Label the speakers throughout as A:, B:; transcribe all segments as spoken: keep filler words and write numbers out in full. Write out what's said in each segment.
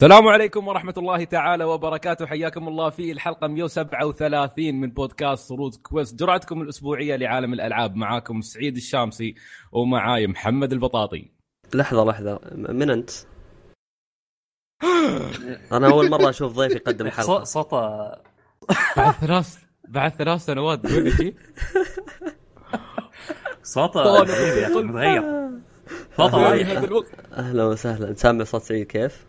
A: السلام عليكم ورحمة الله تعالى وبركاته. حياكم الله في الحلقة مئة وسبعة وثلاثين من بودكاست رود كويست، جرعتكم الأسبوعية لعالم الألعاب. معاكم سعيد الشامسي ومعاي محمد البطاطي.
B: لحظة لحظة، من أنت؟ أنا أول مرة أشوف ضيف يقدم حلقة.
C: صوته
A: بعد ثلاث بعد ثلاث سنوات تقول لي
C: صوته متغير. صوته
B: أهلا وسهلا. سامع صوت سعيد كيف؟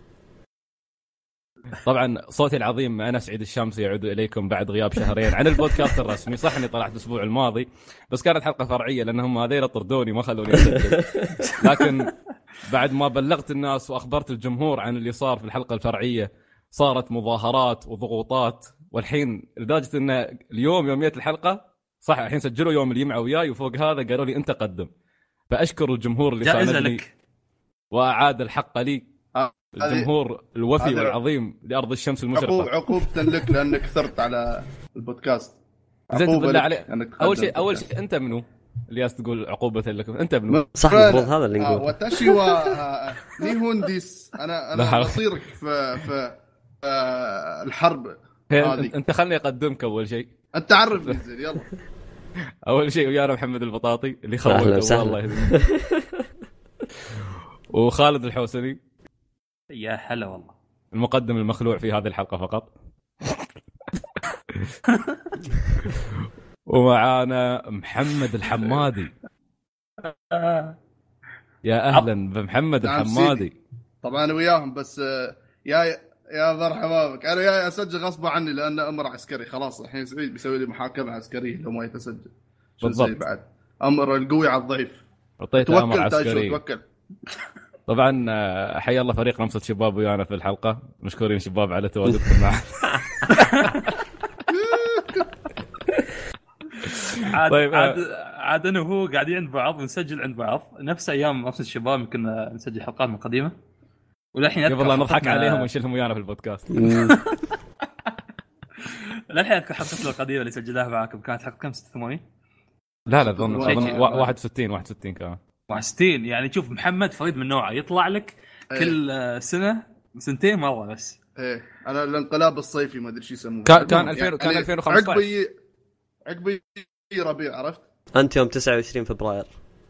A: طبعا صوتي العظيم أنا سعيد الشامسي يعود إليكم بعد غياب شهرين عن البودكاست الرسمي. صح إني طلعت الأسبوع الماضي بس كانت حلقة فرعية لأنهم هذيل طردوني ما خلوني أسجل، لكن بعد ما بلغت الناس وأخبرت الجمهور عن اللي صار في الحلقة الفرعية صارت مظاهرات وضغوطات، والحين لدرجة إن اليوم يومية الحلقة صح الحين سجلوا يوم الجمعة وياي، وفوق هذا قالوا لي أنت قدم. فأشكر الجمهور اللي ساندني وأعاد الحق لي، الجمهور الوفي والعظيم لأرض الشمس المشرقة.
D: عقوبة لك لأنك كثرت على البودكاست.
A: زين بالله عليك، أول شيء أول شيء أنت منو اللي تقول عقوبة لكم؟ أنت منو؟
B: صح المفروض هذا اللي نقول.
D: وتشي ونيهونديس أنا أنا بصيرك في في الحرب
A: هذه. أنت خلني أقدمك أول شيء.
D: أنت عرفني زين يلا.
A: أول شيء ويانا محمد البطاطي اللي خوك والله يهديك، وخالد الحوسني.
C: يا هلا والله.
A: المقدم المخلوع في هذه الحلقة فقط. ومعانا محمد الحمادي. يا أهلا بمحمد الحمادي.
D: طبعا أنا وياهم بس يا يا مرحبا بك. أنا يا أسجل غصب عني لأن أمر عسكري خلاص. الحين سعيد بيسوي لي محاكمة عسكرية لو ما يتسجل. شو زي بعد أمر القوي على الضعيف.
A: أعطيته أمر عسكري.
D: توكل.
A: طبعا حيا الله فريق رمسة شباب ويانا في الحلقة، مشكورين شباب على تواجدكم معنا.
C: عاد طيب عاد عاد انا وهو قاعدين عند بعض نسجل عند بعض نفس ايام رمسة الشباب، كنا نسجل حلقات من قديمة وللحين
A: قبل لا نضحك عليهم ونشيلهم ويانا في البودكاست.
C: للحين حلقتنا القديمة اللي سجلناها معكم كانت حلقة كم ستة وثمانين؟
A: لا لا اظن واحد وستين واحد وستين كمان
C: واحد وستين. يعني شوف محمد فريد من نوعه يطلع لك ايه. كل سنة سنتين مرة بس.
D: ايه انا الانقلاب الصيفي ما ادري شو يسموه
A: كان كان ألفين يعني كان ألفين وخمسة عشر
D: عقبي عقبي ربيع عرفت
B: انت يوم تسعة وعشرين فبراير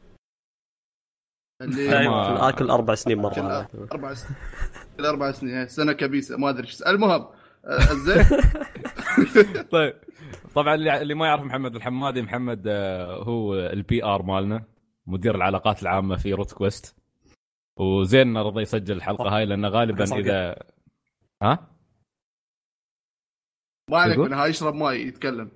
D: اللي
B: أيوة. اكل اربع سنين مرة.
D: اربع سنين كل اربع سنين سنة كبيسة ما ادري شو. المهم زين.
A: طيب طبعا اللي ما يعرف محمد الحمادي، محمد هو البي ار مالنا، مدير العلاقات العامة في روت كويست، وزين رضي يسجل الحلقة هاي لأنه غالبا إذا ها
D: ما عليك من هاي يشرب ماء يتكلم.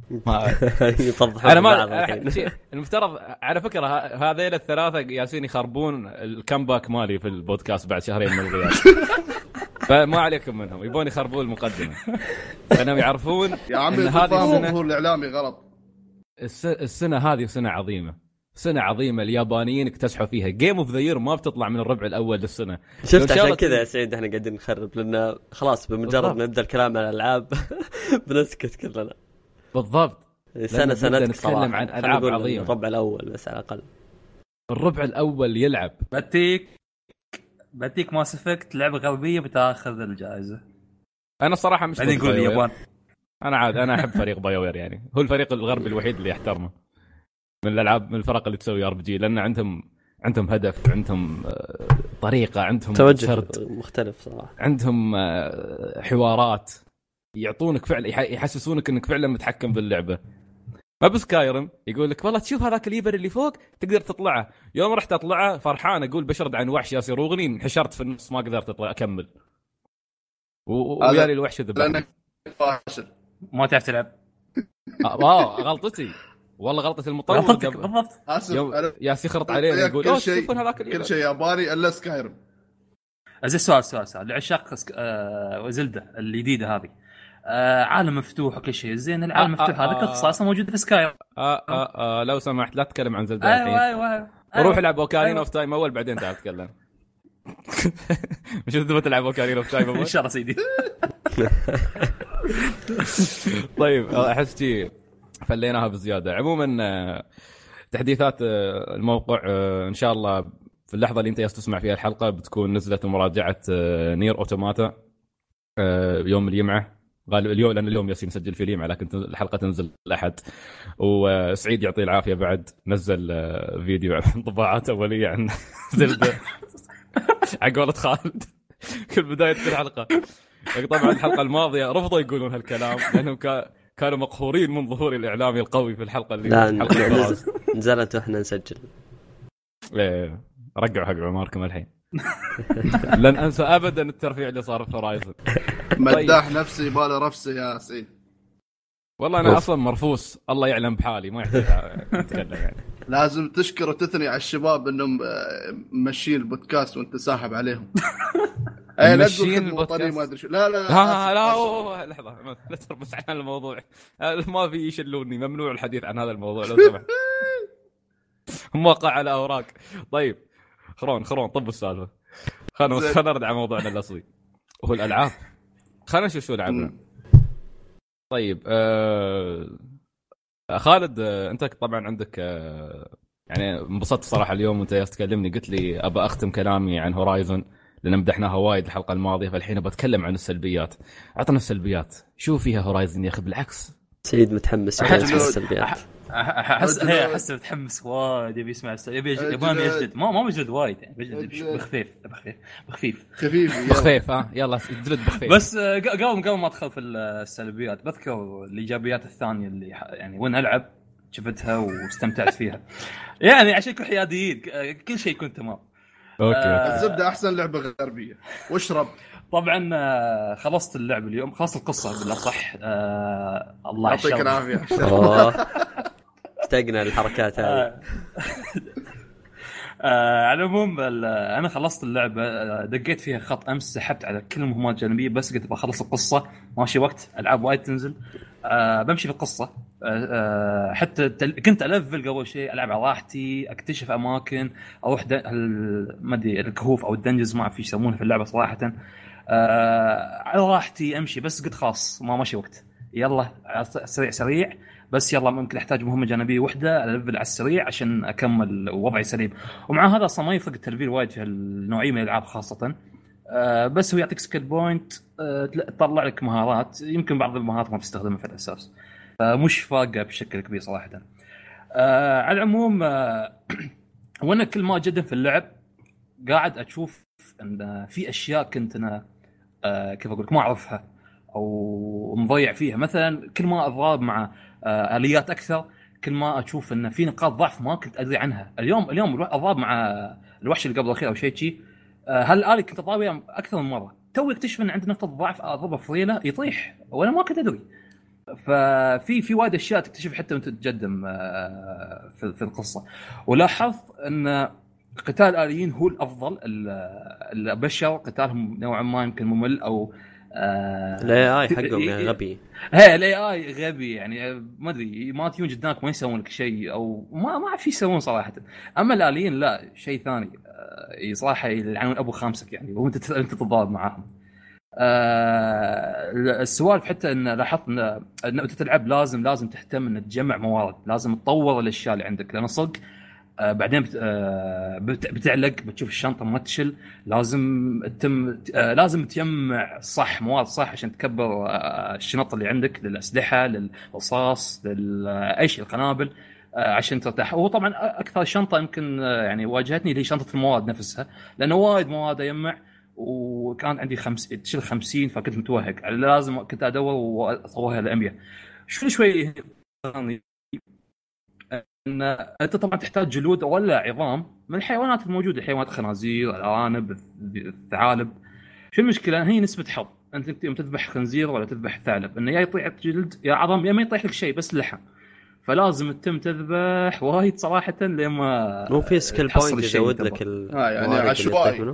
A: أنا ما المفترض على فكرة هذيل الثلاثة ياسين يخربون الكمباك مالي في البودكاست بعد شهرين من الغياب. فما عليكم منهم، يبون يخربون المقدمة لأنهم يعرفون
D: يا عمي إن هذه السنة هو الإعلامي غلط.
A: السنة هذه سنة عظيمة، سنة عظيمة. اليابانيين اكتسحوا فيها جيم اوف ذا يير ما بتطلع من الربع الأول للسنة.
B: شفت عشان كذا يا سعيد احنا قاعدين نخرب، لأن خلاص بمجرد ما نبدأ الكلام عن الألعاب بنسكت كلنا.
A: بالضبط.
B: سنة سنة
A: نتكلم عن ألعاب عظيمة.
B: الربع الأول بس على الأقل.
A: الربع الأول يلعب.
C: بتيك بتيك ماس افكت لعبة غربية بتاخذ الجائزة.
A: أنا الصراحة مش
C: بعدين نقول اليابان.
A: أنا عاد أنا أحب فريق بايوير، يعني هو الفريق الغربي الوحيد اللي يحترمه من الألعاب، من الفرق اللي تسوي ار بي جي، لأن عندهم عندهم هدف، عندهم طريقة، عندهم
B: توجه مختلف صراحة،
A: عندهم حوارات يعطونك فعلا يحسسونك انك فعلا متحكم باللعبه. ما بسكايرم يقول لك والله تشوف هذاك اليبر اللي فوق تقدر تطلعه. يوم رحت اطلعه فرحان اقول بشرد عن وحش ياسر وغني، انحشرت في النص ما قدرت اطلع اكمل ويالي الوحش ذبحني.
C: ما تعرف تلعب.
A: اه غلطتي والله، غلطه المطور.
C: بالضبط.
A: ياسر خرط عليه يقول اوه شوفون هذاك
D: كل شيء ياباني الا سكايرم.
C: زي سؤال سؤال سؤال لعشاق آه زلدة الجديدة هذه، آه عالم مفتوح وكل شيء زين. العالم آه مفتوح آه هذا قصة اصلا موجودة في سكاي.
A: آه آه آه لو سمحت لا تتكلم عن زلدة الحين.
C: ايوه ايوه ايوه
A: روح العب اوكارين اوف تايم اول بعدين تعال تتكلم. مش تبغى تلعب اوكارين اوف تايم اول؟
C: ان شاء الله سيدي.
A: طيب احس شيء فليناها بزيادة. عموما تحديثات الموقع ان شاء الله في اللحظه اللي انت تسمع فيها الحلقه بتكون نزلت مراجعه نير اوتوماتا يوم الجمعه غالبا اليوم، لان اليوم ياسين نسجل في الجمعه لكن الحلقه تنزل الاحد. وسعيد يعطيه العافيه بعد نزل فيديو عن انطباعات اوليه عن زلدة عقولة خالد كل بدايه كل حلقه. طبعا الحلقه الماضيه رفضوا يقولون هالكلام لانهم كانوا مقهورين من ظهور الاعلامي القوي في الحلقه اللي
B: لا نزل... نزلت واحنا نسجل.
A: ايه رجعوا حق عماركم الحين. لن انسى ابدا الترفيع اللي صار في هورايزن.
D: مداح نفسي باله رفسه يا سعيد.
A: والله انا اصلا مرفوس، الله يعلم بحالي ما يحتاج اتكلم يعني.
D: لازم تشكر وتثني على الشباب انهم ماشيين البودكاست وانت ساحب عليهم. اي لا تقول وطني ما ادري شو. لا لا
A: لا لا لحظه لا تربس عن الموضوع، ما في يشلوني، ممنوع الحديث عن هذا الموضوع لو سمحت. موقع على اوراق. طيب خرون خرون طب السالفه. خلنا خلنا نرجع موضوعنا الاصلي وهو الالعاب. خلينا نشوف شو لعبنا. طيب آه... خالد آه... انت طبعا عندك آه... يعني انبسطت صراحه اليوم وانت تكلمني قلت لي ابى اختم كلامي عن هورايزن لان مدحناها وايد الحلقه الماضيه، فالحين بتكلم عن السلبيات. عطنا السلبيات، شو فيها هورايزن يا اخي؟ بالعكس
B: سعيد متحمس على السلبيات.
C: احس هي احس متحمس وايد يبي يسمع يبي يبغى يجلد. ما ما بجلد وايد يعني بجلد بخفيف بخفيف بخفيف
D: خفيف
A: بخفيف ها يلا جلد بخفيف.
C: بس قبل قبل ما ادخل في السلبيات بذكر الايجابيات الثانيه اللي يعني وين العب شفتها واستمتعت فيها يعني عشان كل حياديين كل شيء يكون تمام.
A: اوكي
D: الزبده احسن لعبه غربيه واشرب.
C: طبعا خلصت اللعب اليوم، خلصت القصه بالاصح. آه الله
D: يعطيك العافيه.
B: اشتقنا الحركات هذه.
C: آه على العموم انا خلصت اللعبه، دقيت فيها خط امس، سحبت على كل المهمات الجانبيه بس قلت بخلص القصه، ماشي وقت العاب وايد تنزل. آه بمشي في القصه. آه حتى كنت الفل قبل شيء، العب على راحتي، اكتشف اماكن، اروح ما ادري الكهوف او الدنجز ما في يسمونها في اللعبه صراحه. آه على راحتي امشي، بس قلت خلاص ما ماشي وقت، يلا سريع سريع بس يلا ممكن احتاج مهمه جانبيه واحده الفل على السريع عشان اكمل وضعي سليم. ومع هذا اصلا ما يفرق التلفيل وايد في النوعيه من الالعاب خاصه. آه بس هو يعطيك سكيل بوينت، آه تطلع لك مهارات، يمكن بعض المهارات ما تستخدمها في الاساس، فمش فارقه بشكل كبير صراحه. آه على العموم آه وانا كل ما اجدد في اللعب قاعد اشوف ان في اشياء كنت انا آه كيف اقول لك ما اعرفها او مضيع فيها. مثلا كل ما اضرب مع آه اليات اكثر كل ما اشوف ان في نقاط ضعف ما كنت ادري عنها. اليوم اليوم اضرب مع الوحش اللي قبل الاخير او شيء شيء، آه هل الي كنت اضرب اكثر من مره، تو اكتشف ان عندي نقطه ضعف اضربه فريله يطيح وانا ما كنت ادري. ففي في وايد اشياء تكتشف حتى وانت تتقدم آه في, في القصه. ولاحظت ان قتال الآليين هو الافضل. البشر قتالهم نوعا ما يمكن ممل او
B: آه لا اي حقهم يعني غبي.
C: هي الاي اي غبي يعني ما ادري ما تيجون قدامك ما يسوون لك شيء او ما ما في يسوون صراحه. اما الآليين لا شيء ثاني آه صراحه يلعنون ابو خامسك يعني وانت انت تتضارب معاهم. آه السوالف حتى ان لاحظت ان انت تلعب لازم لازم تهتم ان تجمع موارد، لازم تطور الاشياء اللي عندك لان صدق آه بعدين بت آه بتعلق بتشوف الشنطه ما تشل، لازم تتم آه لازم تجمع صح مواد صح عشان تكبر آه الشنط اللي عندك للاسلحه للرصاص لاي شيء القنابل آه عشان ترتاح. وهو طبعا اكثر شنطه يمكن آه يعني واجهتني اللي شنطه المواد نفسها لانه وايد مواد اجمع وكان عندي خمس تشيل خمسين فكنت متوهق لازم كنت ادور واطورها ل مية. شوي شوي ان انت طبعا تحتاج جلود ولا عظام من الحيوانات الموجوده، حيوانات الخنازير الارانب الثعالب. شو المشكله؟ هي نسبه حظ، انت تذبح خنزير ولا تذبح ثعلب انه يا يطيح جلد يا عظم يا ما يطيح لك شيء بس لحم، فلازم تتم تذبح وايد صراحه لما
B: مو في سكيل بوينت يزود لك
D: اه يعني عشوائي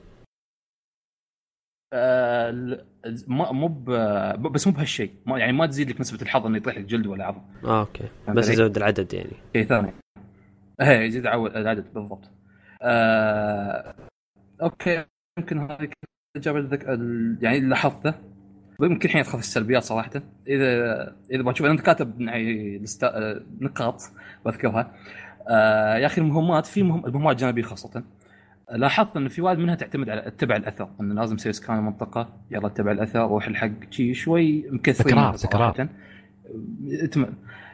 C: آه مو بس مو بهالشيء يعني ما تزيد لك نسبه الحظ انه يطيح لك جلد ولا عظم.
B: اه اوكي بس يزود العدد يعني
C: شيء ثاني ايه يزيد العدد بالضبط. آه اوكي يمكن هذه جاب الذك يعني اللي لاحظته. يمكن الحين ادخل في السلبيات صراحه. اذا اذا بتشوف انت كاتب نقاط بذكرها. آه يا اخي المهمات في مهم المهمات الجانبيه خاصه لاحظت انه في واحد منها تعتمد على اتبع الاثر، انه لازم تسوي سكان المنطقه، يلا اتبع الاثر، روح الحق شيء شوي مكثرين
A: تكرار تكرار
C: اتم...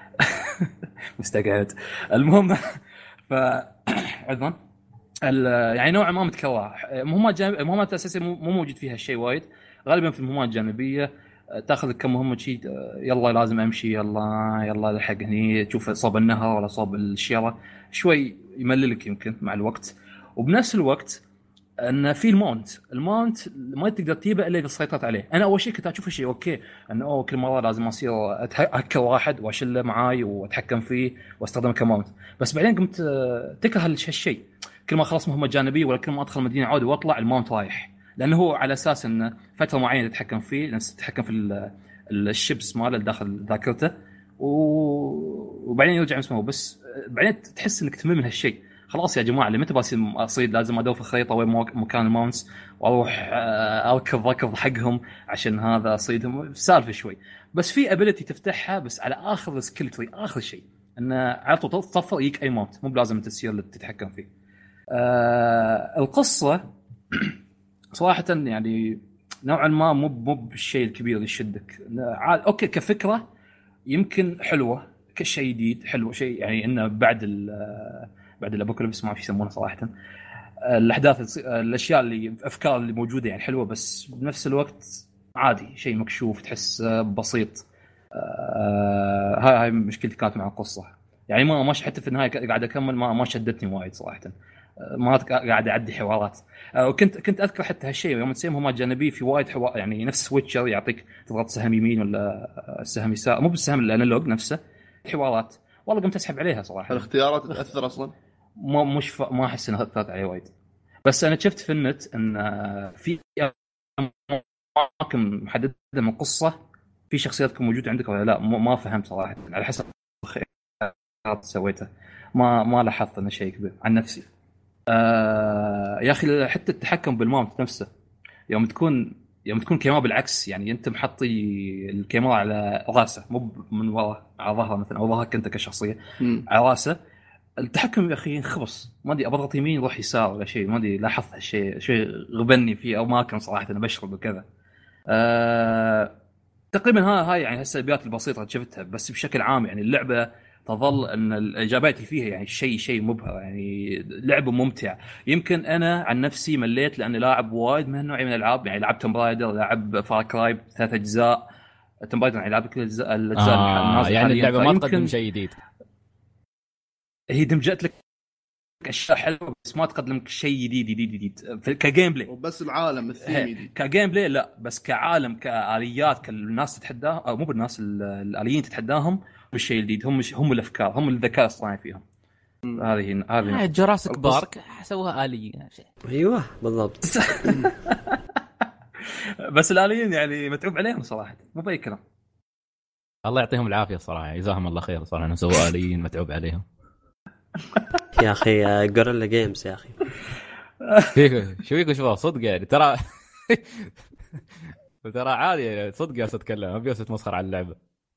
C: مستقعد. المهم ف عذرا يعني نوعا ما متكرر. مهمات جانب... مهمات اساسيه مو موجود فيها شيء وايد، غالبا في المهمات الجانبيه تاخذ كم مهمه شيء، يلا لازم امشي، يلا يلا لحق هني تشوف صوب النهر ولا صوب الشيره، شوي يمللك يمكن مع الوقت. وبنفس الوقت ان في الماونت الماونت ما تقدر تجيبه الا اذا سيطرت عليه. انا اول شيء كنت اشوف شيء اوكي انه أوه كل مره لازم اصير اتهكر واحد واشله معاي واتحكم فيه واستخدمه كماونت، بس بعدين قمت تكره هالشيء. كل ما خلص مهمه جانبيه ولا كل ما ادخل مدينه عودي واطلع الماونت رايح، لانه هو على اساس انه فتره معينه تتحكم فيه، نفس تتحكم في الشيبس ماله داخل ذاكرته وبعدين يرجع اسمه. بس بعدين تحس انك تمل من هالشيء. خلاص يا جماعه اللي متى بصير اصيد لازم ادور في الخريطه وين مكان الماونتس واروح اركض ركض حقهم عشان هذا اصيدهم، سالفه شوي. بس في ابيلتي تفتحها بس على اخر السكيل تري، اخر شيء انه على طول تصفر يجيك اي ماونت، مو بلازم انت تصير اللي تتحكم فيه. آه القصه صراحه يعني نوعا ما مو مو بالشيء الكبير اللي يشدك. اوكي كفكره يمكن حلوه، كشيء جديد حلو، شيء يعني انه بعد بعد الابوكاليبس ما في يسمونه صراحه الاحداث الاشياء اللي الافكار اللي موجوده يعني حلوه، بس بنفس الوقت عادي، شيء مكشوف تحس بسيط. آه هاي هاي مشكلتي كانت مع القصه يعني، ما ماشي حتى في النهايه قاعد اكمل ما ما شدتني وايد صراحه، ما قاعد اعدي حوارات. وكنت كنت اذكر حتى هالشيء يوم تسوي مهمات جانبيه في وايد حوار يعني، نفس سويتشر يعطيك تضغط سهم يمين ولا السهم يسار، مو بالسهم الانالوج نفسه، حوارات والله قمت اسحب عليها صراحه.
D: الاختيارات تاثر اصلا
C: ما مش ف... ما احس انها اثرت علي وايد. بس انا شفت في النت ان في اماكن محدده من القصه في شخصيات موجوده عندك ولا لا، ما فهمت صراحه على حسب الخيارات سويتها، ما ما لاحظت انه شيء كبير عن نفسي. آه يا اخي حتى التحكم بالماونت نفسه، يوم تكون يوم تكون كاميرا بالعكس، يعني انت محطي الكاميرا على راسه مو من ورا على ظهره مثلا، او ظهرك انت كشخصيه م. على راسه، التحكم يا اخي خبص، ما ادري اضغط يمين يروح يسار ولا شيء، ما ادري لاحظت هالشيء شيء غبني فيه او ما كان صراحه انا بشرب وكذا. آه تقريبا ها هاي يعني هالسلبيات البسيطه اللي شفتها. بس بشكل عام يعني اللعبه تظل ان الاجابات اللي فيها يعني شيء شيء مبهر، يعني لعبه ممتع. يمكن انا عن نفسي مليت لاني لاعب وايد من النوع من الالعاب، يعني لعبت توم برايدر، لعب فار كراي ثلاث اجزاء، توم برايدر يعني لعب كل الاجزاء الاجزاء
A: آه النازله يعني اللعبه ما تقدم شيء جديد،
C: هي دمجت لك اشياء حلوه بس ما تقدم لك شيء جديد جديد جديد كجيم بلاي.
D: وبس العالم الثيمي دي
C: كجيم بلاي لا، بس كعالم كآليات كالناس تتحداها، او مو بالناس الآليين تتحداهم بالشيء الجديد، هم هم الافكار، هم الذكاء الاصطناعي فيهم. هذه هذه
A: جراسيك بارك سووها آليين.
B: ايوه بالضبط.
C: بس الآليين يعني متعوب عليهم صراحه، مو باي كلام.
A: الله يعطيهم العافيه صراحه، جزاهم الله خير صراحه انهم سووا آليين متعوب عليهم.
B: يا اخي غوريلا جيمز يا اخي
A: فيكو شو فيكو شو صدق يعني، ترى ترى عادي صدق جالس اتكلم، ابي اتمسخر على اللعبه.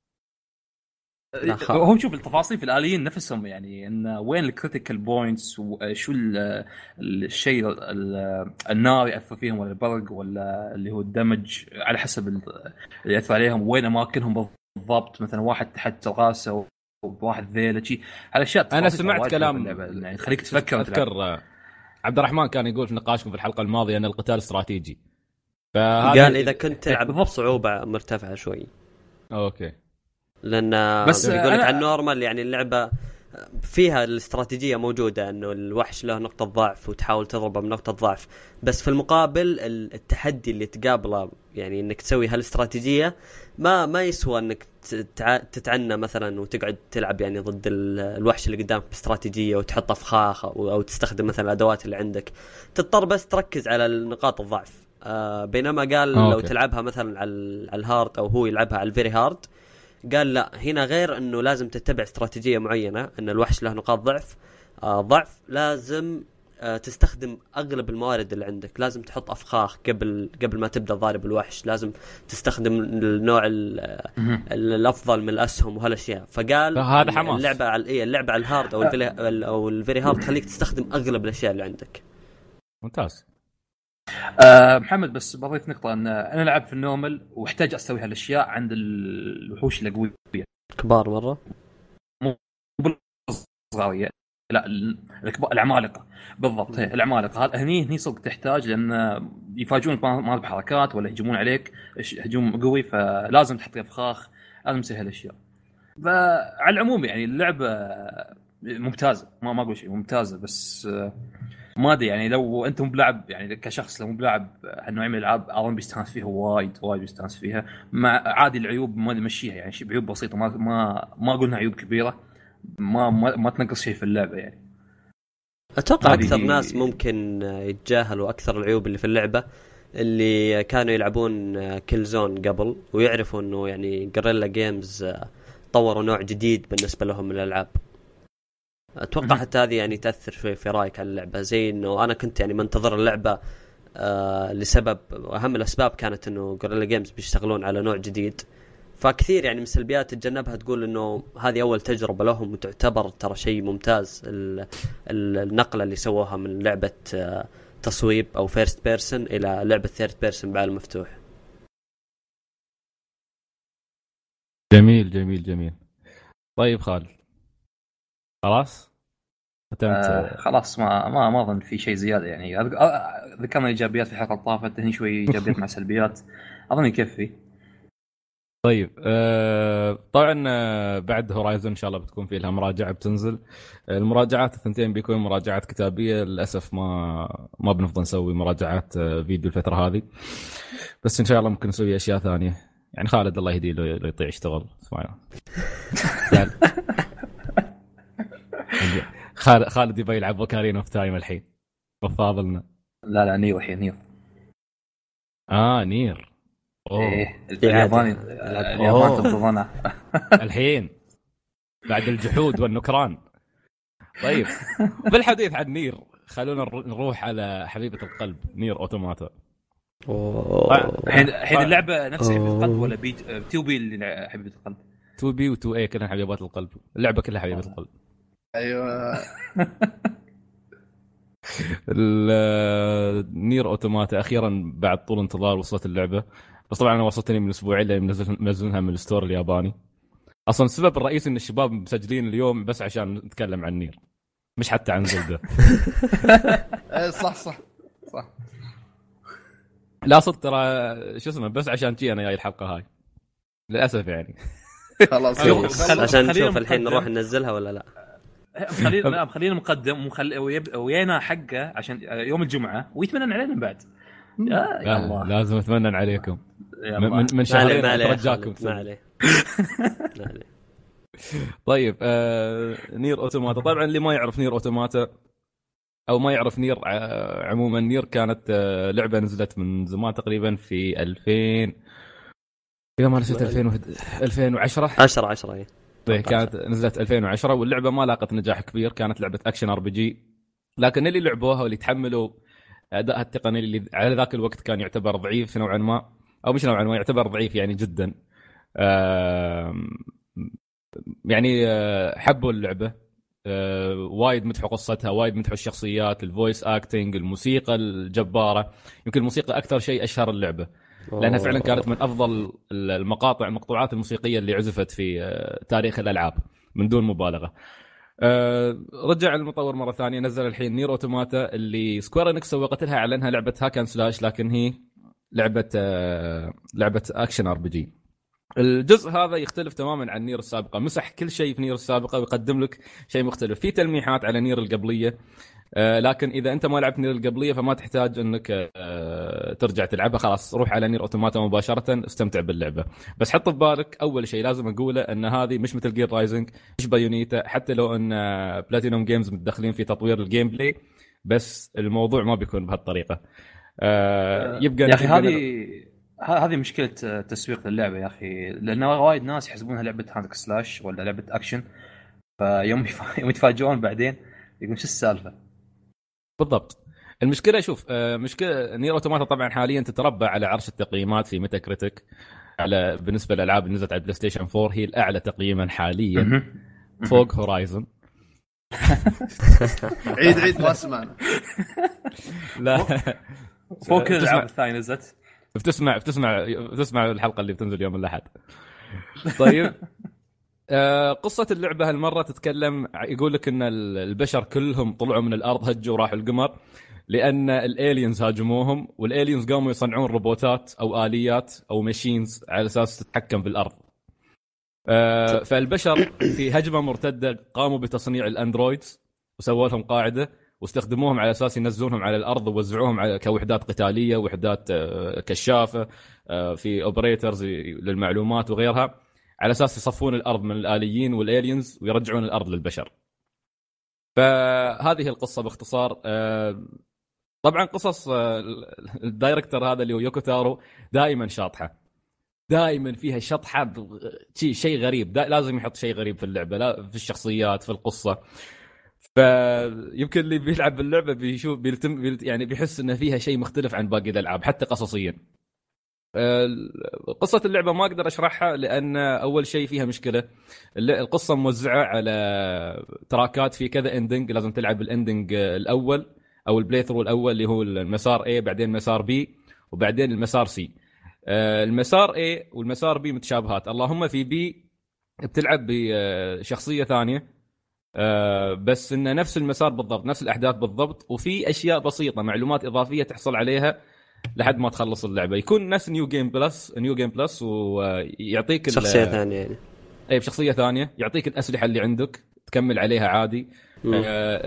C: هم شوف التفاصيل في الآليين نفسهم، يعني ان وين الكريتيكال بوينتس وشو الشيء النار يأثر فيهم ولا البرق ولا اللي هو الدمج على حسب اللي يأثر عليهم، وين اماكنهم بالضبط، مثلا واحد تحت راسه وواحد ذيله شيء. هالاشياء
A: انا سمعت كلام
C: يعني خليك تفكر.
A: اذكر عبد الرحمن كان يقول في نقاشكم في الحلقه الماضيه ان القتال استراتيجي،
B: قال اذا كنت تلعب بصعوبه مرتفعه شوي.
A: اوكي
B: لان بس يقول لك عن نورمال يعني اللعبه فيها الاستراتيجيه موجوده، انه الوحش له نقطه ضعف وتحاول تضربه بنقطه ضعف، بس في المقابل التحدي اللي تقابله يعني انك تسوي هالاستراتيجيه ما ما يسوى انك تتعنى مثلا وتقعد تلعب يعني ضد الوحش اللي قدامك باستراتيجيه وتحط افخاخ او تستخدم مثلا الادوات اللي عندك، تضطر بس تركز على نقاط الضعف. آه بينما قال أوكي. لو تلعبها مثلا على الهارد او هو يلعبها على الفيري هارد، قال لا هنا غير انه لازم تتبع استراتيجيه معينه، ان الوحش له نقاط ضعف آه ضعف لازم آه تستخدم اغلب الموارد اللي عندك، لازم تحط افخاخ قبل قبل ما تبدا ضارب الوحش، لازم تستخدم النوع الافضل من الاسهم وهالاشياء. فقال
A: هذا حماس.
B: اللعبه على ايه اللعبه على الهارد او الفيري او الفيري هارد تخليك تستخدم اغلب الاشياء اللي عندك.
A: ممتاز.
C: أه محمد بس بضيف نقطه ان انا العب في النورمال واحتاج اسوي هالاشياء عند الوحوش القويه
B: كبار مره
C: مو صغاريه لا الكبار العمالقه بالضبط. هي العمالقه هني هني صدق تحتاج لان يفاجئونك ما بحركات ولا يهجمون عليك هجوم قوي فلازم تحط فخاخ لازم تسوي هالاشياء. فعلى العموم يعني اللعبه ممتازه ما ما اقول شيء ممتازه بس ما ادري يعني لو انت مو بلاعب يعني كشخص لو مو بلاعب هالنوعيه من الالعاب اظن بيستانس فيها وايد وايد بيستانس فيها مع عادي العيوب ما نمشيها يعني شيء عيوب بسيطه ما ما ما قلنا عيوب كبيره ما ما, ما تنقص شيء في اللعبه يعني.
B: اتوقع اكثر ناس ممكن يتجاهلوا اكثر العيوب اللي في اللعبه اللي كانوا يلعبون كيل زون قبل ويعرفوا انه يعني غوريلا جيمز طوروا نوع جديد بالنسبه لهم من الالعاب. اتوقع حتى هذه يعني تاثر شوي في رايك على اللعبه زي انه انا كنت يعني منتظر اللعبه آه لسبب واهم الاسباب كانت انه غوريلا جيمز بيشتغلون على نوع جديد فكثير يعني من سلبيات تتجنبها تقول انه هذه اول تجربه لهم وتعتبر ترى شيء ممتاز النقله اللي سووها من لعبه آه تصويب او فيرست بيرسون الى لعبه ثيرد بيرسون بعالم مفتوح.
A: جميل جميل جميل. طيب خالد خلاص
C: آه خلاص ما ما ما اظن في شيء زياده يعني ذكرنا ايجابيات في الحلقه الطافت هني شوي ايجابيات مع سلبيات اظن يكفي.
A: طيب آه طبعا بعد هورايزون ان شاء الله بتكون في لها مراجعه بتنزل. المراجعات الثنتين بيكون مراجعات كتابيه للاسف ما ما بنفضل نسوي مراجعات فيديو الفتره هذه بس ان شاء الله ممكن نسوي اشياء ثانيه يعني. خالد الله يهديه لو يطيع يشتغل اسمعنا خالد خالد يبي يلعب اوكارين اوف تايم الحين وفاضلنا.
C: لا لا نير الحين نير
A: اه نير
C: اوه إيه الياباني اليابان تضمنها
A: الحين بعد الجحود والنكران. طيب بالحديث عن نير خلونا نروح على حبيبة القلب نير اوتوماتا.
C: الحين الحين اللعبة نفس حبيبة القلب ولا بي تو بي اللي حبيبة القلب؟
A: تو بي وتو اي كلها حبيبات القلب. اللعبة كلها حبيبة القلب.
D: ايوه
A: نير اوتوماتا اخيرا بعد طول انتظار وصلت اللعبه بس طبعا انا وصلتني من اسبوعين لين منزلها من الستور الياباني. اصلا السبب الرئيسي ان الشباب مسجلين اليوم بس عشان نتكلم عن نير مش حتى عن زلدة.
D: ايه صح صح صح
A: لا صدق ترى شو اسمه بس عشان جي انا جاي الحلقه هاي للاسف يعني.
D: خلاص
B: عشان نشوف الحين نروح ننزلها ولا لا.
C: خلينا لا خلينا مقدم وخل ويانا حقه عشان يوم الجمعه ويتمنن علينا من بعد. يا, يا الله
A: لازم اتمنن عليكم من, من شهرين اترجاكم
B: ما عليه.
A: طيب آه نير اوتوماتا طبعا اللي ما يعرف نير اوتوماتا او ما يعرف نير عموما نير كانت آه لعبه نزلت من زمان تقريبا في ألفين اذا ما نسيت ألفين وعشرة
B: عشرة عشرة
A: اي كانت نزلت ألفين وعشرة واللعبه ما لاقت نجاح كبير. كانت لعبه اكشن ار بي جي لكن اللي لعبوها واللي تحملوا ادائها التقني اللي على ذاك الوقت كان يعتبر ضعيف نوعا ما او مش نوعا ما يعتبر ضعيف يعني جدا يعني حبوا اللعبه وايد مدحوا قصتها وايد مدحوا الشخصيات الفويس اكتنج الموسيقى الجباره. يمكن الموسيقى اكثر شيء اشهر اللعبه لانها فعلا كانت من افضل المقاطع المقطوعات الموسيقيه اللي عزفت في تاريخ الالعاب من دون مبالغه. رجع المطور مره ثانيه نزل الحين نير اوتوماتا اللي سكوير انكس سوقت لها اعلنها لعبه هاكن سلاش لكن هي لعبه لعبه اكشن ار بي جي. الجزء هذا يختلف تماما عن نير السابقه مسح كل شيء في نير السابقه ويقدم لك شيء مختلف في تلميحات على نير القبليه لكن اذا انت ما لعبت نير القبليه فما تحتاج انك ترجع تلعبها خلاص روح على نير اوتوماتا مباشره استمتع باللعبه. بس حط في بالك اول شيء لازم اقوله ان هذه مش مثل جير رايزنج مش بايونيتا حتى لو ان بلاتينوم جيمز متدخلين في تطوير الجيم بلاي بس الموضوع ما بيكون بهالطريقه.
C: يبقى يا اخي هذه هذه مشكله تسويق للعبه يا اخي لان وايد ناس يحسبونها لعبه هاك سلاش ولا لعبه اكشن فيوم يوم يتفاجئون بعدين يقولون شو السالفه بالضبط.
A: المشكله شوف مشكله نير اوتوماتا طبعا حاليا تتربع على عرش التقييمات في ميتا كريتيك على بالنسبه للالعاب اللي نزلت على البلاي ستيشن فور هي الاعلى تقييما حاليا فوق هورايزن.
D: عيد عيد ما سمعنا
A: لا
C: فوق الالعاب الثانيه نزلت
A: بتسمع بتسمع بتسمع الحلقه اللي بتنزل يوم الاحد. طيب آه قصه اللعبه هالمره تتكلم، يقول لك ان البشر كلهم طلعوا من الارض، هجوا وراحوا القمر لان الالينز هاجموهم، والالينز قاموا يصنعون روبوتات او اليات او ماشينز على اساس تتحكم بالارض. آه فالبشر في هجمه مرتده قاموا بتصنيع الاندرويدز وسووا لهم قاعده واستخدموهم على اساس ينزلونهم على الارض ووزعوهم على كوحدات قتاليه، وحدات كشافه في اوبريتورز للمعلومات وغيرها، على اساس يصفون الارض من الاليين والالينز ويرجعون الارض للبشر. فهذه القصه باختصار. طبعا قصص الدايركتور هذا اللي هو يوكو تارو دائما شاطحه، دائما فيها شطحه شيء شيء غريب، لازم يحط شيء غريب في اللعبه، لا في الشخصيات في القصه. فيمكن اللي بيلعب باللعبه بيشوف بيلتم بيلت يعني بيحس ان فيها شيء مختلف عن باقي الالعاب حتى قصصيا. قصه اللعبه ما اقدر اشرحها لان اول شيء فيها مشكله، القصه موزعه على تراكات في كذا اندنج، لازم تلعب الاندنج الاول او البلاي ثرو الاول اللي هو المسار A، بعدين مسار B، وبعدين المسار C. المسار A والمسار B متشابهات، اللهم في B بتلعب بشخصيه ثانيه أه بس إنه نفس المسار بالضبط، نفس الأحداث بالضبط، وفي أشياء بسيطة معلومات إضافية تحصل عليها لحد ما تخلص اللعبة. يكون نفس نيو جيم بلس نيو جيم بلس ويعطيك
B: شخصية ثانية يعني
A: أي بشخصية ثانية، يعطيك الأسلحة اللي عندك تكمل عليها عادي. أه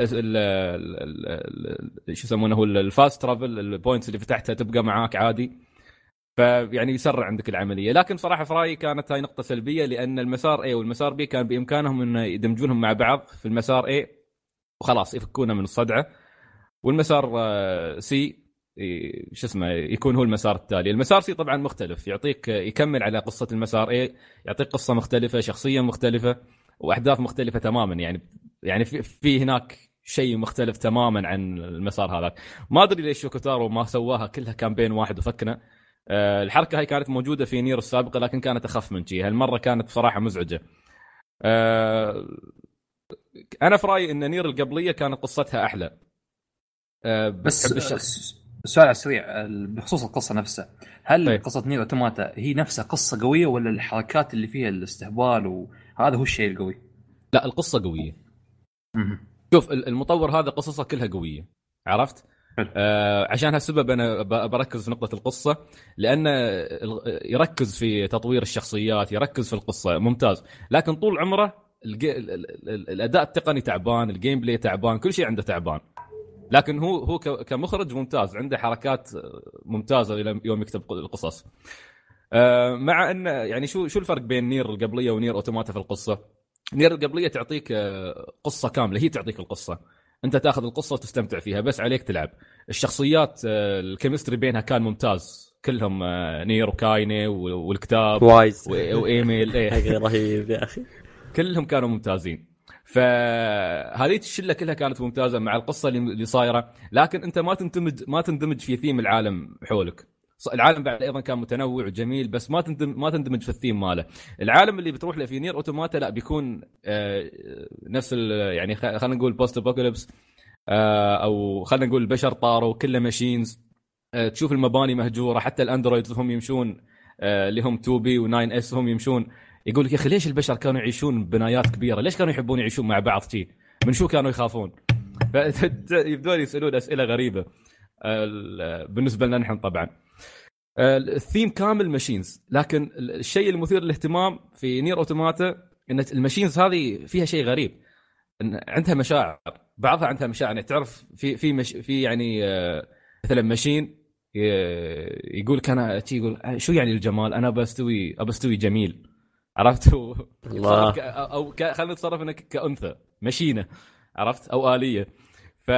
A: شو يسمونه هو الفاست ترافل، البوينتس اللي فتحتها تبقى معاك عادي، فيعني يسرع عندك العمليه. لكن صراحه في رايي كانت هاي نقطه سلبيه، لان المسار A والمسار B كان بامكانهم ان يدمجونهم مع بعض في المسار A وخلاص يفكونه من الصدعه، والمسار C شو اسمه يكون هو المسار التالي. المسار C طبعا مختلف، يعطيك يكمل على قصه المسار A، يعطيك قصه مختلفه، شخصيه مختلفه، واحداث مختلفه تماما. يعني يعني في, في هناك شيء مختلف تماما عن المسار هذاك. ما ادري ليش شوكوتارو ما سواها كلها كامبين واحد وفكنا. أه الحركه هاي كانت موجوده في نير السابقه لكن كانت اخف من شيء، هالمره كانت بصراحه مزعجه. أه انا في رايي ان نير القبليه كانت قصتها احلى.
C: أه بس السؤال على السريع بخصوص القصه نفسها، هل طيب. قصه نير اوتوماتا هي نفسها قصه قويه ولا الحركات اللي فيها الاستهبال وهذا هو الشيء القوي؟
A: لا القصه قويه.
C: م-
A: شوف المطور هذا قصصه كلها قويه، عرفت؟ آه عشان هالسبب أنا بركز في نقطة القصة، لأنه يركز في تطوير الشخصيات، يركز في القصة ممتاز، لكن طول عمره الجي... الأداء التقني تعبان، الجيم بلاي تعبان، كل شيء عنده تعبان. لكن هو هو كمخرج ممتاز، عنده حركات ممتازة إلى يوم يكتب القصص. آه مع أن يعني شو شو الفرق بين نير القبلية ونير أوتوماتا في القصة؟ نير القبلية تعطيك قصة كاملة، هي تعطيك القصة، انت تاخذ القصه وتستمتع فيها، بس عليك تلعب. الشخصيات الكيمستري بينها كان ممتاز، كلهم نير وكايني والكتاب
B: وايز
A: وايميل
B: ايه رهيب يا اخي،
A: كلهم كانوا ممتازين. فهذه الشله كلها كانت ممتازه مع القصه اللي صايره، لكن انت ما تندمج ما تندمج في ثيم العالم حولك. العالم بعد ايضا كان متنوع وجميل، بس ما تندمج ما تندمج في الثيم ماله. العالم اللي بتروح له في نير اوتوماتا لا بيكون آه نفس يعني خلينا نقول بوست ابوكاليبس، آه او خلينا نقول البشر طاروا كله ماشينز، آه تشوف المباني مهجوره، حتى الاندرويدز هم يمشون آه اللي هم تو بي و9 اس هم يمشون. يقول لك يا اخي ليش البشر كانوا يعيشون بنايات كبيره؟ ليش كانوا يحبون يعيشون مع بعض شيء؟ من شو كانوا يخافون؟ فيبدون يسالون اسئله غريبه آه بالنسبه لنا نحن. طبعا الثيم كامل ماشينز، لكن الشيء المثير للاهتمام في نير اوتوماتا ان الماشينز هذه فيها شيء غريب، إن عندها مشاعر، بعضها عندها مشاعر. يعني تعرف في في مش في يعني مثلا ماشين يقول لك انا يقول شو يعني الجمال، انا بستوي ابستوي جميل، عرفت؟
B: الله.
A: او خلينا نتصرف انك كأنثى ماشينه، عرفت؟ او آلية. ف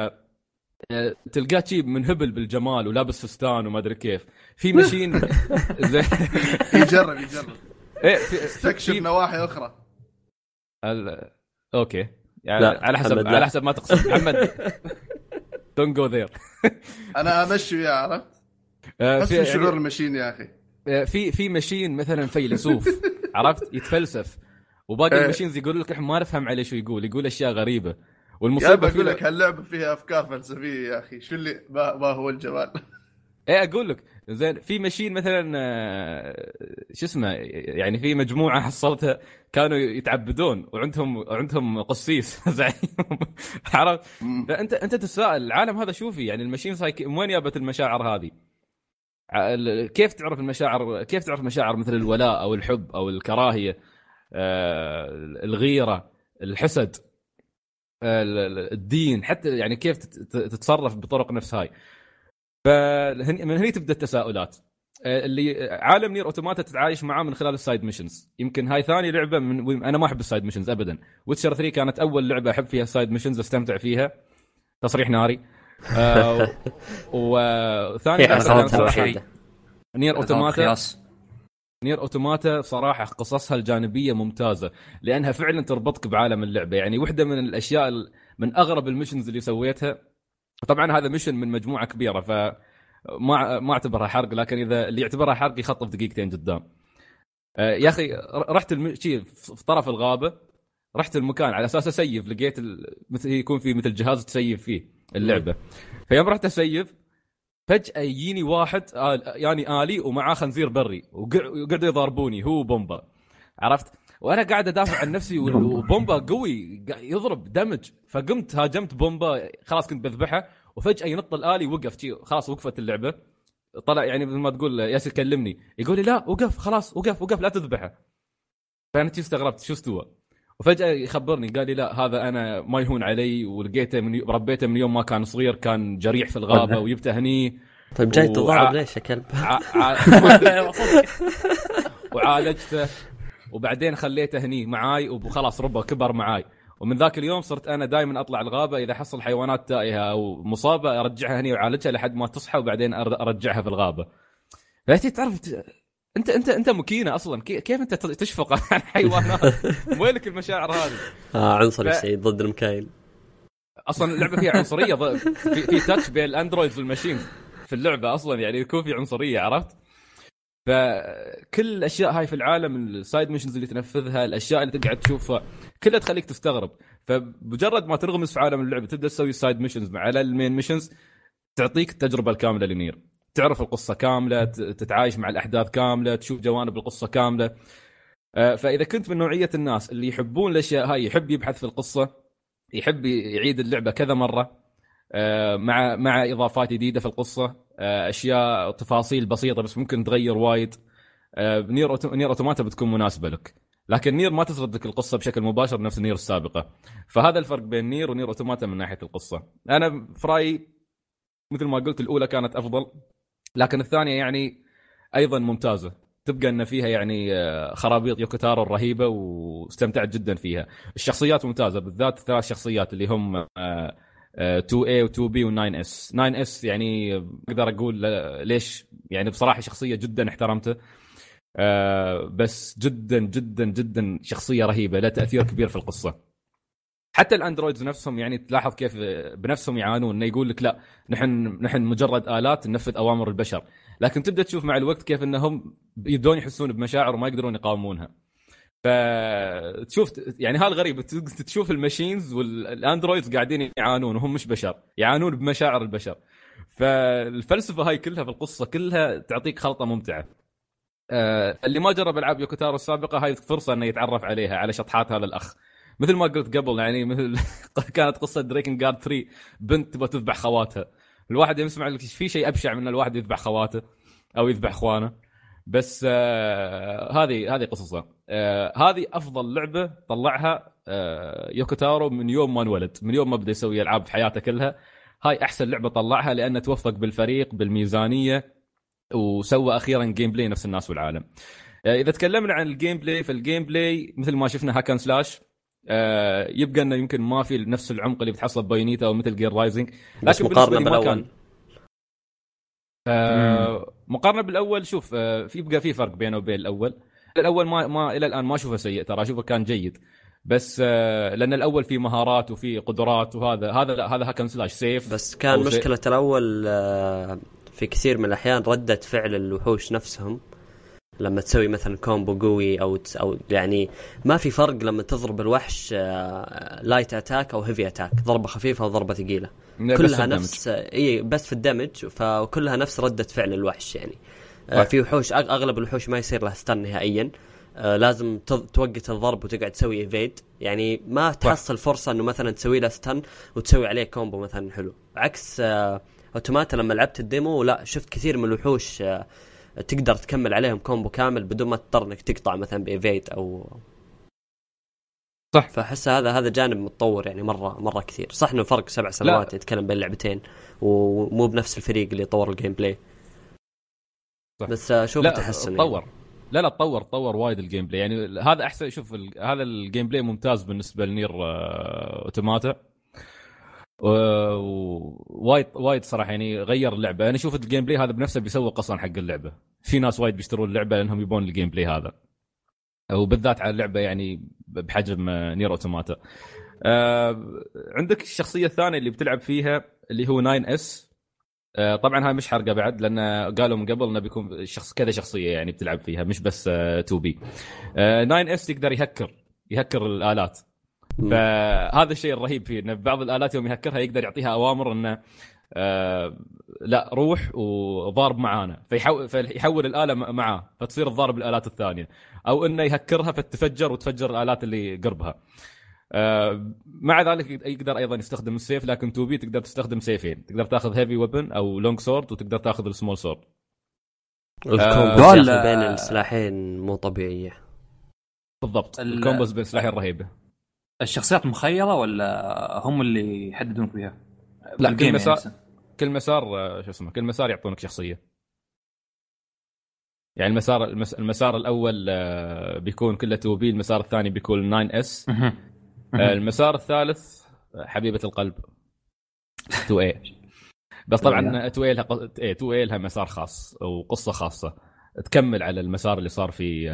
A: تلقاه شيء منهبل بالجمال ولابس فستان وما ادري كيف. في ماشين
D: يجرب يجرب
A: ايه
D: استكشف نواحي اخرى.
A: ال... اوكي يعني على حسب على حسب ما تقصد محمد. دونت جو ذير.
D: انا امشي يا عرفت بس في شعور الماشين يا اخي.
A: في في ماشين مثلا فيلسوف، عرفت؟ يتفلسف، وباقي الماشينز يقول لك احنا ما نفهم عليه شو يقول، يقول اشياء غريبه. والمصيبه
D: اقول لك هاللعبه فيها افكار فلسفيه يا اخي، شو اللي ما, ما هو الجمال.
A: ايه اقول لك زين في ماشين مثلا شو اسمه، يعني في مجموعه حصلتها كانوا يتعبدون وعندهم عندهم قسيس زعيم عرفت. فانت انت تتساءل العالم هذا شو فيه، يعني الماشين سايك وين جابت المشاعر هذه؟ كيف تعرف المشاعر، كيف تعرف مشاعر مثل الولاء او الحب او الكراهيه، الغيره، الحسد، الدين، حتى يعني كيف تتصرف بطرق نفس هاي. فمن هنا تبدا التساؤلات اللي عالم نير اوتوماتا تتعايش معاه من خلال السايد ميشنز. يمكن هاي ثاني لعبه من انا ما احب السايد ميشنز ابدا. ويتشر ثري كانت اول لعبه احب فيها السايد ميشنز، استمتع فيها تصريح ناري. آه وثاني لعبه نير اوتوماتا نير اوتوماتا صراحه قصصها الجانبيه ممتازه لانها فعلا تربطك بعالم اللعبه. يعني واحده من الاشياء من اغرب الميشنز اللي سويتها، طبعا هذا ميشن من مجموعه كبيره فما ما اعتبرها حرق، لكن اذا اللي يعتبرها حرق يخطف دقيقتين قدام. يا اخي رحت الم... في طرف الغابه، رحت المكان على اساس اسيف، لقيت ال... مثل يكون في مثل جهاز تسيف فيه اللعبه. فيوم رحت اسيف فجاه يجيني واحد آل... يعني آلي ومعاه خنزير بري وقعدوا يضربوني هو بومبا، عرفت. وانا قاعد ادافع عن نفسي وبومبا قوي يضرب دمج، فقمت هاجمت بومبا خلاص كنت بذبحه، وفجاه ينط الآلي وقف خلاص وقفت اللعبه. طلع يعني مثل ما تقول ياسر كلمني يقول لي لا وقف خلاص وقف وقف لا تذبحه. فانا استغربت شو استوى، وفجاه يخبرني قال لي لا هذا انا ما يهون علي، ولقيته من ربيته من يوم ما كان صغير، كان جريح في الغابه ويبته هني.
B: طيب جاي تضارب ليش يا كلب؟
A: وعالجته وبعدين خليته هني معاي وخلاص ربه كبر معاي. ومن ذاك اليوم صرت انا دائما اطلع الغابه اذا حصل حيوانات تائهه او مصابه ارجعها هني وعالجها لحد ما تصحى وبعدين ارجعها في الغابه. فانت تعرف انت انت انت مكينه اصلا، كيف انت تشفق عن حيوانات؟ وينك المشاعر هذه؟
B: اه عنصري ف... سعيد ضد المكايل.
A: اصلا اللعبه فيها عنصريه ضد... في, في تاتش بين الاندرويد والماشين في اللعبه اصلا، يعني يكون في عنصريه، عرفت. فكل الاشياء هاي في العالم، السايد ميشنز اللي تنفذها، الاشياء اللي تقعد تشوفها كلها تخليك تستغرب. فبمجرد ما ترغمس في عالم اللعبه تبدا تسوي سايد ميشنز على المين ميشنز، تعطيك التجربه الكامله لنير، تعرف القصه كامله، تتعايش مع الاحداث كامله، تشوف جوانب القصه كامله. فاذا كنت من نوعيه الناس اللي يحبون الاشياء هاي، يحب يبحث في القصه، يحب يعيد اللعبه كذا مره مع مع اضافات جديده في القصه، اشياء تفاصيل بسيطه بس ممكن تغير وايد، نير أوتو... نير اوتوماتا بتكون مناسبه لك. لكن نير ما تسرد لك القصه بشكل مباشر نفس نير السابقه. فهذا الفرق بين نير ونير اوتوماتا من ناحيه القصه. انا في رايي مثل ما قلت الاولى كانت افضل، لكن الثانيه يعني ايضا ممتازه. تبقى ان فيها يعني خرابيط يوكوتارو الرهيبه واستمتعت جدا فيها. الشخصيات ممتازه، بالذات الثلاث شخصيات اللي هم تو إيه و تو بي و ناين إس. ناين إس يعني اقدر اقول ليش، يعني بصراحه شخصيه جدا احترمته، بس جدا جدا جدا شخصيه رهيبه، له تاثير كبير في القصه. حتى الاندرويدز نفسهم يعني تلاحظ كيف بنفسهم يعانون، انه يقول لك لا نحن نحن مجرد آلات ننفذ اوامر البشر، لكن تبدا تشوف مع الوقت كيف انهم يبدون يحسون بمشاعر وما يقدرون يقاومونها. فتشوف يعني هالغريب، تشوف الماشينز والاندرويدز قاعدين يعانون وهم مش بشر، يعانون بمشاعر البشر. فالفلسفه هاي كلها في القصه كلها تعطيك خلطه ممتعه. اللي ما جرب العاب يوكوتارو السابقه هاي فرصه انه يتعرف عليها، على شطحات هذا الاخ. مثل ما قلت قبل يعني مثل كانت قصه دريكن جارد ثري، بنت تبغى تذبح خواتها. الواحد يسمع لك في شيء ابشع من الواحد يذبح خواته او يذبح اخوانه، بس آه هذه هذه قصصها. آه هذه افضل لعبه طلعها آه يوكوتارو من يوم ما انولد، من يوم ما بدا يسوي العاب في حياته كلها. هاي احسن لعبه طلعها لانه توفق بالفريق بالميزانيه، وسوى اخيرا جيم بلاي نفس الناس والعالم. آه اذا تكلمنا عن الجيم بلاي، فالجيم بلاي مثل ما شفنا هاكن سلاش، آه يبقى انه يمكن ما في نفس العمق اللي بتحصل بايونيتا او مثل جير رايزنج، لكن
B: مقارنه بالاول
A: آه مقارنه بالاول شوف آه في يبقى في فرق بينه وبين الاول. الاول ما ما الى الان ما اشوفه سيء، ترى اشوفه كان جيد، بس آه لان الاول فيه مهارات وفيه قدرات، وهذا هذا لا هذا هاكن سلاش سيف.
B: بس كان مشكله الاول آه في كثير من الاحيان رده فعل الوحوش نفسهم لما تسوي مثلا كومبو قوي او او يعني ما في فرق لما تضرب الوحش لايت اتاك او هيفي اتاك، ضربه خفيفه وضربه ثقيله، كلها نفس اي بس في الدمج، فكلها نفس رده فعل الوحش يعني. آه في وحوش اغلب الوحوش ما يصير لها ستان نهائيا، آه لازم توقت الضرب وتقعد تسوي ايفيد، يعني ما تحصل فرصه انه مثلا تسوي له ستان وتسوي عليه كومبو مثلا حلو. عكس آه اوتوماتا لما لعبت الديمو لا شفت كثير من الوحوش آه تقدر تكمل عليهم كومبو كامل بدون ما تضطر انك تقطع مثلا بايفيد او
A: صح.
B: فحس هذا هذا جانب متطور يعني مره مره كثير. صح انه فرق سبع سنوات يتكلم بين اللعبتين ومو بنفس الفريق اللي طور الجيم بلاي، صح. بس اشوف تحسن
A: تطور
B: يعني.
A: لا لا تطور تطور وايد الجيم بلاي يعني. هذا احسن. شوف ال... هذا الجيم بلاي ممتاز بالنسبه لنير اوتوماتا، وايد وايد صراحه يعني غير اللعبه. انا شوف الجيم بلاي هذا بنفسه بيسوق اصلا حق اللعبه. في ناس وايد بيشترون اللعبه لانهم يبون الجيم بلاي هذا، وبالذات على اللعبه يعني بحجم نير اوتوماتا. آه عندك الشخصيه الثانيه اللي بتلعب فيها اللي هو ناين اس. آه طبعا هاي مش حرقه بعد، لان قالوا من قبل انه بيكون شخص كذا شخصيه يعني بتلعب فيها، مش بس آه تو بي. آه ناين اس يقدر يهكر يهكر الالات. فهذا الشيء الرهيب فيه، ان بعض الالات يوم يهكرها يقدر يعطيها اوامر انه آه لا روح وضارب معانا، فيحول فيحول الاله معاه فتصير تضارب الالات الثانيه، او انه يهكرها فتتفجر وتفجر الالات اللي قربها. آه مع ذلك يقدر ايضا يستخدم السيف، لكن تو بي تقدر تستخدم سيفين، تقدر تاخذ هيفي ويبن او لونج سورد، وتقدر تاخذ السمول سورد.
B: الكومبوز آه بين السلاحين مو طبيعيه.
A: بالضبط، الكومبوز بين السلاحين رهيبه.
C: الشخصيات مخيره ولا هم اللي يحددونك بها؟
A: لا، كل مسار يعني كل مسار شو اسمه كل مسار يعطونك شخصيه. يعني المسار المسار الاول بيكون كله تو بي، المسار الثاني بيكون ناين اس، المسار الثالث حبيبه القلب تو اي. بس طبعا تو اي لها اي تو اي لها مسار خاص وقصه خاصه تكمل على المسار اللي صار في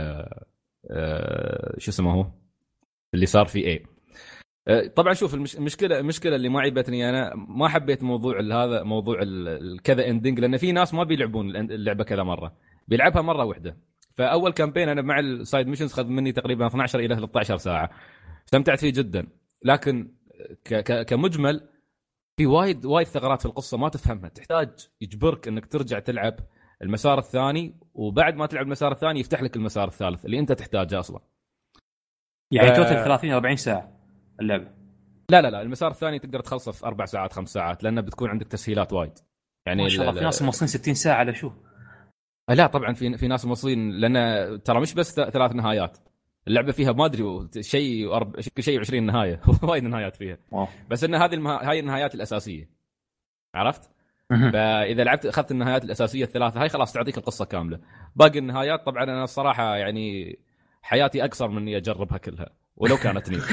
A: شو اسمه هو اللي صار في اي. طبعا شوف المشكله المشكله اللي ما عيبتني انا، ما حبيت موضوع هذا موضوع الكذا اندنج، لان في ناس ما بيلعبون اللعبه كذا مره، بيلعبها مره واحده. فاول كامبين انا مع السايد ميشنز خذ مني تقريبا اثنا عشر الى ثلاثة عشر ساعه، استمتعت فيه جدا. لكن كمجمل في وايد وايد ثغرات في القصه ما تفهمها، تحتاج يجبرك انك ترجع تلعب المسار الثاني، وبعد ما تلعب المسار الثاني يفتح لك المسار الثالث اللي انت تحتاجه اصلا.
C: يعني توتل ف... ثلاثين أربعين ساعه اللعبه؟
A: لا لا لا، المسار الثاني تقدر تخلصه في أربع ساعات خمس ساعات، لأنه بتكون عندك تسهيلات وايد. يعني
C: ما شاء الله في ناس موصلين ستين ساعة على شو؟
A: لا طبعا في في ناس موصلين، لأن ترى مش بس ثلاث نهايات، اللعبة فيها ما أدري شيء أرب... شيء عشرين نهاية وايد نهايات فيها. واو. بس إن هذه المها... هاي النهايات الأساسية، عرفت؟ فإذا لعبت أخذت النهايات الأساسية الثلاثة هاي خلاص تعطيك القصة كاملة. باقي النهايات طبعا أنا الصراحة يعني حياتي أقصر من إني أجربها كلها ولو كانت نير.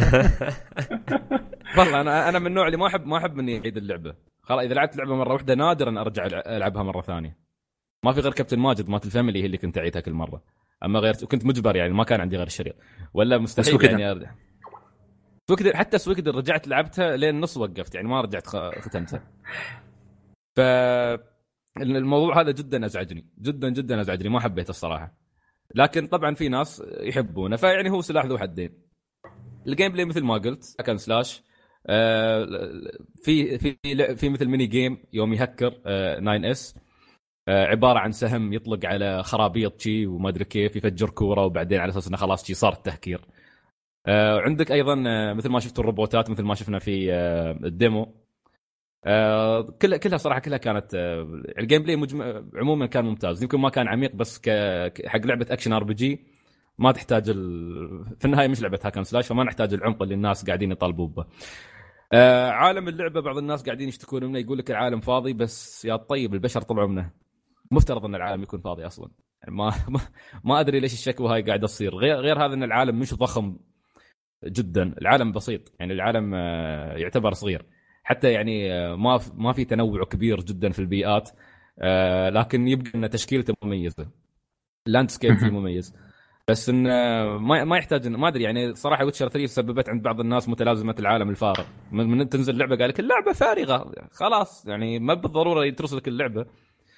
A: والله انا انا من النوع اللي ما احب ما احب اني اعيد اللعبه. خلاص اذا لعبت لعبه مره واحده نادرا ارجع العبها مره ثانيه. ما في غير كابتن ماجد مات الفاميلي هي اللي كنت اعيدها كل مره، اما غير كنت مجبر يعني ما كان عندي غير الشريط ولا مستحيل يعني ارجع. سويكدر حتى سويكدر رجعت لعبتها لين نص وقفت يعني ما رجعت ختمتها. ف الموضوع هذا جدا ازعجني جدا جدا ازعجني، ما حبيته الصراحه. لكن طبعا في ناس يحبونه، فيعني هو سلاح ذو حدين. الجيم بلاي مثل ما قلت كان سلاش، آه في في في مثل ميني جيم يوم يهكر آه ناين اس، آه عباره عن سهم يطلق على خرابيط شي وما ادري كيف يفجر كوره، وبعدين على اساس انه خلاص شي صار التهكير. آه عندك ايضا آه مثل ما شفتوا الروبوتات مثل ما شفنا في آه الديمو، آه كلها كلها صراحه كلها كانت آه الجيم بلاي مجمع عموما كان ممتاز. يمكن ما كان عميق، بس حق لعبه اكشن ار بي جي ما تحتاج ال... في النهايه مش لعبه هاكن سلاش، فما نحتاج العمق اللي الناس قاعدين يطالبوا به. آه عالم اللعبه بعض الناس قاعدين يشتكون منه، يقول لك العالم فاضي، بس يا طيب البشر طلعوا منه، مفترض ان العالم يكون فاضي اصلا. يعني ما ما ادري ليش الشكوى هاي قاعده تصير. غير غير هذا ان العالم مش ضخم جدا، العالم بسيط يعني العالم آه يعتبر صغير حتى، يعني آه ما ما في تنوع كبير جدا في البيئات، آه لكن يبقى ان تشكيلته مميزه، اللاندسكيب فيه مميز. بس ان ما ما يحتاج، ما ادري يعني صراحه ويتشر ثلاثة سببت عند بعض الناس متلازمه العالم الفارغ. من تنزل لعبه قال لك اللعبه فارغه خلاص، يعني ما بالضروره يترس لك اللعبه.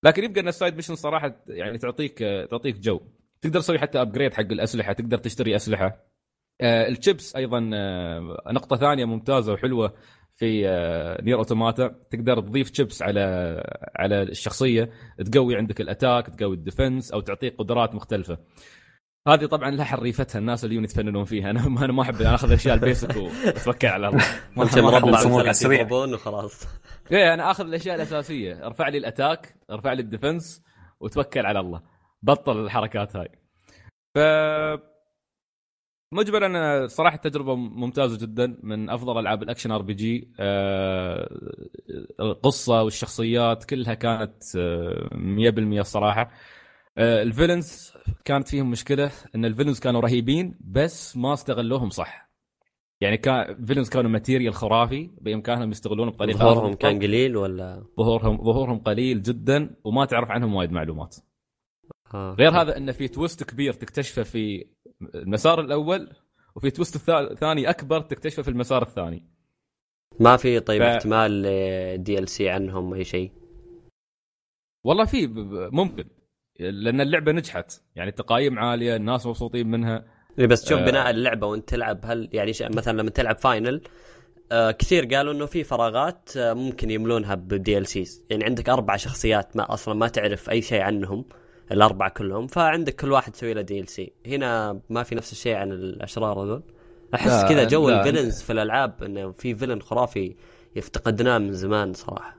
A: لكن يبقى ان السايد ميشن صراحه يعني تعطيك تعطيك جو، تقدر تسوي حتى ابجريد حق الاسلحه، تقدر تشتري اسلحه. آه الشيبس ايضا آه نقطه ثانيه ممتازه وحلوه في آه نير اوتوماتا، تقدر تضيف شيبس على على الشخصيه تقوي عندك الاتاك، تقوي الديفنس، او تعطيك قدرات مختلفه. هذه طبعا لها حريفتها الناس اللي يتفننون فيها. انا انا ما احب اخذ الاشياء البيسك واتوكل على الله،
B: ما مربع السريع وخلاص.
A: ايه انا اخذ الاشياء الاساسيه، ارفع لي الاتاك، ارفع لي الديفنس، وتوكل على الله، بطل الحركات هاي. ف مجبر انا صراحه تجربه ممتازه جدا، من افضل العاب الاكشن ار بي جي. القصه والشخصيات كلها كانت مية بالمية الصراحه. الفيلنز كانت فيهم مشكله، ان الفيلنز كانوا رهيبين بس ما استغلوهم صح. يعني كان فيلنز كانوا ماتيريال خرافي بامكانهم يستغلونه بطريقه.
B: ظهورهم كان قليل ولا
A: ظهورهم ظهورهم قليل جدا، وما تعرف عنهم وايد معلومات.
B: آه.
A: غير هذا ان في تويست كبير تكتشفه في المسار الاول، وفي تويست ثاني اكبر تكتشفه في المسار الثاني.
B: ما في طيب ف...
A: ف...
B: احتمال دي ال سي عنهم اي شيء؟
A: والله في ممكن، لان اللعبه نجحت، يعني تقايم عاليه، الناس مبسوطين منها.
B: بس شوف بناء اللعبه وانت تلعب، هل يعني مثلا لما تلعب فاينل آه كثير قالوا انه في فراغات آه ممكن يملونها بدي ال سيز. يعني عندك اربع شخصيات ما اصلا ما تعرف اي شيء عنهم الاربعه كلهم، فعندك كل واحد تسوي له دي ال سي. هنا ما في نفس الشيء عن الاشرار هذول. احس كذا جو الفيلنز في الالعاب انه في فيلن خرافي يفتقدناه من زمان صراحه.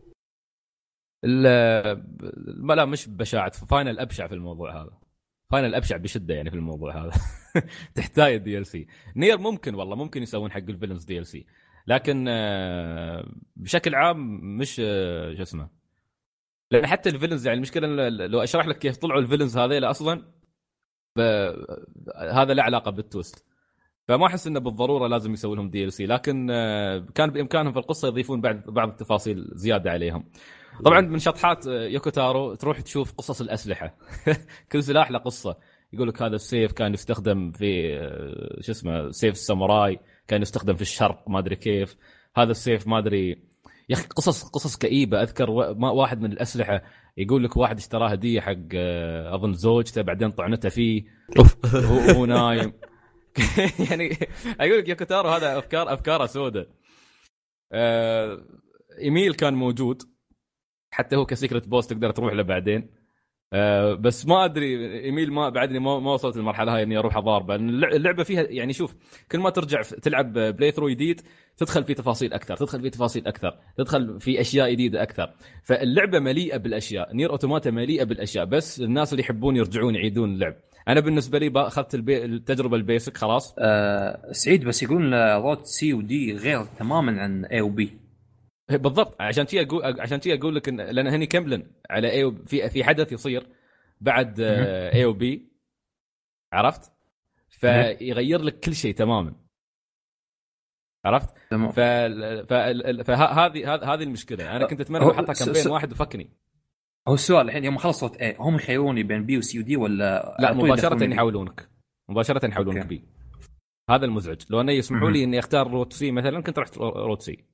A: لا لا مش بشاعة، فاينل ابشع في الموضوع هذا، فاينل ابشع بشده يعني في الموضوع هذا. تحتاج دي ال سي. نير ممكن والله ممكن يسوون حق الفيلنز دي ال سي، لكن بشكل عام مش شو اسمه. لان حتى الفيلنز يعني المشكله لو اشرح لك كيف طلعوا الفيلنز هذيلا اصلا، هذا له علاقه بالتويست، فما احس انه بالضروره لازم يسوي لهم دي ال سي، لكن كان بامكانهم في القصه يضيفون بعض بعض التفاصيل زياده عليهم. طبعا من شطحات يوكو تارو تروح تشوف قصص الاسلحه. كل سلاح له قصه. يقول لك هذا السيف كان يستخدم في شو اسمه سيف الساموراي، كان يستخدم في الشرق ما ادري كيف. هذا السيف ما ادري يا اخي، قصص قصص كئيبه. اذكر واحد من الاسلحه يقول لك واحد اشتراه هديه حق اظن زوجته، بعدين طعنته فيه وهو نايم. يعني اقول لك يوكو تارو هذا افكار افكاره سوداء. ايميل كان موجود حتى هو كسيكرت بوس، تقدر تروح له بعدين. أه بس ما ادري ايميل ما بعدني ما, ما وصلت للمرحله هاي اني اروح اضاربه. اللعبه فيها يعني شوف، كل ما ترجع تلعب بلاي ثرو جديد تدخل في تفاصيل اكثر، تدخل في تفاصيل اكثر، تدخل في اشياء جديده اكثر. فاللعبه مليئه بالاشياء، نير اوتوماتا مليئه بالاشياء، بس الناس اللي يحبون يرجعون يعيدون اللعب. انا بالنسبه لي اخذت البي... التجربه البيسك خلاص.
C: أه سعيد بس يقولون روت سي ودي غير تماما عن اي وبي.
A: بالضبط، عشان تي اقول عشان تي اقول لك إن لان هني كملن على اي في في حدث يصير بعد اي وبي، عرفت؟ فيغير لك كل شيء تماما، عرفت؟ ف فهذه هذه المشكله. انا كنت اتمنى احطها كامبين واحد وفكني.
C: هو السؤال الحين يوم خلصت ايه هم يخيروني بين بي وسي ودي ولا
A: لا مباشره يحولونك مباشره يحولونك بي؟ هذا المزعج. لو انه يسمحوا لي اني اختار روت سي مثلا كنت رحت روت سي.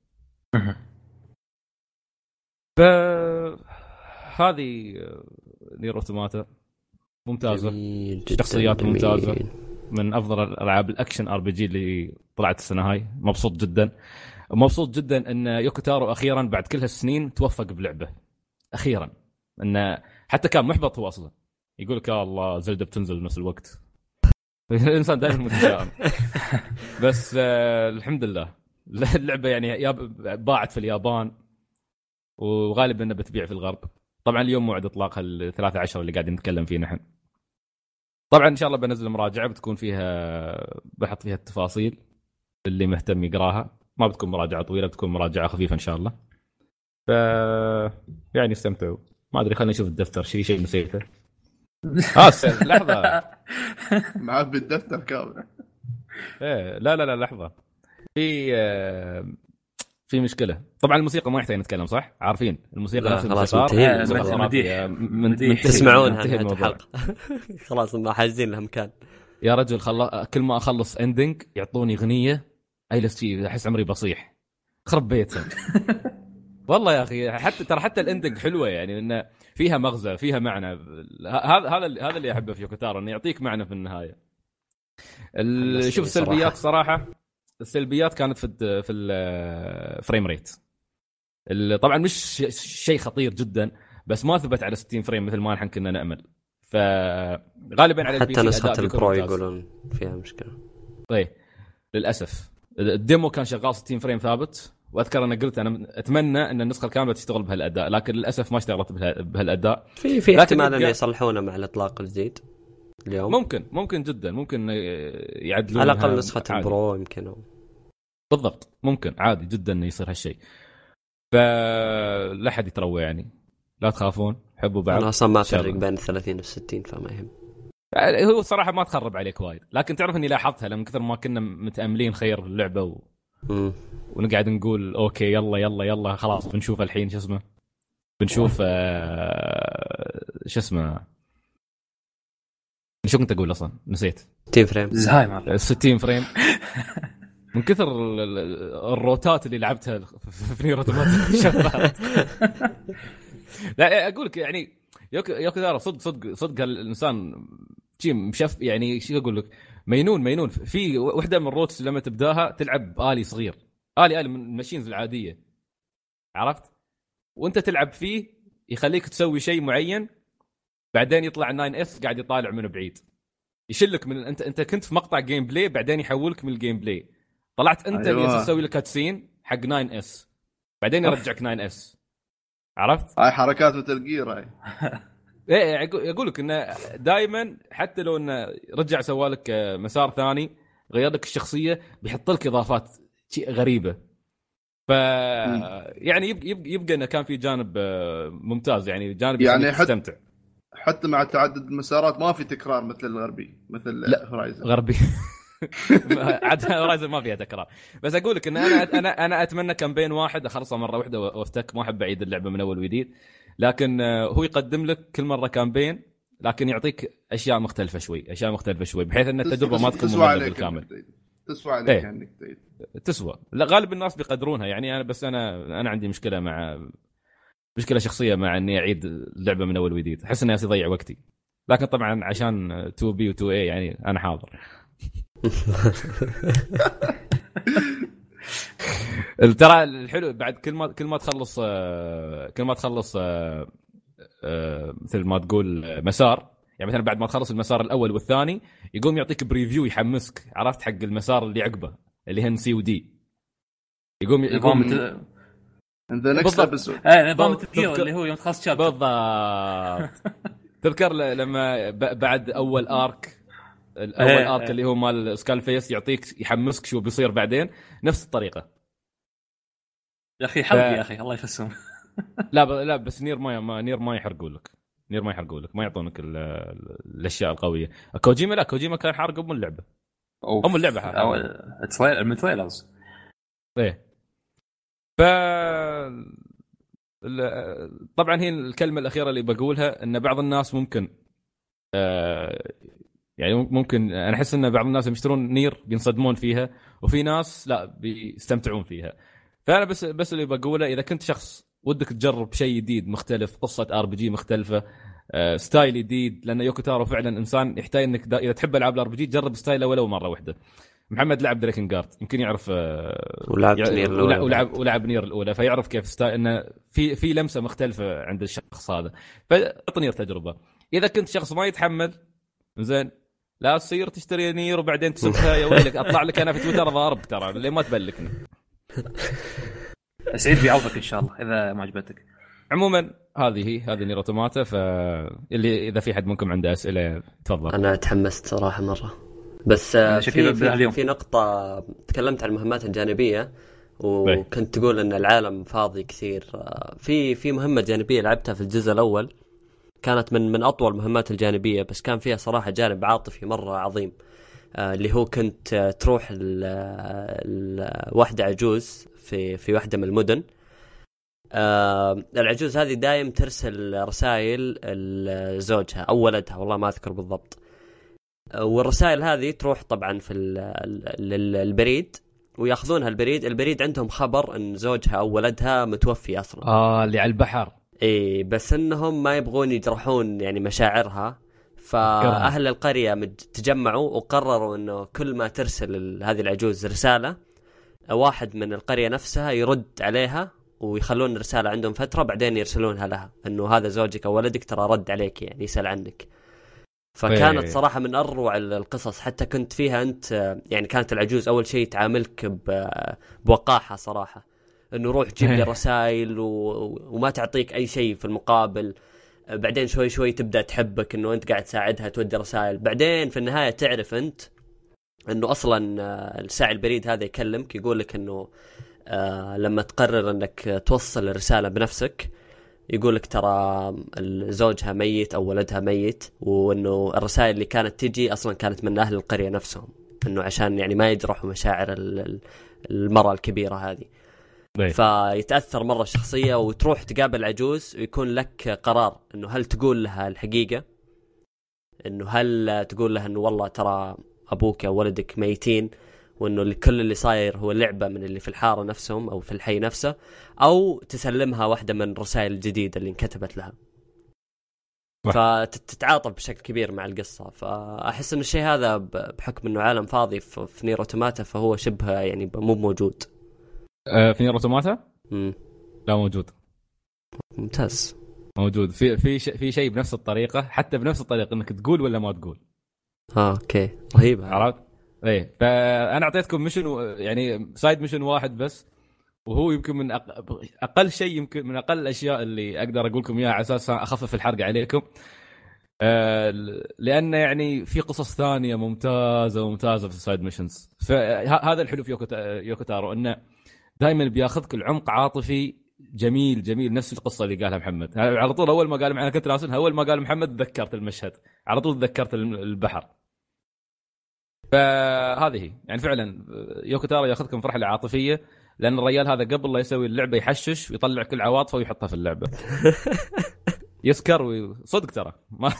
A: فهذه نير اوتوماتا ممتازه، شخصيات ممتازه، من افضل الالعاب الاكشن ار بي جي اللي طلعت السنه هاي. مبسوط جدا مبسوط جدا ان يوكو تارو اخيرا بعد كل هالسنين توفق بلعبه اخيرا. انه حتى كان محبط هو اصلا، يقول لك يا الله زلدة بتنزل بنفس الوقت. الانسان دائما متشائم. بس آه الحمد لله اللعبه يعني باعت في اليابان، وغالبا انها بتبيع في الغرب. طبعا اليوم موعد اطلاقها الثلاثة عشر اللي قاعدين نتكلم فيه نحن. طبعا ان شاء الله بنزل مراجعه بتكون فيها بحط فيها التفاصيل اللي مهتم يقراها. ما بتكون مراجعه طويله، بتكون مراجعه خفيفه ان شاء الله. ف يعني استمتعوا. ما ادري خلينا نشوف الدفتر، شيء شيء نسيته. اه لحظه
D: معاه بالدفتر كامل.
A: ايه لا لا لا لحظه، في في مشكله. طبعا الموسيقى ما يحتاج نتكلم صح، عارفين الموسيقى نفس
B: الموسيقى من تسمعونها الحلقه. خلاص ما حاجزين لها مكان
A: يا رجل. خل... كل ما اخلص اندنج يعطوني اغنيه اي لستي، احس عمري بصيح. خرب بيتهم. والله يا اخي حتى ترى حتى الاندنج حلوه يعني انه فيها مغزى فيها معنى. هذا هذا هذا اللي احبه في يوكوتارو انه يعطيك معنى في النهايه. شوف السلبيات صراحه السلبيات كانت في في الفريم ريت اللي طبعا مش شيء خطير جدا بس ما ثبت على ستين فريم مثل ما نحن كنا نامل. فغالبا على
B: حتى نسخه البرو يقولون فيها مشكله.
A: طيب للاسف الديمو كان شغال ستين فريم ثابت واذكر انا قلت انا اتمنى ان النسخه الكامله تشتغل بهالاداء لكن للاسف ما اشتغلت بهالاداء.
B: في في احتمال ان يصلحونه مع الاطلاق الجديد اليوم.
A: ممكن ممكن جدا ممكن يعدلون
B: على الاقل نسخه البرو يمكن.
A: بالضبط ممكن عادي جدا انه يصير هالشيء. فلا حد يتروى يعني لا تخافون حبوا بعض.
B: انا اصلا ما افرق بين ثلاثين وستين فما يهم.
A: هو صراحه ما تخرب عليك وايد لكن تعرف اني لاحظتها لما كثر ما كنا متاملين خير اللعبه و... ونقعد نقول اوكي يلا يلا يلا خلاص بنشوف الحين شو اسمه بنشوف آه... شو اسمه شو كنت اقول اصلا نسيت.
B: ستين فريم
C: زهايمر
A: ستين فريم من كثر الروتات اللي لعبتها في نير اوتوماتا شغلات. لا اقول لك يعني يوكوتارو صدق صدق صدق الانسان شيء مشف يعني شو اقول لك مينون مينون. في وحده من الروتس لما تبداها تلعب آلي صغير آلي آلي من الماشينز العاديه عرفت وانت تلعب فيه يخليك تسوي شيء معين بعدين يطلع ناين اس قاعد يطالع من بعيد يشلك من انت انت كنت في مقطع جيم بلاي بعدين يحولك من الجيم بلاي طلعت انت أيوة. اللي تسوي لك كاتسين حق ناين اس بعدين يرجعك ناين اس عرفت
D: هاي حركات مثل جير هاي.
A: ايه يقول لك انه دائما حتى لو انه رجع سوالك مسار ثاني غير لك الشخصيه بيحط لك اضافات شيء غريبه. ف يعني يبقى, يبقى, يبقى انه كان في جانب ممتاز يعني جانب
D: يعني
A: تستمتع
D: حتى مع تعدد المسارات ما في تكرار مثل الغربي مثل هورايزن
A: غربي. عاد هورايزن ما فيها تكرار بس اقول لك ان انا انا انا اتمنى كامبين واحد اخلصه مره واحده وافتك ما احب اعيد اللعبه من اول وجديد لكن هو يقدم لك كل مره كامبين لكن يعطيك اشياء مختلفه شوي اشياء مختلفه شوي بحيث ان التجربه ما تكون ممله بالكامل.
D: تسوى عليك
A: ايه.
D: انك تعيد
A: تسوى. لا غالب الناس بيقدرونها يعني انا بس انا انا عندي مشكله مع مشكله شخصيه مع اني اعيد اللعبه من اول وجديد احس اني اضيع وقتي لكن طبعا عشان تو بي و تو اي يعني انا حاضر. ترى الحلو بعد كل ما كل ما تخلص كل ما تخلص مثل ما تقول مسار يعني مثلا بعد ما تخلص المسار الاول والثاني يقوم يعطيك بريفيو يحمسك عرفت حق المسار اللي عقبه اللي هن سي ودي يقوم يقوم
D: ذا نكست ابيسود
C: ايه نظام التفكير اللي هو يوم تخلص شابتر
A: بالضبط. تذكر لما بعد اول ارك الاول
C: ايه
A: ارك
C: ايه.
A: اللي هو مال سكال فيس يعطيك يحمسك شو بيصير بعدين نفس الطريقه
C: يا اخي حرق ف... يا اخي الله يفسهم.
A: لا ب... لا بس نير ما, ما نير ما يحرقوا لك نير ما يحرقوا لك ما يعطونك ال... الاشياء القويه. كوجيما لا كوجيما كان حارق ام اللعبه أوف. ام اللعبه
C: او تريلر المتريلرز
A: ايه. ف طبعا هي الكلمه الاخيره اللي بقولها ان بعض الناس ممكن آه يعني ممكن انا احس ان بعض الناس يشترون نير بينصدمون فيها وفي ناس لا بيستمتعون فيها. فانا بس بس اللي بقوله اذا كنت شخص ودك تجرب شيء جديد مختلف قصه ار بي جي مختلفه آه ستايل جديد لان يوكوتارو فعلا انسان يحتاج انك دا اذا تحب العاب الار بي جي جرب ستايله ولو مره واحده. محمد لعب دريكنجارد يمكن يعرف آه
B: ولعب نير الاولى
A: ولعب ولعب نير الاولى فيعرف كيف ستايل انه في في لمسه مختلفه عند الشخص هذا فاعطني نير تجربه. اذا كنت شخص ما يتحمل زين لا تصير تشتري نير وبعدين تسبها يا ويلك اطلع لك انا في تويتر ضارب ترى ليه ما تبلكني.
C: سعيد بيعوضك ان شاء الله اذا ما عجبتك.
A: عموما هذه هي هذه نير اوتوماتا فاللي اذا في حد منكم عنده اسئله تفضل.
B: انا تحمست صراحه مره بس في, في, في نقطه تكلمت عن المهمات الجانبيه وكنت تقول ان العالم فاضي كثير. في في مهمه جانبيه لعبتها في الجزء الاول كانت من من اطول المهمات الجانبيه بس كان فيها صراحه جانب عاطفي مره عظيم آه اللي هو كنت آه تروح الوحده عجوز في في واحده من المدن. آه العجوز هذه دايم ترسل رسائل لزوجها او ولدها والله ما اذكر بالضبط آه والرسائل هذه تروح طبعا في البريد وياخذونها البريد. البريد عندهم خبر ان زوجها او ولدها متوفي اصلا.
A: اه اللي على البحر.
B: اي بس انهم ما يبغون يجرحون يعني مشاعرها، فاهل القريه تجمعوا وقرروا انه كل ما ترسل هذه العجوز رساله واحد من القريه نفسها يرد عليها، ويخلون الرساله عندهم فتره بعدين يرسلونها لها انه هذا زوجك او ولدك ترى رد عليك يعني يسال عنك. فكانت صراحه من اروع القصص، حتى كنت فيها انت يعني كانت العجوز اول شيء تعاملك بوقاحه صراحه، انه روح جيب لي رسائل و... وما تعطيك اي شيء في المقابل. بعدين شوي شوي تبدا تحبك انه انت قاعد تساعدها تودي رسائل. بعدين في النهايه تعرف انت انه اصلا الساعي البريد هذا يكلمك يقول لك انه آه لما تقرر انك توصل الرساله بنفسك يقول لك ترى زوجها ميت او ولدها ميت، وانه الرسائل اللي كانت تجي اصلا كانت من اهل القريه نفسهم، انه عشان يعني ما يجرحوا مشاعر المراه الكبيره هذه. فيتأثر مرة الشخصية وتروح تقابل عجوز ويكون لك قرار انه هل تقول لها الحقيقة، انه هل تقول لها انه والله ترى ابوك او ولدك ميتين وانه كل اللي صاير هو لعبة من اللي في الحارة نفسهم او في الحي نفسه، او تسلمها واحدة من الرسائل الجديدة اللي انكتبت لها. فتتعاطف بشكل كبير مع القصة. فأحس إن الشيء هذا بحكم إنه عالم فاضي في نير أوتوماتا فهو شبه يعني مو موجود.
A: أه في نير أوتوماتا؟
B: مم.
A: لا موجود.
B: ممتاز.
A: موجود في في ش... في شيء بنفس الطريقة، حتى بنفس الطريقة إنك تقول ولا ما تقول.
B: آه أوكي رهيب.
A: عرفت؟ إيه فأنا أعطيتكم ميشن و... يعني سايد ميشن واحد بس، وهو يمكن من أق... أقل شيء يمكن من أقل الأشياء اللي أقدر أقول لكم إياها على أساس أخفف الحرق عليكم. آه لأن يعني في قصص ثانية ممتازة وممتازة في السايد ميشنز. فهذا الحلو في يوكوتا... يوكوتارو إنه دائما بياخذك العمق عاطفي جميل جميل، نفس القصة اللي قالها محمد. على طول أول ما قال معنا كنت راسلها، أول ما قال محمد تذكرت المشهد على طول، تذكرت البحر. فهذه يعني فعلا يوكوتارو ياخذكم في رحلة عاطفية، لأن الرجال هذا قبل لا يسوي اللعبة يحشش ويطلع كل عواطفه ويحطها في اللعبة. يسكر وصدق ترى ما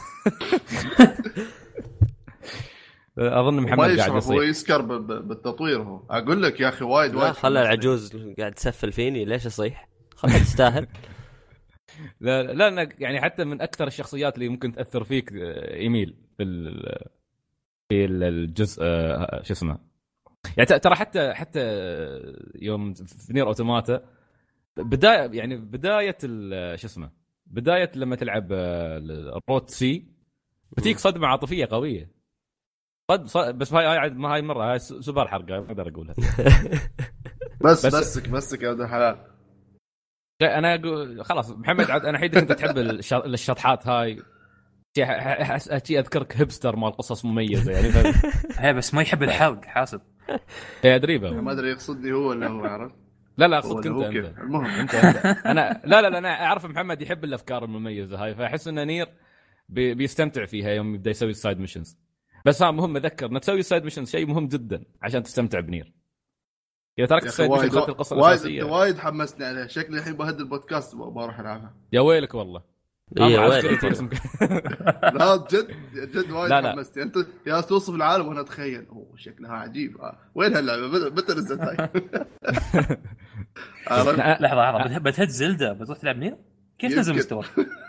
A: أظن محمد قاعد يصيح.
D: هو يسكر بالتطوير. هو أقول لك يا أخي وايد وايد
B: خلى العجوز قاعد تسفل فيني ليش يصيح؟ خلها تستاهل.
A: لا لا يعني حتى من أكثر الشخصيات اللي ممكن تأثر فيك إيميل في في الجزء شو اسمه يعني ترى حتى حتى يوم في نير أوتوماتا بداية يعني بداية شو اسمه بداية لما تلعب الروت سي بتيك صدمة عاطفية قوية صد بس هاي هاي ما هاي مرة هاي سوبر حرقة ما أقدر أقولها.
D: بس بس بسك بسك يا ولد الحلال.
A: أنا أقول خلاص محمد عاد أنا حيدك أنت تحب الشطحات هاي شيء أذكرك هيبستر مال قصص مميزة يعني
C: هي بس ما يحب الحرق حاسب.
A: يا أدريبه
D: ما أدري يقصدني هو ولا هو عارف.
A: لا لا أقصدك أنت, أنت. المهم أنت, أنت. أنا لا لا أنا أعرف محمد يحب الأفكار المميزة هاي، فأحس إن نير بي بيستمتع فيها يوم يبدأ يسوي السايد ميشنز. بس ها مهم أذكر إن تسوي السايد ميشنز شيء مهم جدا عشان تستمتع بنير. إذا تركت السايد ميشنز خدت القصة الأساسية.
D: وايد وايد حمسني عليها، شكلي الحين بهد البودكاست وبروح ألعبها.
A: يا ويلك والله.
B: إيه ويلك.
D: لا جد جد وايد حمستني. أنت يا توصف العالم وأنا أتخيل أوه شكلها عجيب. وين هاللعبة متى نزلت هاي؟
C: لحظة لحظة بتهد زلدة بتروح تلعب نير؟ كيف نزل مستوى؟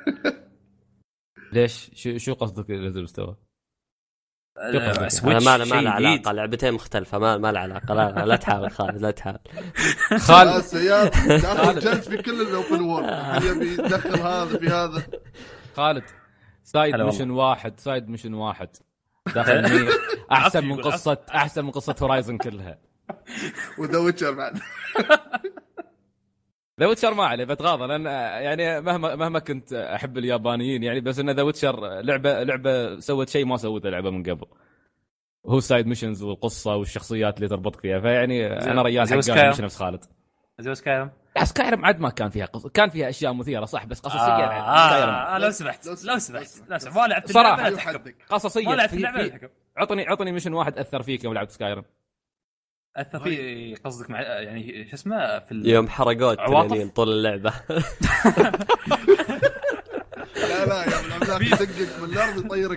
A: ليش شو شو قصدك نزل مستوى؟
B: أنا ما له ما له علاقة، لعبتين مختلفة ما ما له علاقة. لا لا تحاول خالد لا تحاول.
D: خالد سيار داخل جلد في كل الأوبن وورد يبي يدخل هذا في هذا.
A: خالد سايد ميشن واحد سايد ميشن واحد داخل نير أحسن من قصة أحسن من قصة هورايزن كلها.
D: وذا ويتشر بعد.
A: ذا ويتشر ما عليه بتغاضى لأن يعني مهما مهما كنت أحب اليابانيين يعني، بس إن ذا ويتشر لعبة لعبة سوت شيء ما سوته لعبة من قبل، هو سايد ميشنز والقصة والشخصيات اللي تربط فيها. فيعني أنا ريال حقاني مش نفس خالد.
C: زي سكايرم.
A: سكايرم عاد ما كان فيها قصة، كان فيها أشياء مثيرة صح بس قصصية.
C: آه سكايرم آه لو سمحت لو سمحت لو سمحت ما لعبت
A: صراحة قصصية.
C: ما لعبت اللعبة.
A: عطني عطني ميشن واحد أثر فيك يوم لعبت سكايرم.
C: أثر في قصدك مع يعني شو اسمه في
B: يوم حرقات تنانين طول اللعبة.
D: لا لا يا الأملاك يدقق من الأرض يطيرك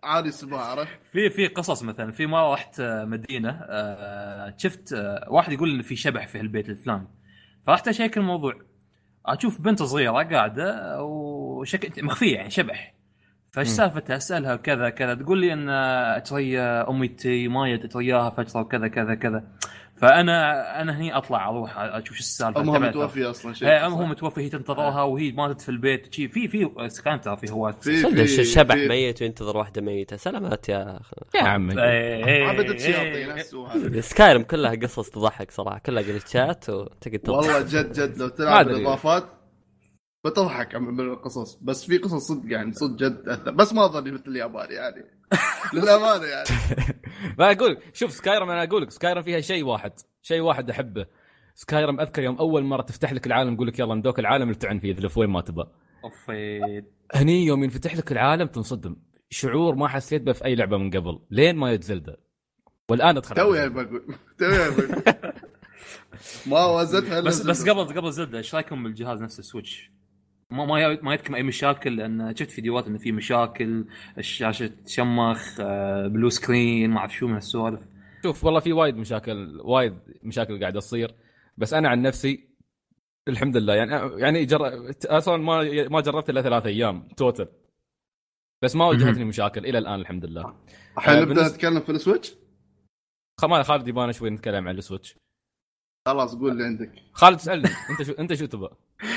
D: عادي السباحه عرفت.
C: في في قصص مثلا في ما رحت مدينه آه شفت آه واحد يقول ان في شبح في البيت الفلاني، فرحت اشيك الموضوع اشوف بنت صغيره قاعده وشكل مخفيه يعني شبح. فايش سالفتها اسالها كذا كذا تقول لي ان تري امي مايه ترياها فتره وكذا كذا كذا. فانا انا هني اطلع اروح اشوف ايش السالفه.
D: امها متوفيه اصلا شيء.
C: ايه امها متوفيه هي تنتظرها وهي ماتت في البيت شيء في في سكان ترى في هواة
B: في شبح ميت وينتظر واحده ميته. سلامات يا
A: يا عمي
D: عبدة شياطين هسه.
B: سكايرم كلها قصص تضحك صراحه كلها جلتشات وتقدر
D: والله جد جد لو تلعب الاضافات بتضحك من القصص. بس في قصص صدق يعني صدق جد أثر. بس ما ظني مثل الياباني يعني للأمانة يعني.
A: ما أقول شوف سكايرم أنا أقولك سكايرم فيها شيء واحد شيء واحد أحبه. سكايرم أذكر يوم أول مرة تفتح لك العالم يقول لك يلا ندوك العالم التعن فيه ذلف وين ما تبى.
C: أوفي
A: هني يوم ينفتح لك العالم تنصدم شعور ما حسيت به في أي لعبة من قبل لين ما يتزلده. والآن أدخل
D: توي بقول توي بقول ما وزتها.
C: بس بس قبل قبل زلده إيش رأيكم بالجهاز نفس السويتش؟ ما ما ما يتكم اي مشاكل لان شفت فيديوهات انه في مشاكل الشاشه تشمخ بلو سكرين ما اعرف شو من السوالف.
A: شوف والله في وايد مشاكل وايد مشاكل قاعده تصير. بس انا عن نفسي الحمد لله يعني يعني جر... اصلا ما ما جربت الا ثلاث ايام توتل بس ما واجهتني مشاكل الى الان الحمد لله.
D: الحين نبدا بالنسبة... نتكلم في السويتش.
A: خمال خالد يبانا شوي نتكلم عن السويتش.
D: خلاص قول اللي عندك
A: خالد اسالني انت شو انت شو تبغى.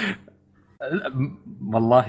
C: والله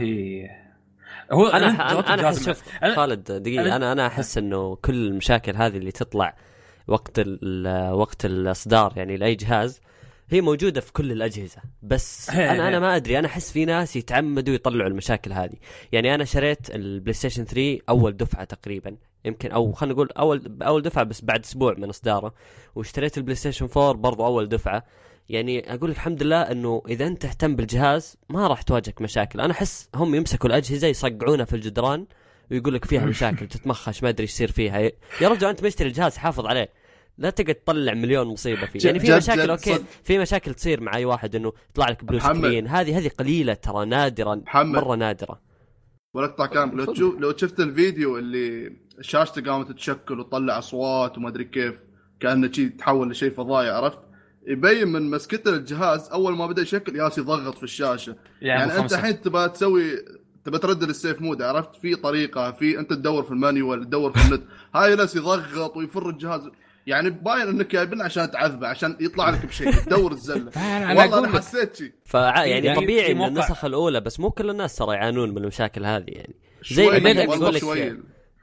C: هو
B: انا انا انا احس شوف خالد دقيقه انا انا احس انه كل المشاكل هذه اللي تطلع وقت وقت الاصدار يعني لاي جهاز هي موجوده في كل الاجهزه. بس انا انا ما ادري انا احس في ناس يتعمدوا يطلعوا المشاكل هذه. يعني انا شريت البلاي ستيشن ثري اول دفعه تقريبا يمكن او خلينا نقول اول اول دفعه بس بعد اسبوع من اصداره. واشتريت البلاي ستيشن فور برضو اول دفعه. يعني أقول الحمد لله أنه إذا أنت تهتم بالجهاز ما راح تواجهك مشاكل. أنا أحس هم يمسكوا الأجهزة يصقعونها في الجدران ويقول لك فيها مشاكل تتمخش ما أدري إيش يصير فيها. يا رجل أنت مشتري الجهاز حافظ عليه لا تقعد تطلع مليون مصيبة فيه. يعني في مشاكل أوكي في مشاكل تصير مع أي واحد أنه يطلع لك بلو سكرين هذه هذه قليلة ترى نادرا مرة نادرة.
D: ولا تطلع كلام لو تشوف لو شفت الفيديو اللي شاشته قامت تتشكل وتطلع أصوات وما أدري كيف كأنه شيء تحول لشيء فضائي عرفت. يبين من مسكته الجهاز اول ما بدا يشكل ياس يضغط في الشاشه. يعني, يعني انت الحين تبى تسوي تبى تردد السيف مود عرفت في طريقه في انت تدور في المانيوال تدور في النت هاي ناس يضغط ويفر الجهاز. يعني باين انك جايبين عشان تعذبه عشان يطلع لك بشيء تدور الزله. والله انا حسيت شيء
B: فع يعني, يعني طبيعي من النسخه الاولى بس مو كل الناس ترى يعانون من المشاكل هذه. يعني زي ما يقول لك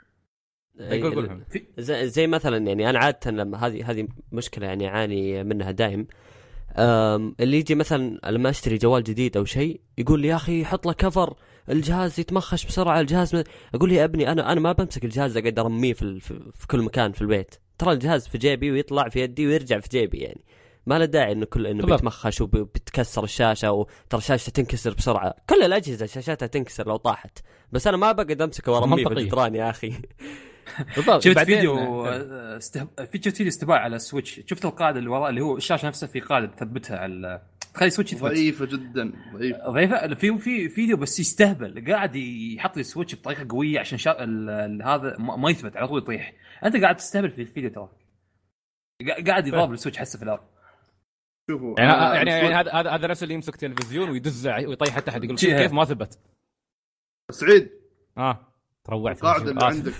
B: يقول زي, زي مثلا يعني انا عاده لما هذه هذه مشكله يعني اعاني منها دائم. اللي يجي مثلا لما اشتري جوال جديد او شيء يقول لي يا اخي حط له كفر الجهاز يتمخش بسرعه الجهاز م... اقول لي يا ابني انا انا ما بمسك الجهاز اقعد ارميه في, في في كل مكان في البيت. ترى الجهاز في جيبي ويطلع في يدي ويرجع في جيبي. يعني ما له داعي انه كل انه بيتمخش وبتكسر الشاشه وترى شاشته تنكسر بسرعه. كل الاجهزه شاشاتها تنكسر لو طاحت بس انا ما بقعد امسكه وارميه في الجدران يا اخي.
C: شفت فيديو استهب... في فيديو استباع على السويتش. شفت القاعده اللي وراء اللي هو الشاشه نفسها في قاعده تثبتها على تخلي سويتش
D: ضعيفه جدا ضعيفه
C: ضعيفه. في في فيديو بس يستهبل قاعد يحط لي السويتش بطريقه قويه عشان شا... ال... ال... هذا ما يثبت على طول يطيح. انت قاعد تستهبل في الفيديو ترى قاعد يضرب السويتش حسه في الارض.
A: شوفوا يعني يعني, يعني هذا هذا هذا نفس اللي يمسك تلفزيون ويدزه ويطيح تحت يقول كيف ما ثبت.
D: سعيد
A: اه تروعت
D: القاعده اللي عندك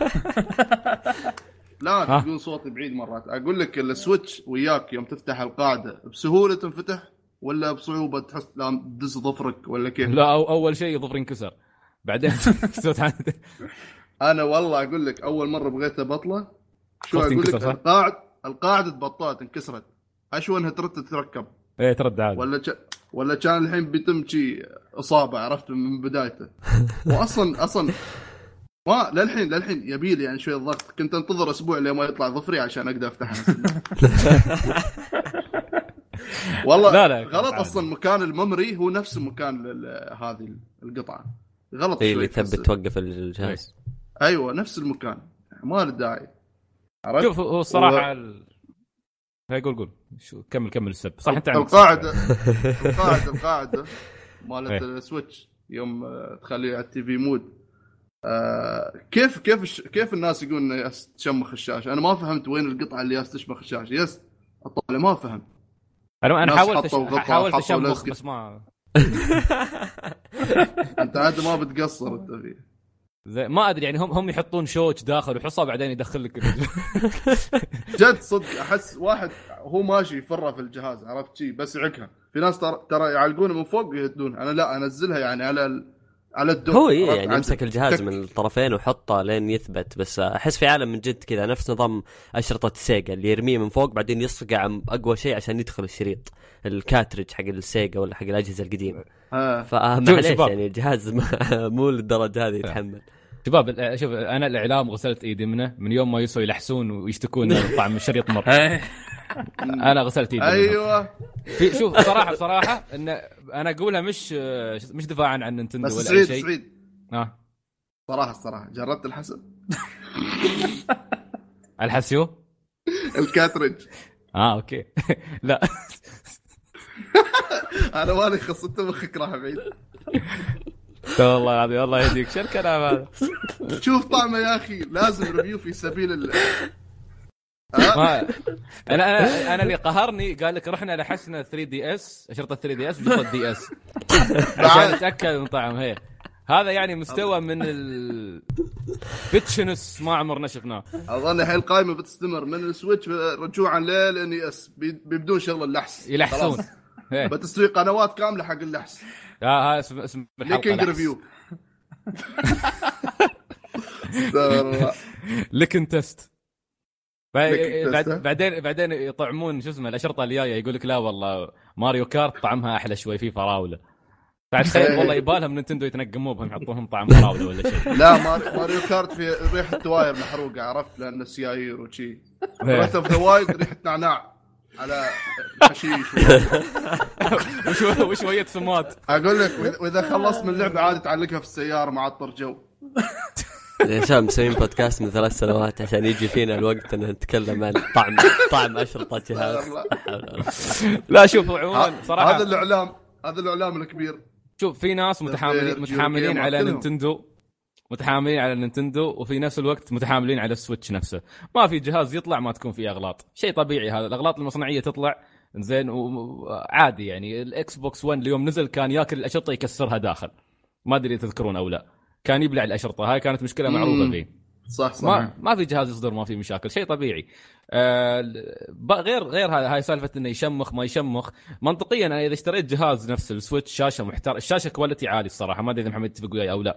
D: لا تقول صوتي بعيد مرات. اقول لك السويتش وياك يوم تفتح القاعده بسهوله تنفتح ولا بصعوبه تحس لا تدز ظفرك ولا كيف؟
A: لا أو اول شيء ظفري انكسر بعدين صوت عندي.
D: انا والله اقول لك اول مره بغيت ابطله شو اقول لك القاعده القاعده تبطلت انكسرت اشو انها ترد تتركب
A: ايه ترد عادي
D: ولا ج... ولا كان الحين بيتم شيء اصابه عرفت من بدايته. واصلا اصلا ما للحين للحين يبي لي يعني شويه ضغط. كنت انتظر اسبوع لما يطلع ظفري عشان اقدر افتحها. والله لا لا غلط. اصلا مكان الميموري هو نفس مكان هذه القطعه غلط
B: شوي اللي ثبت توقف الجهاز.
D: ايوه نفس المكان ما له داعي.
A: شوف هو الصراحه و... ال... هاي قول قول شو كمل كمل السب صح. انت
D: القاعده القاعده القاعده مالت السويتش يوم تخليه على التي في مود آه كيف كيف كيف الناس يقولون ياس تشمخ الشاشه؟ انا ما فهمت وين القطعه اللي ياس تشمخ الشاشه. يس الطالع ما فهم.
A: انا انا
D: ناس
A: حاولت
D: حطوا
A: أش...
D: غطاء،
A: حاولت
D: حطوا
A: اشمخ
D: لزق.
A: بس ما
D: انت عاد ما بتقصر انت فيه.
A: زي ما ادري يعني هم هم يحطون شوك داخل وحصى بعدين يدخل لك
D: جد صدق احس واحد هو ماشي يفرها في الجهاز، عرفت شي بس يعكها. في ناس ترى ترى يعلقونه من فوق ويهدون، انا لا انزلها يعني على ال... على الدور.
B: هو إيه
D: عرفت؟
B: يعني
D: عند
B: يمسك الجهاز
D: تك.
B: من الطرفين وحطه لين يثبت. بس احس في عالم من جد كذا نفس نظام اشرطه السيجا اللي يرميه من فوق بعدين يصقع اقوى شيء عشان يدخل الشريط الكاتريج حق السيجا ولا حق الاجهزه القديمه. فمعليش يعني الجهاز مو للدرجه هذه يتحمل.
A: شباب شوف انا الاعلام غسلت ايدي منه من يوم ما يسوي يلحسون ويشتكون طعم الشريط مر. انا غسلت ايدي
D: ايوه
A: في شوف صراحه صراحه ان انا اقولها مش مش دفاعا عن نينتندو
D: بس
A: ولا
D: سعيد
A: اي شيء.
D: سعيد
A: اه
D: صراحه الصراحه جربت الحسن
A: الحسيو
D: الكاتريج.
A: اه اوكي لا
D: انا مالي خص انت مخك راح بعيد.
A: والله العظيم الله يهديك شو الكلام هذا.
D: شوف طعمه يا اخي لازم ريفيو في سبيل ال
A: ما انا انا انا اللي قهرني قال لك رحنا لحسنا ثري دي اس اشرطه ثري دي اس وجبت دي اس عشان نتاكد من طعم. هي هذا يعني مستوى من البيتشنس ما عمرنا شفناه.
D: اظن الحين القائمه بتستمر من السويتش رجوعا لين اس بيبدون شغل اللحس
A: يلحسون
D: بتسوي قنوات كامله حق اللحس.
A: اه ها اسم اسم
D: الحلقه ليكنج ريفيو
A: لكن تست بعدين بعدين يطعمون شو اسمه الاشرطه الجايه يقول لك لا والله ماريو كارت طعمها احلى شوي في فراوله. بعد تخيل والله يبالهم نينتندو يتنقموا بهم يحطوهم طعم فراوله ولا شيء.
D: لا ماريو كارت في ريحه تواير محروقه عرفت لان السيايير وشي. ريحه في وايد ريحه نعناع على حشيش
A: وشويه سماد.
D: اقول لك واذا خلصت من اللعبه عادي تعلقها في السياره معطر جو.
B: يا شباب مسوين بودكاست من ثلاث سنوات عشان يجي فينا الوقت ان نتكلم عن طعم طعم اشرطه جهاز.
A: لا شوف عموما صراحه
D: هذا الاعلام هذا الاعلام الكبير.
A: شوف في ناس متحاملين متحاملين على نينتندو متحاملين على نينتندو وفي نفس الوقت متحاملين على السويتش نفسه. ما في جهاز يطلع ما تكون فيه اغلاط، شيء طبيعي هذا. الاغلاط المصنعيه تطلع زين وعادي يعني. الاكس بوكس ون اليوم نزل كان ياكل الاشرطه يكسرها داخل، ما ادري تذكرون او لا، كان يبلع الاشرطه. هاي كانت مشكله معروفه فيه.
D: صح صح
A: ما ما في جهاز يصدر ما في مشاكل، شيء طبيعي. آه غير غير هاي سالفه انه يشمخ ما يشمخ. منطقيا انا اذا اشتريت جهاز نفس السويتش شاشه محترم، الشاشه كواليتي عالي الصراحه، ما ادري اذا محمد يتفق وياي او لا.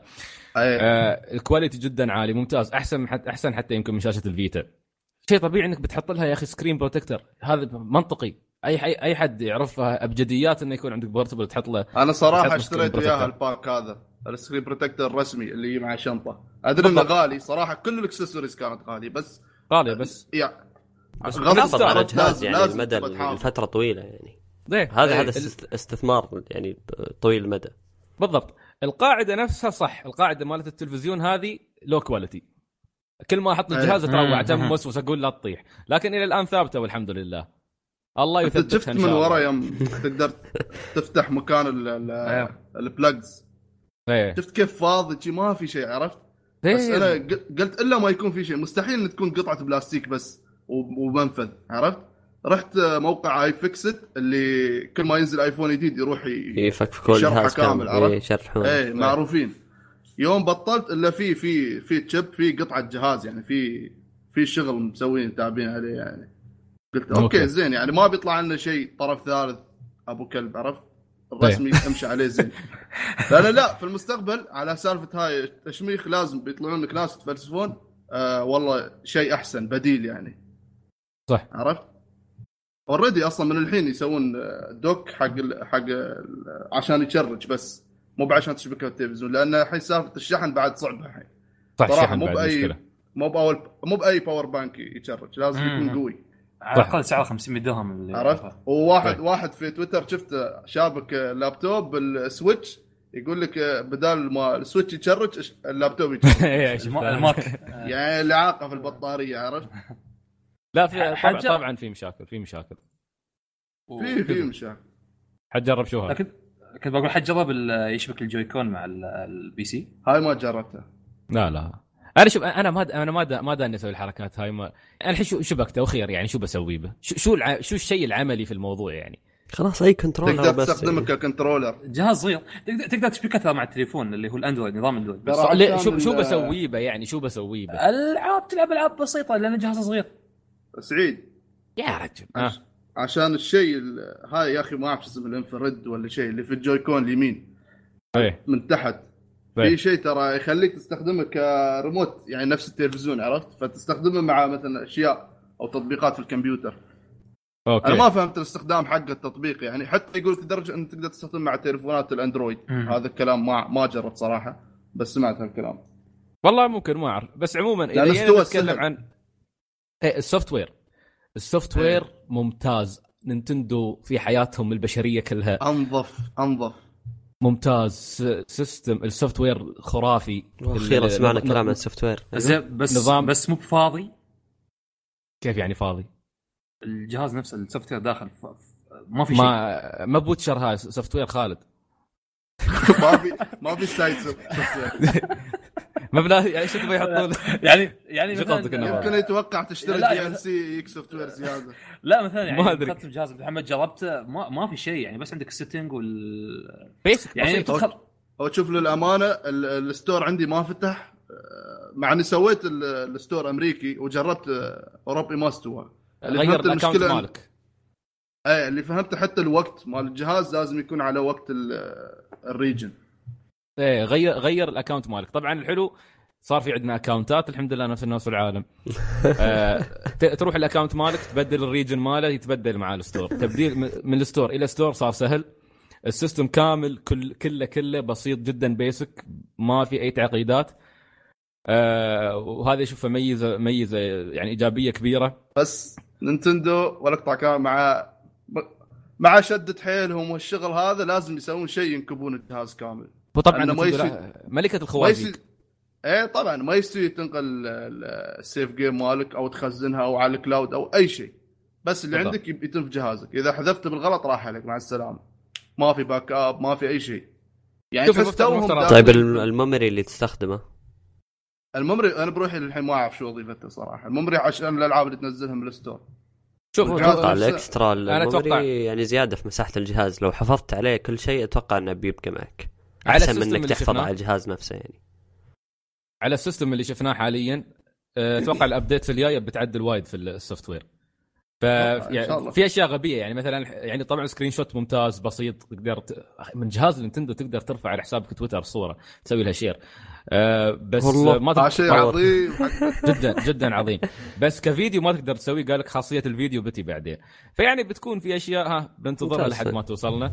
A: آه الكواليتي جدا عالي ممتاز، احسن حتى احسن حتى يمكن من شاشه الفيتا. شيء طبيعي انك بتحط لها يا اخي سكرين بروتكتور، هذا منطقي. اي اي اي حد يعرفها ابجديات انه يكون عندك بورتبل تحط له.
D: انا صراحه اشتريت وياها الباك هذا السكرين بروتكتور الرسمي اللي يجي مع شنطه. ادري انه غالي صراحه، كل الاكسسوارز كانت غاليه بس
A: غاليه بس
D: يعني
B: بس غلط على جهاز يعني مدى الفتره طويله يعني. هذا هذا استثمار يعني طويل المدى.
A: بالضبط. القاعده نفسها صح، القاعده مالت التلفزيون هذه لو كواليتي، كل ما احط الجهاز اتروع تمس واقول لا تطيح، لكن الى الان ثابته والحمد لله. الله يثبتها.
D: شفت من ورا يوم تقدر تفتح مكان البلاجز، شفت كيف فاضي ما في شيء عرفت. بس انا قلت الا ما يكون في شيء، مستحيل ان تكون قطعه بلاستيك بس ومنفذ عرفت. رحت موقع اي فيكست اللي كل ما ينزل ايفون جديد يروح
B: يفك كل الجهاز كامل
D: عرفت. اي معروفين. يوم بطلت الا في في في تشيب في قطعه جهاز يعني في في شغل مسوين تابعين عليه يعني. قلت اوكي, أوكي زين يعني ما بيطلع لنا شيء طرف ثالث ابو كلب عرفت الرسمي امشي عليه زين. لا لا في المستقبل على سالفه هاي التشميخ لازم بيطلعون لك ناس يتفلسفون آه والله شيء احسن بديل يعني.
A: صح
D: عرفت. اوريدي اصلا من الحين يسوون دوك حق حق عشان يشرج بس مو بعشان تشبكه التلفزيون، لان الحين سالفه الشحن بعد صعبه الحين صراحه. مو باي مو باول مو باي باور بانك يشرج، لازم يكون قوي
C: على الاقل سعره خمسمية درهم اللي
D: عرفت. وواحد واحد في تويتر شفت شابك لابتوب بالسويتش يقول لك بدال ما السويتش يشرج اللابتوب يشرج
C: الماك
D: يعني الإعاقة في البطارية عرفت.
A: لا في طبعا, طبعا في مشاكل في مشاكل
D: في في مشاكل.
A: حتجرب شو هذا.
C: لكن كنت بقول حد جرب يشبك الجويكون مع البي سي.
D: هاي ما جربتها
A: لا لا انا شوف انا ما انا ما ما داني اسوي الحركات هاي. ما الحين شو شبكته وخير يعني شو بسوي به؟ شو شو, الع... شو الشيء العملي في الموضوع يعني؟
B: خلاص اي كنترولر
D: تقدر
B: بس
D: تستخدمه يعني. ككنترولر
C: جهاز صغير تقدر تقدر تشبكه مع التليفون اللي هو الاندرويد نظام الاندرويد بس
A: شو شو بسوي به يعني شو بسوي به؟
C: العاب تلعب العاب بسيطه لان جهاز صغير.
D: سعيد
A: يا رجل
D: عش... عشان الشيء هاي يا اخي ما اعرف اسمه الانفراد ولا شيء اللي في الجويكون اليمين
A: ايه
D: من تحت
A: بيه.
D: في شيء ترى يخليك تستخدمه كريموت يعني نفس التلفزيون عرفت فتستخدمه مع مثلا اشياء او تطبيقات في الكمبيوتر.
A: أوكي.
D: انا ما فهمت الاستخدام حق التطبيق يعني حتى يقول لدرجه ان تقدر تستخدمه مع تليفونات الاندرويد.
C: مم.
D: هذا الكلام ما ما جربت صراحه بس سمعت هالكلام
A: والله ممكن ما اعرف بس عموما
D: اذا
A: نتكلم عن إيه السوفت وير السوفت وير
D: إيه.
A: ممتاز. نينتندو في حياتهم البشريه كلها
D: انظف انظف
A: ممتاز. سيستم السوفت وير خرافي.
B: اخيرا سمعنا كلام عن السوفت وير
C: بس نظام بس مو بفاضي.
A: كيف يعني فاضي؟
C: الجهاز نفسه السوفت وير داخل ف... ما في شيء
A: ما ما بوتشر هاي سوفت وير خالد
D: ما في ما في سايت سوفت وير
A: ما بلا يعني شو تبي يحطون
C: يعني يعني
D: يمكن يتوقع تشتري دي ال سي يك سوفت وير زياده.
C: لا مثلا يعني
A: ما ادري
C: الجهاز محمد جربته ما ما في شيء يعني بس عندك السيتنج وال
A: بيسك
C: يعني تدخل
D: او تشوف للامانه الستور عندي ما فتح مع اني سويت الستور امريكي وجربت اوروبي ما استوى.
A: غير الاكونت مالك.
D: ايه اللي فهمته حتى الوقت مال الجهاز لازم يكون على وقت الريجن.
A: ايه غير غير الاكونت مالك. طبعا الحلو صار في عندنا اكونتات الحمد لله نفس الناس في العالم. آه تروح الاكونت مالك تبدل الريجن ماله يتبدل مع الستور. تبديل من الستور الى ستور صار سهل. السيستم كامل كل كله كله بسيط جدا بيسك ما في اي تعقيدات. آه وهذا اشوفه ميزه ميزه يعني ايجابيه كبيره.
D: بس نينتندو ولا قطع كان مع مع شدة حيلهم والشغل هذا لازم يسوون شيء ينكبون الجهاز كامل.
A: وطبعا ما يسوي... ملكه الخوازيق.
D: يسوي... ايه طبعا ما يستوي تنقل السيف جيم مالك او تخزنها او على الكلاود او اي شيء بس اللي بالضبط. عندك يتم في جهازك اذا حذفته بالغلط راح عليك مع السلامه. ما في باك اب ما في اي شيء يعني
B: تستخدمهم. طيب الميموري اللي تستخدمه
D: الميموري انا بروحي الحين ما اعرف شو وظيفته صراحه. الميموري عشان الالعاب اللي تنزلها من الستور.
B: شوف اتوقع الاكسترا الميموري يعني زياده في مساحه الجهاز لو حفظت عليه كل شيء اتوقع انه بيبقى معك احسن من انك تحفظ على الجهاز نفسه. يعني
A: على السيستم اللي شفناه حاليا اتوقع الابديت الجايه بتعدل وايد في السوفت وير. ف يعني في اشياء غبيه يعني مثلا يعني طبعا سكرين شوت ممتاز بسيط تقدر ت... من جهاز نينتندو تقدر ترفع على حسابك تويتر صوره تسوي لها شير. أه بس ما
D: تقدر شيء عظيم
A: جدا جدا عظيم. بس كفيديو ما تقدر تسوي قال لك خاصيه الفيديو بتي بعدين. فيعني بتكون في اشياء ها بننتظرها لحد ما توصلنا.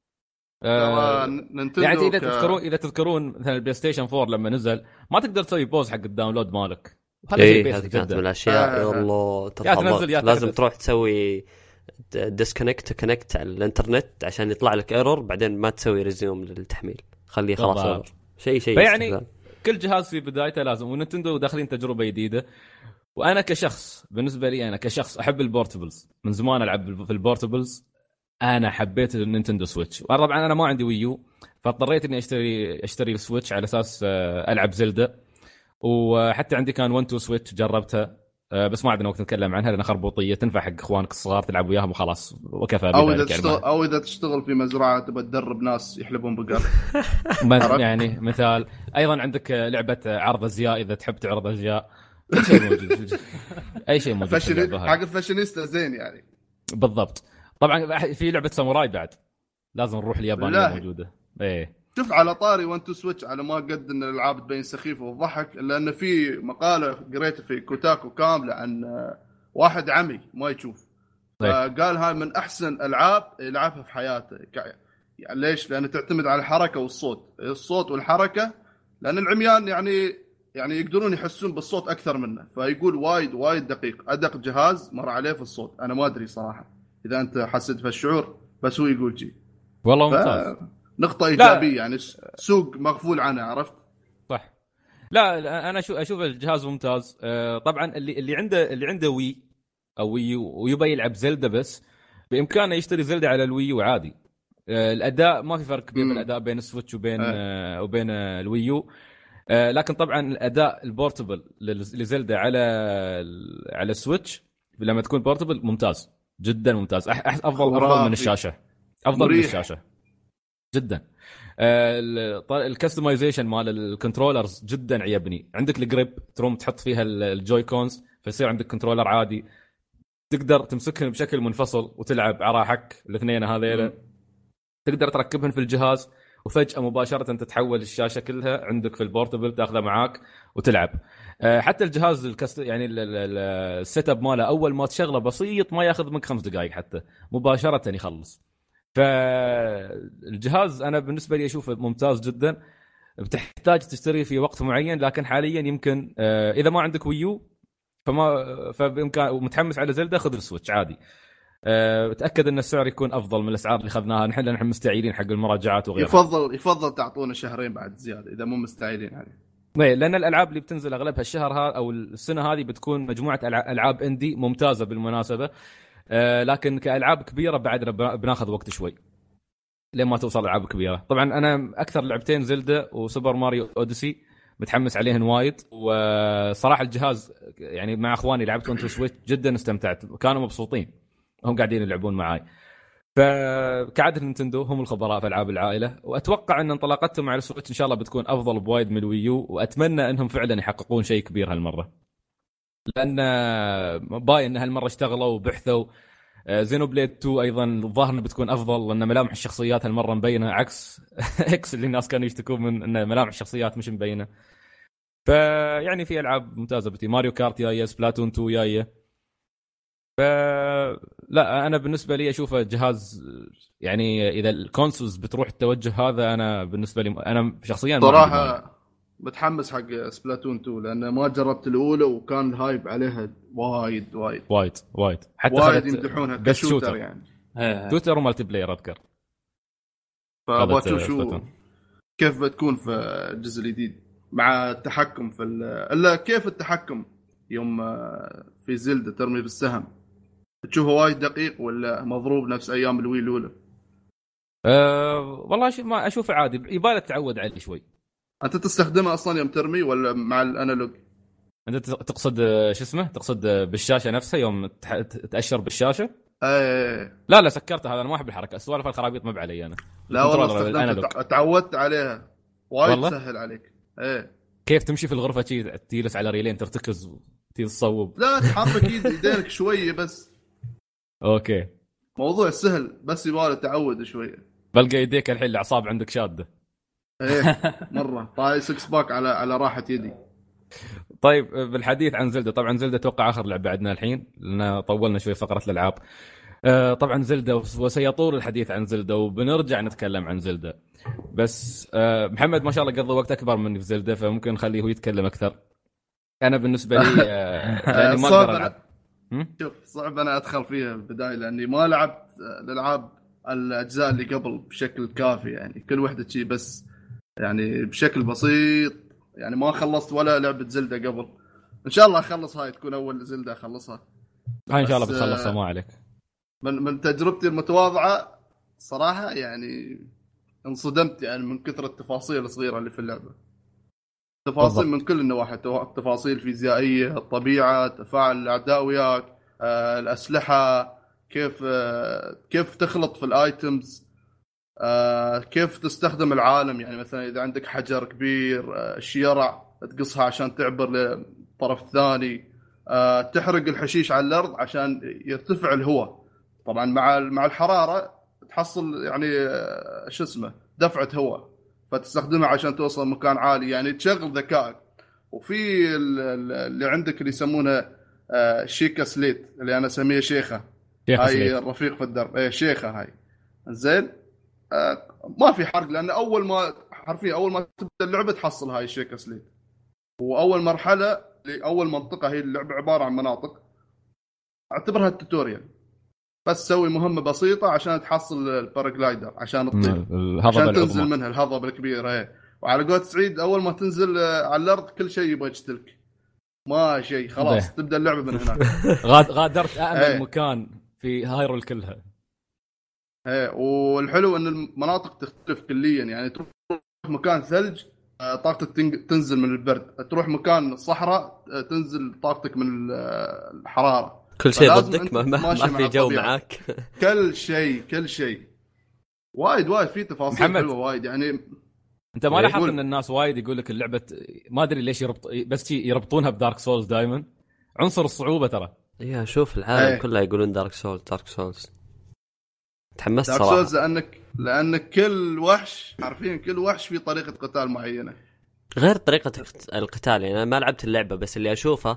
D: أه
A: يعني اذا تذكرون اذا تذكرون مثلا البلاي ستيشن فور لما نزل ما تقدر تسوي بوز حق الداونلود مالك.
B: هذا شيء بيسك جدا. من الاشياء آه. والله تفضل لازم تروح تسوي ديسكونكت كونكت على الانترنت عشان يطلع لك ايرور بعدين ما تسوي ريزيوم للتحميل خليه خلاص شيء شيء
A: يعني استخدام. كل جهاز في بدايته لازم ونينتندو داخلين تجربه جديده. وانا كشخص بالنسبه لي انا كشخص احب البورتبلز من زمان العب في البورتبلز. انا حبيت النينتندو سويتش طبعا انا ما عندي ويو فاضطريت اني اشتري اشتري السويتش على اساس العب زلدا. وحتى عندي كان واحد تو سويتش جربتها بس ما عندنا وقت نتكلم عنها لأنها خربوطيه تنفع حق اخوانك الصغار تلعب وياهم وخلاص وكفى
D: او اذا تشتغل يعني او اذا تشتغل في مزرعه تبى تدرب ناس يحلبون بقر
A: يعني مثال. ايضا عندك لعبه عرض ازياء اذا تحب تعرض ازياء اي شيء موجود اي شيء موجود
D: فاشن حق الفاشينيستا زين يعني
A: بالضبط. طبعا في لعبه ساموراي بعد لازم نروح اليابان موجوده. ايه
D: شوف على طاري وان تو سويتش على ما قد ان الالعاب تبين سخيفه وضحك الا انه في مقاله قريتها في كوتاكو كامله عن واحد عمي ما يشوف قال هاي من احسن العاب يلعبها في حياته. يعني ليش؟ لانه تعتمد على الحركه والصوت الصوت والحركه لان العميان يعني يعني يقدرون يحسون بالصوت اكثر منه. فيقول وايد وايد دقيق ادق جهاز مر عليه في الصوت. انا ما ادري صراحه اذا انت حسيت في الشعور بس هو يقول شيء
A: والله ممتاز.
D: نقطة إيجابية يعني سوق مغفول عنه عرفت
A: صح. لا أنا شو أشوف الجهاز ممتاز. طبعا اللي اللي عنده اللي عنده وي أو وي ويبي يلعب زلدة بس بإمكانه يشتري زلدة على الويو عادي. الأداء ما في فرق كبير بالأداء بين السويتش وبين أه. وبين الويو. آه لكن طبعا الاداء البورتبل لزلدا على على السويتش لما تكون بورتبل ممتاز جدا ممتاز. أح افضل افضل من الشاشه افضل مريح. من الشاشه جدا. آه الكستمايزيشن مال الكنترولرز جدا عيبني. عندك الجريب تروم تحط فيها الجوي كونز فيصير عندك كنترولر عادي تقدر تمسكهم بشكل منفصل وتلعب على راحتك. الاثنين هذيلا تقدر تركبهم في الجهاز وفجأة مباشرة تتحول الشاشة كلها عندك في البورتبل تاخذها معاك وتلعب. حتى الجهاز الكست يعني السيت اب ماله اول ما تشغله بسيط ما ياخذ منك خمس دقائق حتى مباشرة يخلص. فالجهاز انا بالنسبة لي اشوفه ممتاز جدا. بتحتاج تشتري في وقت معين لكن حاليا يمكن اذا ما عندك ويو فما فبامكان ومتحمس على زلدة خذ السويتش عادي. أه بتاكد ان السعر يكون افضل من الاسعار اللي اخذناها نحن نحن مستعيلين حق المراجعات وغيرها.
D: يفضل يفضل تعطونا شهرين بعد زياده اذا مو مستعيلين عليه.
A: اي لان الالعاب اللي بتنزل اغلبها الشهر هذا او السنه هذه بتكون مجموعه العاب اندي ممتازه بالمناسبه. أه لكن كالعاب كبيره بعد بناخذ وقت شوي لما توصل العاب كبيره. طبعا انا اكثر لعبتين زلدة وسوبر ماريو اوديسي متحمس عليهن وايد. وصراحه الجهاز يعني مع اخواني لعبت اون تو سويتش جدا استمتعت كانوا مبسوطين هم قاعدين يلعبون معاي. فكعادة نينتندو هم الخبراء في العاب العائله واتوقع ان انطلاقتهم على السويتش ان شاء الله بتكون افضل بوايد من الويو واتمنى انهم فعلا يحققون شيء كبير هالمره لان باين ان هالمره اشتغلوا وبحثوا. زينو بليد تو ايضا الظاهر بتكون افضل لان ملامح الشخصيات هالمره مبينه عكس اكس اللي الناس كانوا يشتكون من ان ملامح الشخصيات مش مبينه. فيعني في العاب ممتازه بتي ماريو كارت جايه سبلاتون تو جايه. ف لا انا بالنسبه لي اشوفه جهاز يعني اذا الكونسولز بتروح التوجه هذا انا بالنسبه لي انا شخصيا
D: صراحه متحمس حق سبلاتون تو لان ما جربت الاولى وكان هايب عليها وايد وايد
A: وايد وايد
D: حتى وايد يمدحونها كشوتر يعني
A: شوتر ومالتي بلاير اذكر.
D: فبشوف شو كيف بتكون في الجزء الجديد مع التحكم في الا كيف التحكم يوم في زلدة ترمي بالسهم تشوفه وايد دقيق ولا مضروب نفس ايام الوي الاولى؟
A: أه والله شو ما اشوفه عادي يبالك تعود عليه شوي.
D: انت تستخدمه اصلا يوم ترمي ولا مع الانالوج؟
A: انت تقصد شو اسمه تقصد بالشاشه نفسها يوم تاشر بالشاشه؟
D: ايه
A: لا لا سكرت هذا انا ما احب الحركه السوالف الخرابيط ما بعلي انا.
D: لا والله تعودت عليها وايد سهل عليك. ايه
A: كيف تمشي في الغرفه شي تجلس على ريلين ترتكز تصوب
D: لا تحرك ايدينك شويه بس.
A: اوكي
D: موضوع سهل بس يبغى تعود شويه.
A: بلقى يديك الحين الاعصاب عندك شاده.
D: ايه مره طاي سكس باك على على راحه يدي.
A: طيب بالحديث عن زلدة طبعا زلدة توقع اخر لعبه عندنا الحين لان طولنا شوي فقره الالعاب. آه طبعا زلدة وسيطول الحديث عن زلدة وبنرجع نتكلم عن زلدة بس آه محمد ما شاء الله قضى وقت اكبر مني في زلدة فممكن نخليه هو يتكلم اكثر. انا بالنسبه لي آه لاني ما اقدر العب.
D: شوف صعب انا ادخل فيها بالبدايه لاني ما لعبت الالعاب الاجزاء اللي قبل بشكل كافي يعني كل وحده شيء بس يعني بشكل بسيط يعني ما خلصت ولا لعبه زلدة قبل. ان شاء الله اخلص هاي تكون اول زلدة اخلصها
A: هاي ان شاء الله بتخلصها ما عليك.
D: من من تجربتي المتواضعه صراحه يعني انصدمت يعني من كثر التفاصيل الصغيره اللي في اللعبه. تفاصيل من كل النواحي تفاصيل فيزيائيه الطبيعه تفاعل الاعداء وياك آه، الاسلحه كيف آه، كيف تخلط في الايتمز آه، كيف تستخدم العالم يعني مثلا اذا عندك حجر كبير آه، شيرع تقصها عشان تعبر للطرف الثاني آه، تحرق الحشيش على الارض عشان يرتفع الهواء. طبعا مع مع الحراره تحصل يعني آه، شو اسمه دفعه هواء فتستخدمها عشان توصل مكان عالي يعني تشغل ذكائك. وفي اللي عندك اللي يسمونها آه، شيكا سليت اللي انا اسميها شيخه هاي الرفيق في الدرب ايه شيخه هاي زين آه، ما في حرق لان اول ما حرفيا اول ما تبدا اللعبه تحصل هاي الشيكا سليت. واول مرحله اول منطقه هي اللعبه عباره عن مناطق اعتبرها التوتوريال بس سوي مهمه بسيطه عشان تحصل الباراجلايدر عشان تطير عشان تنزل منها الهضبه الكبيره هي. وعلى قولة سعيد اول ما تنزل على الارض كل شيء يبغى يقتلك ما شيء خلاص ده. تبدا اللعبه من هناك.
A: غادرت امن مكان في هايرول كلها.
D: ايه والحلو ان المناطق تختلف كليا يعني تروح مكان ثلج طاقتك تنزل من البرد، تروح مكان صحراء تنزل طاقتك من الحرارة،
B: كل شيء ضدك، ما, ما, ما في جو معك.
D: كل شيء كل شيء وايد وايد في تفاصيل حلوة وايد. يعني
A: انت ما لاحظت ان الناس وايد يقول لك اللعبة ما ادري ليش يربط بس يربطونها بدارك سولز دائما، عنصر الصعوبة ترى.
B: يا شوف العالم كله يقولون دارك سولز دارك سولز تحمست
D: دارك
B: صراحة.
D: سولز لأنك لأنك كل وحش عارفين كل وحش في طريقة قتال معينة
B: غير طريقة القتال. يعني أنا ما لعبت اللعبة بس اللي أشوفه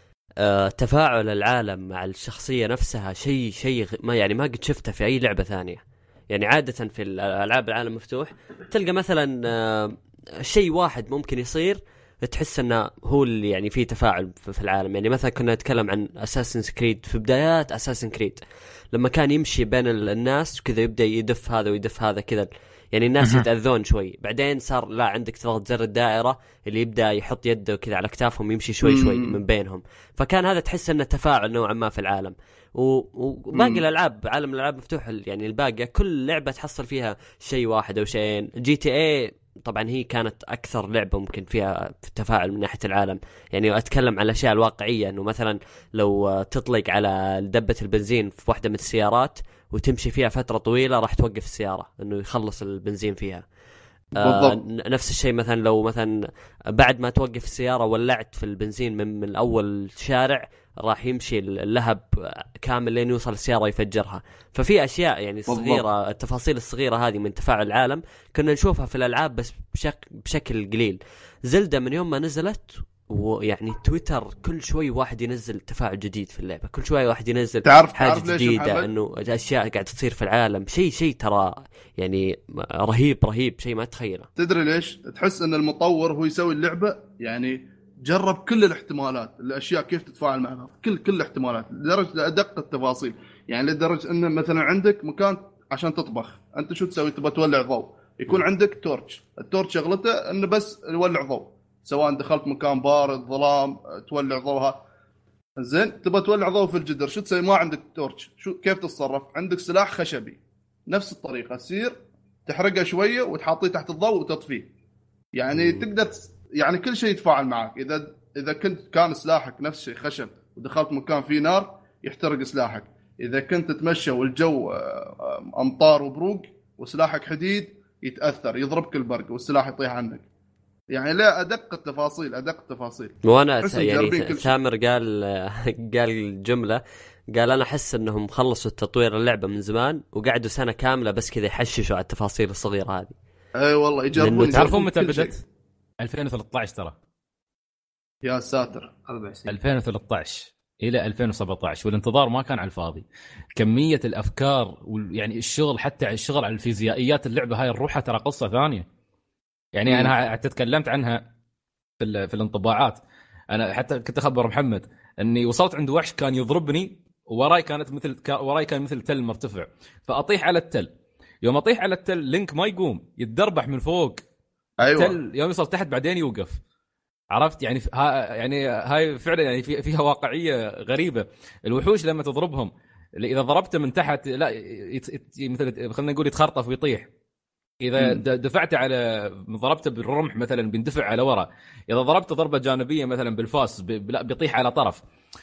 B: آه تفاعل العالم مع الشخصية نفسها شيء شيء ما يعني ما قد شفته في أي لعبة ثانية. يعني عادة في الألعاب العالم مفتوح تلقى مثلا آه شيء واحد ممكن يصير تحس انه هو اللي يعني فيه تفاعل في العالم. يعني مثلا كنا نتكلم عن اساسن كريد في بدايات اساسن كريد لما كان يمشي بين الناس كذا يبدا يدف هذا ويدف هذا كذا، يعني الناس يتأذون شوي. بعدين صار لا عندك تضغط زر الدائرة اللي يبدا يحط يده كذا على اكتافهم يمشي شوي شوي من بينهم، فكان هذا تحس انه تفاعل نوعا ما في العالم. وباقي الالعاب عالم الالعاب مفتوح يعني الباقيه كل لعبه تحصل فيها شيء واحد او شيئين. جي تي اي طبعا هي كانت أكثر لعبة ممكن فيها في التفاعل من ناحية العالم. يعني أتكلم عن الأشياء الواقعية، أنه مثلا لو تطلق على دبة البنزين في واحدة من السيارات وتمشي فيها فترة طويلة راح توقف السيارة أنه يخلص البنزين فيها. آه نفس الشيء مثلا لو مثلا بعد ما توقف السيارة ولعت في البنزين من, من أول شارع راح يمشي اللهب كامل لين يوصل السيارة يفجرها. ففي أشياء يعني صغيرة، التفاصيل الصغيرة هذه من تفاعل العالم كنا نشوفها في الألعاب بس بشك بشكل قليل. زلدة من يوم ما نزلت ويعني تويتر كل شوي واحد ينزل تفاعل جديد في اللعبة، كل شوي واحد ينزل
D: تعرف
B: حاجة
D: تعرف
B: جديدة انه اشياء قاعدة تصير في العالم، شيء شيء ترى يعني رهيب رهيب شيء ما تخيله.
D: تدري ليش؟ تحس ان المطور هو يسوي اللعبة يعني جرب كل الاحتمالات، الاشياء كيف تتفاعل معها، كل كل الاحتمالات لدرجة لأدق التفاصيل. يعني لدرجة ان مثلا عندك مكان عشان تطبخ، انت شو تسوي؟ تبغى تولع ضوء، يكون عندك تورش، التورش شغلته انه بس يولع ضوء، سواء دخلت مكان بارد ظلام تولع ضوءها. زين تبغى تولع ضوء في الجدر، شو تسوي؟ ما عندك تورش، شو كيف تتصرف؟ عندك سلاح خشبي نفس الطريقه، تصير تحرقه شويه وتحطيه تحت الضوء وتطفيه. يعني مم. تقدر يعني كل شيء يتفاعل معك. اذا اذا كنت كان سلاحك نفس الشيء خشب ودخلت مكان فيه نار يحترق سلاحك، اذا كنت تتمشى والجو امطار وبروق وسلاحك حديد يتاثر يضربك البرق والسلاح يطيح عنك. يعني لا أدق التفاصيل أدق التفاصيل.
B: وأنا يعني ثامر قال قال جملة، قال أنا أحس أنهم خلصوا التطوير اللعبة من زمان وقعدوا سنة كاملة بس كذا يحششوا على التفاصيل الصغيرة هذه.
D: أي والله يجربون.
A: تعرفون متى بدت؟ ألفين وثلاثة عشر ترى.
D: يا ساتر.
A: ألفين وثلاثة عشر إلى ألفين وسبعة عشر والانتظار ما كان على الفاضي. كمية الأفكار ويعني الشغل حتى الشغل على الفيزيائيات اللعبة هاي الروحة ترى قصة ثانية. يعني مم. أنا حتى تكلمت عنها في في الانطباعات. أنا حتى كنت أخبر محمد أني وصلت عند وحش كان يضربني وراي كانت مثل وراي كان مثل تل مرتفع، فأطيح على التل. يوم أطيح على التل لينك ما يقوم يتدربح من فوق.
D: أيوة.
A: التل يوم يوصل تحت بعدين يوقف. عرفت يعني ها يعني هاي فعلا يعني فيها واقعية غريبة. الوحوش لما تضربهم إذا ضربته من تحت لا مثل خلينا نقول يتخرطف ويطيح. إذا دفعت على ضربته بالرمح مثلا بيندفع على وراء، إذا ضربته ضربة جانبية مثلا بالفاس بيطيح على طرف.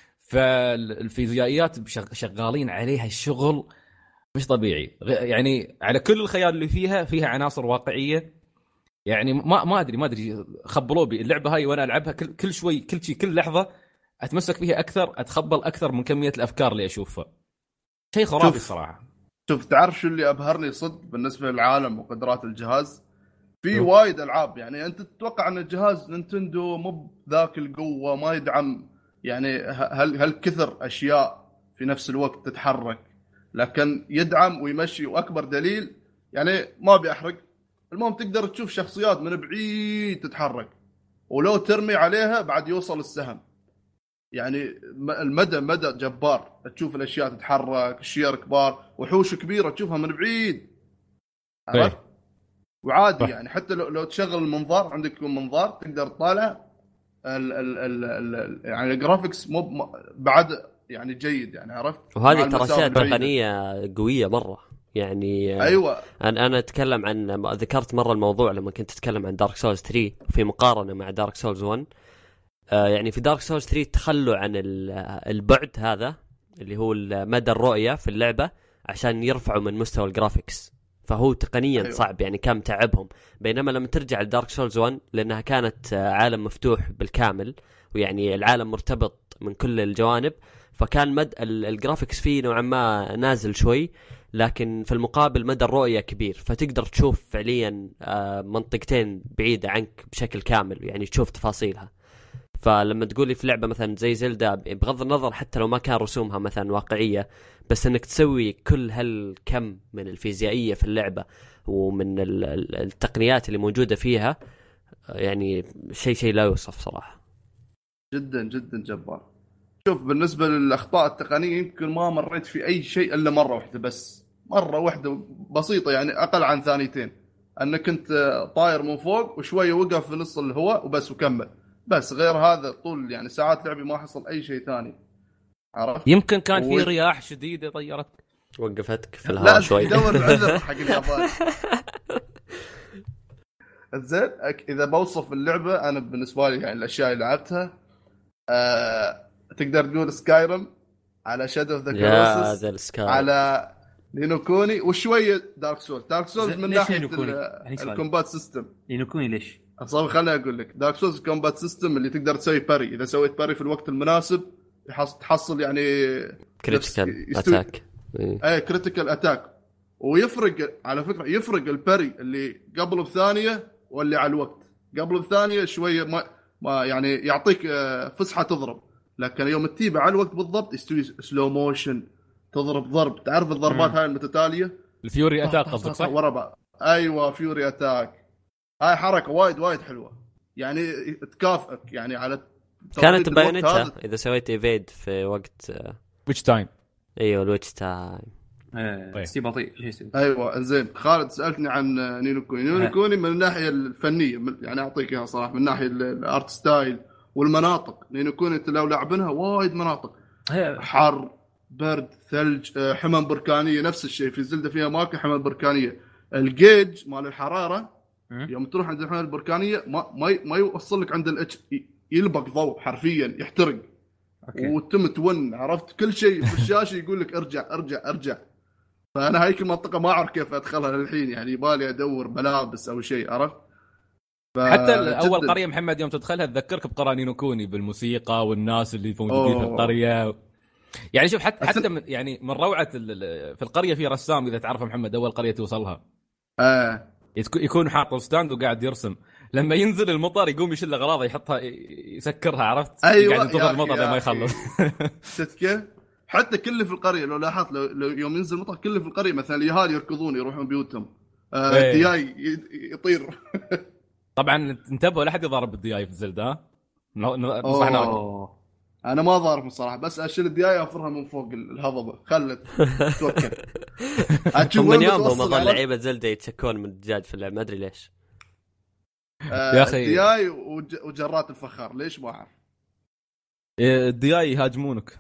A: فالفيزيائيات شغالين عليها الشغل مش طبيعي يعني على كل الخيال اللي فيها فيها عناصر واقعية. يعني ما ما أدري ما أدري خبلوا بي اللعبة هاي وأنا ألعبها كل كل شوي كل شيء كل لحظة أتمسك فيها أكثر، أتخبل أكثر من كمية الأفكار اللي أشوفها. شيء خرافي الصراحة.
D: شوف تعرف شو اللي أبهرني صدق بالنسبة للعالم وقدرات الجهاز؟ في وايد ألعاب يعني أنت تتوقع أن الجهاز نينتندو مو بذاك القوة ما يدعم يعني هل هل كثر أشياء في نفس الوقت تتحرك، لكن يدعم ويمشي. وأكبر دليل يعني ما بيحرق، المهم تقدر تشوف شخصيات من بعيد تتحرك ولو ترمي عليها بعد يوصل السهم. يعني المدى مدى جبار، تشوف الاشياء تتحرك، الشير كبار، وحوش كبيره تشوفها من بعيد. عرفت؟ وعادي يعني حتى لو لو تشغل المنظار عندك يكون منظار تقدر تطالع ال ال ال ال يعني الجرافيكس مو بعد يعني جيد يعني. عرفت؟
B: وهذه ترى اشياء تقنيه قويه مره يعني
D: ايوه
B: انا انا اتكلم عن ذكرت مره الموضوع لما كنت اتكلم عن دارك سولز ثري في مقارنه مع دارك سولز ون. آه يعني في دارك سولز ثري تخلوا عن البعد هذا اللي هو مدى الرؤيه في اللعبه عشان يرفعوا من مستوى الجرافيكس، فهو تقنيا أيوة. صعب يعني كان تعبهم. بينما لما ترجع لدارك سولز ون لانها كانت عالم مفتوح بالكامل ويعني العالم مرتبط من كل الجوانب، فكان مد الجرافيكس فيه نوعا ما نازل شوي، لكن في المقابل مدى الرؤية كبير، فتقدر تشوف فعليا منطقتين بعيدة عنك بشكل كامل، يعني تشوف تفاصيلها. فلما تقولي في لعبة مثلا زي زلدا بغض النظر حتى لو ما كان رسومها مثلا واقعية، بس انك تسوي كل هالكم من الفيزيائية في اللعبة ومن التقنيات اللي موجودة فيها، يعني شيء شيء لا يوصف صراحة.
D: جدا جدا جبار. شوف بالنسبة للأخطاء التقنية يمكن ما مريت في أي شيء إلا مرة واحدة بس، مرة واحدة بسيطة يعني أقل عن ثانيتين، أنك كنت طاير من فوق وشوية وقف في نص الهواء وبس وكمل، بس غير هذا طول يعني ساعات لعبي ما حصل أي شيء ثاني. عرفت؟
A: يمكن كان و... في رياح شديدة طيرتك
B: وقفتك في الهواء شوي.
D: لا يدور العذر حق اليابان. زين إذا بوصف اللعبة أنا بالنسبة لي يعني الأشياء اللي لعبتها أه... تقدر تقول سكايرم على شادو اوف ذا كلوسس على نينوكوني وشويه دارك سولز. دارك سولز من ناحيه الكومبات سيستم.
C: نينوكوني ليش
D: اصلا خليني اقول لك دارك سولز الكومبات سيستم اللي تقدر تسوي باري، اذا سويت باري في الوقت المناسب تحصل يعني
B: كريتيكال اتاك.
D: اي كريتيكال اتاك، ويفرق على فكره يفرق الباري اللي قبل بثانيه واللي على الوقت. قبل بثانيه شويه ما, ما يعني يعطيك فسحه تضرب، لكن يوم تتيبع على الوقت بالضبط يستوي سلو موشن تضرب ضرب. تعرف الضربات هاي المتتاليه
A: الفيوري اتاك قصدك صح؟
D: ورا بعض. ايوه فيوري اتاك، هاي حركه وايد وايد حلوه يعني تكافئك يعني على
B: كانت بايونيتا اذا سويت ايفيد في وقت
A: ويتش تايم.
B: ايوه الويتش تايم
C: ايه سي بطيء.
D: ايوه زين. خالد سالتني عن نينوكوني. نينوكوني من الناحيه الفنيه يعني اعطيك اياها صراحه، من ناحيه الارت ستايل والمناطق. نينوكوني انت لو لعبناها وايد مناطق، حر برد ثلج حمم بركانيه، نفس الشيء في زلدة فيها ماكو حمم بركانيه. الجيج مال الحراره يوم تروح عند الحمم البركانيه ما ما ما يوصل لك عند الاتش، يلبق ضوء حرفيا يحترق وتم تون. عرفت كل شيء في الشاشه يقول لك ارجع ارجع ارجع. فانا هايك المنطقه ما اعرف كيف ادخلها للحين، يعني يبالي ادور ملابس او شيء. عرفت
A: حتى اول قريه محمد يوم تدخلها تذكرك بقرى نينوكوني بالموسيقى والناس اللي موجودين في القريه. يعني شوف حتى حتى من يعني من روعه في القريه في رسام اذا تعرف محمد، اول قريه توصلها
D: اه
A: يكون حاط ستاند وقاعد يرسم، لما ينزل المطر يقوم يشيل اغراضه يحطها يسكرها. عرفت؟
D: أيوة
A: قاعد ينتظر المطر لما يخلص.
D: شفت كيف؟ حتى كل في القريه لو لاحظت لو, لو يوم ينزل المطر كل في القريه مثلا اليهال يركضون يروحون بيوتهم. آه الدياي يطير.
A: طبعا انتبهوا لا حد يضرب الدياي في زلدة. نصحنا
D: انا ما ضارب الصراحه، بس اشيل الدياي افرها من فوق الهضبه خلت توكل.
B: من يوم ما ظل لعيبه زلدة يتشكون من الدجاج في اللعب ما ادري ليش.
D: آه يا اخي الدياي وجرات الفخار ليش ما اعرف.
A: الدياي يهاجمونك.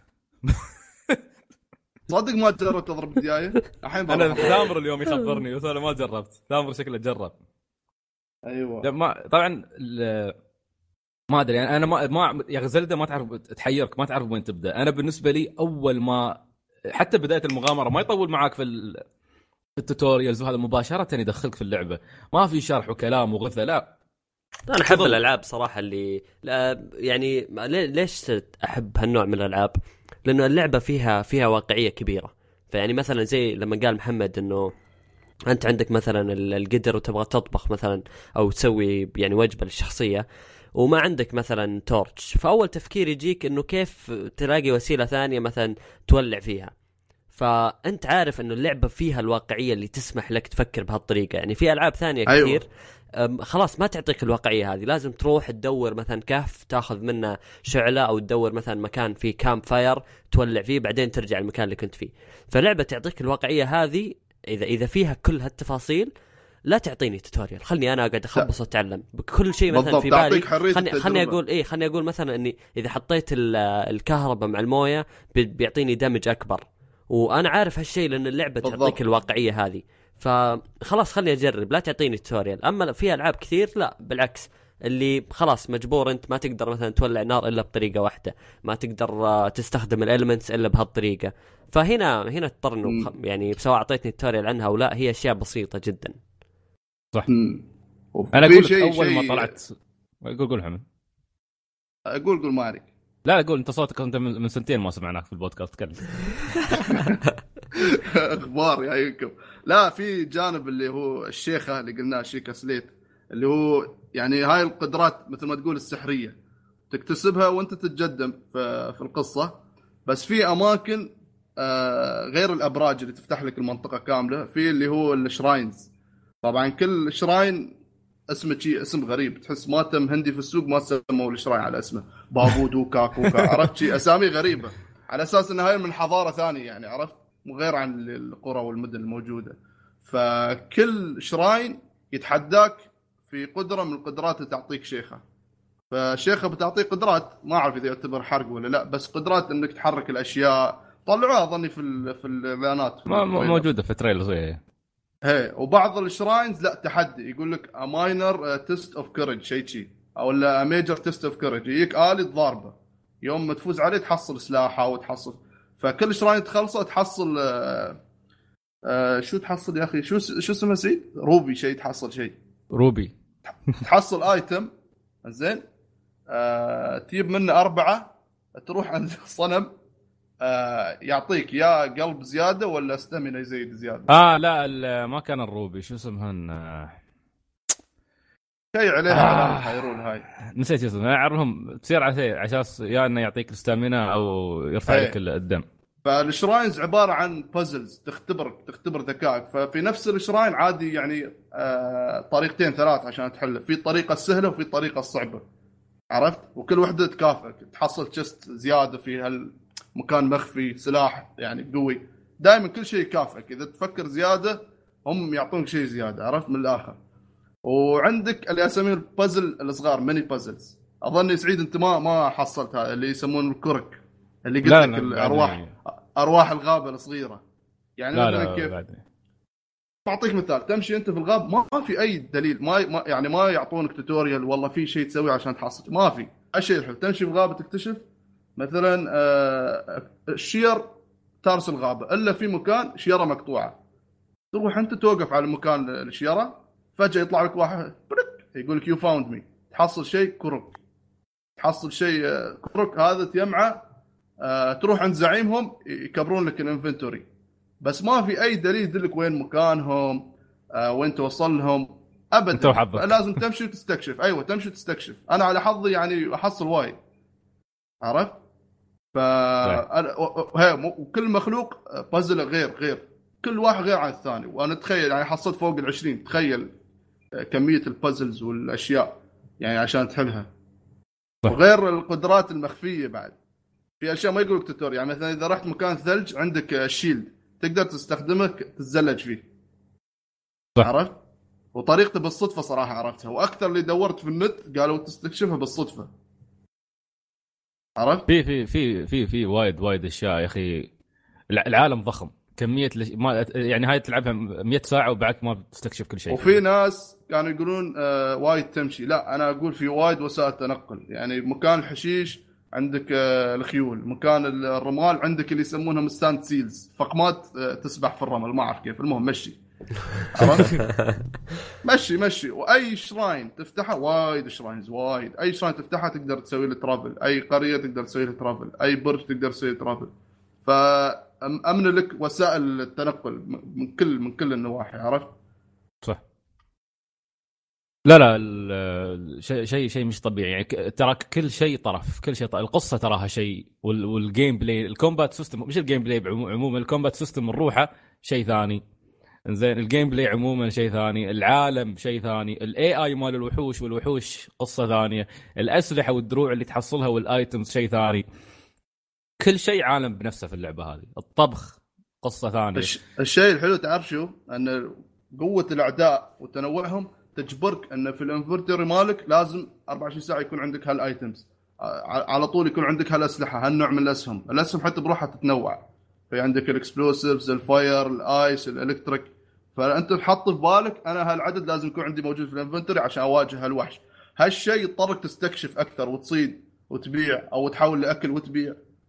D: صدق ما جربت اضرب الدياي الحين.
A: انا ثامر اليوم يخبرني بس انا ما جربت. ثامر شكله جرب.
D: ايوه
A: ما طبعا ما ادري يعني انا ما ما يا غزلده ما تعرف تحيرك، ما تعرف وين تبدا. انا بالنسبه لي اول ما حتى بدايه المغامره ما يطول معاك في التوتوريالز وهذا مباشره يدخلك في اللعبه، ما في شرح وكلام وغثى. لا
B: انا احب الالعاب صراحه اللي لا يعني ليش احب هالنوع من الالعاب؟ لانه اللعبه فيها فيها واقعيه كبيره. فيعني مثلا زي لما قال محمد انه انت عندك مثلا القدر وتبغى تطبخ مثلا او تسوي يعني وجبه للشخصيه وما عندك مثلا تورتش، فاول تفكير يجيك انه كيف تلاقي وسيله ثانيه مثلا تولع فيها. فانت عارف انه اللعبه فيها الواقعيه اللي تسمح لك تفكر بهالطريقه. يعني في العاب ثانيه
D: أيوة.
B: كثير خلاص ما تعطيك الواقعيه هذه، لازم تروح تدور مثلا كهف تاخذ منه شعله او تدور مثلا مكان فيه كامب فاير تولع فيه بعدين ترجع المكان اللي كنت فيه. فلعبه تعطيك الواقعيه هذه اذا اذا فيها كل هالتفاصيل لا تعطيني توتوريال، خلني انا اقعد اخبص واتعلم بكل شيء مثلا في بالي. خلني خلني اقول ايه خلني اقول مثلا اني اذا حطيت الكهرباء مع المويه بيعطيني دمج اكبر، وانا عارف هالشيء لان اللعبه
D: بالضبط.
B: تعطيك الواقعيه هذه، فخلاص خليني اجرب، لا تعطيني توتوريال. اما في العاب كثير لا بالعكس، اللي خلاص مجبور انت ما تقدر مثلا تولع نار الا بطريقه واحده، ما تقدر تستخدم الاليمنتس الا بهالطريقه. فهنا هنا اضطر انه يعني سواء اعطيتني توتوريال عنها او لا، هي اشياء بسيطه جدا.
A: صح. انا اقول
D: شيء
A: اول
D: شي...
A: ما طلعت قول قول حمد.
D: اقول قول مالك.
A: لا اقول انت صوتك انت من سنتين ما سمعناك في البودكاست تكلم.
D: اخبار يا ينكم. لا في جانب اللي هو الشيخه اللي قلناه شيكا سليت، اللي هو يعني هاي القدرات مثل ما تقول السحريه تكتسبها وانت تتقدم في القصه. بس في اماكن آه غير الابراج اللي تفتح لك المنطقه كامله، في اللي هو الشراينز. طبعا كل شراين اسمه شيء اسم غريب، تحس ما تم هندي في السوق ما سموا الشراين على اسمه بابو دوكا كوكا، عرفت شيء اسامي غريبه على اساس ان هاي من حضاره ثانيه يعني، عرفت غير عن القرى والمدن الموجوده. فكل شراين يتحداك في قدره من القدرات اللي تعطيك شيخه. فشيخه بتعطيك قدرات ما اعرف اذا يعتبر حرق ولا لا، بس قدرات انك تحرك الاشياء طلعوها اظني في في الاعلانات
A: موجوده في تريلر هي.
D: هي وبعض الشراينز لا تحدي، يقول لك a minor test of courage شيء شيء او لا a major test of courage، يجيك آلة ضاربه يوم ما تفوز عليه تحصل سلاحه وتحصل. فكل شراين تخلصه تحصل آه آه شو تحصل يا اخي، شو شو اسمه سيد روبي شيء، تحصل شيء
A: روبي
D: تحصل ايتم زين آه تجيب منه أربعة، تروح عند صنم آه يعطيك يا قلب زيادة ولا استامينا يزيد زيادة.
A: اه لا ما كان الروبي شو اسمهن آه...
D: شيء عليها
A: آه.
D: علامة هايرول هاي
A: نسيت اسمه، اعرفهم تصير على شيء على اساس يا انه يعطيك الاستامينا او يرفع
D: هي.
A: لك الدم.
D: فالشراينز عبارة عن بازلز تختبرك تختبر ذكائك. ففي نفس الشراين عادي يعني آه طريقتين ثلاث عشان تحله، في الطريقة السهلة وفي الطريقة الصعبة، عرفت؟ وكل وحدة تكافئك، تحصل تشست زيادة في هالمكان مخفي، سلاح يعني قوي. دائما كل شيء يكافئك، إذا تفكر زيادة هم يعطونك شيء زيادة، عرفت من الآخر. وعندك اللي أسميه البازل الصغار ميني بازلز، أظن سعيد أنت ما ما حصلت هذا اللي يسمونه الكرك اللي قلت لك الأرواح يعني... أرواح الغابة الصغيرة يعني.
A: لا
D: مثلا
A: لا
D: كيف
A: بعدين.
D: أعطيك مثال، تمشي أنت في الغاب ما في أي دليل، ما, ما يعني ما يعطونك توتوريال والله في شيء تسوي عشان تحصل، ما في أشياء الحل. تمشي في الغابة تكتشف مثلا آه الشير تارس الغابة إلا في مكان شيرة مقطوعة، تروح أنت توقف على مكان الشيرة، فجأة يطلع لك واحد يقول لك يو فاوند مي، تحصل شيء كرك، تحصل شيء كرك هذا تجمعه آه تروح عند زعيمهم يكبرون لك الانفنتوري، بس ما في اي دليل يدلك وين مكانهم آه وين توصل لهم ابدا. لازم تمشي وتستكشف. ايوه تمشي وتستكشف. انا على حظي يعني احصل وايد، عرفت؟ ف وكل مخلوق بازل غير غير كل واحد غير عن الثاني. وانا اتخيل يعني حصلت فوق العشرين، تخيل كميه البازلز والاشياء يعني عشان تحلها. وغير القدرات المخفيه بعد في اشياء ما يقولك توتور، يعني مثلا اذا رحت مكان ثلج عندك الشيلد تقدر تستخدمه تتزلج فيه،
A: صح.
D: عرفت؟ وطريقته بالصدفه صراحه عرفتها، واكثر اللي دورت في النت قالوا تستكشفها بالصدفه، عرفت؟
A: في في في في في وايد وايد اشياء يا اخي. العالم ضخم، كميه لش... ما يعني هاي تلعبها مية ساعه وبعدك ما بتستكشف كل شيء.
D: وفي ناس كانوا يقولون آه وايد تمشي، لا انا اقول في وايد وسائل تنقل. يعني مكان الحشيش عندك آه الخيول، مكان الرمال عندك اللي يسمونهم ستاند سيلز، فقمات آه تسبح في الرمل، ما اعرف كيف، المهم مشي مشي مشي. واي شراين تفتحها وايد شراينز وايد، اي شراين تفتحها تقدر تسوي له ترافل، اي قريه تقدر تسوي له ترافل، اي برج تقدر تسوي له ترافل. فامن لك وسائل التنقل من كل من كل النواحي، عرفت؟
A: صح. لا لا شيء شيء شيء مش طبيعي يعني. ترى كل شيء طرف، كل شيء طرف. القصه تراها شيء، والجيم بلاي الكومبات سيستم، مش الجيم بلاي عموما، الكومبات سيستم الروحه شيء ثاني زين، الجيم بلاي عموما شيء ثاني، العالم شيء ثاني، الاي اي مال الوحوش والوحوش قصه ثانيه، الاسلحه والدروع اللي تحصلها والايتمز شيء ثاني، كل شيء عالم بنفسه في اللعبه هذه. الطبخ قصه ثانيه.
D: الشيء الحلو تعرف شو؟ ان قوه الاعداء وتنوعهم تجبرك ان في الانفنتوري مالك لازم أربعة وعشرين ساعه يكون عندك هالايتمز، على طول يكون عندك هالاسلحه، هالنوع من الاسهم. الاسهم حتى بروحها تتنوع، في عندك الاكسبلوسيفز، الفاير، الايس، الالكتريك. فانت تحط في بالك انا هالعدد لازم يكون عندي موجود في الانفنتوري عشان اواجه هالوحش. هالشيء يضطرك تستكشف اكثر وتصيد وتبيع او تحول لاكل وتبيع.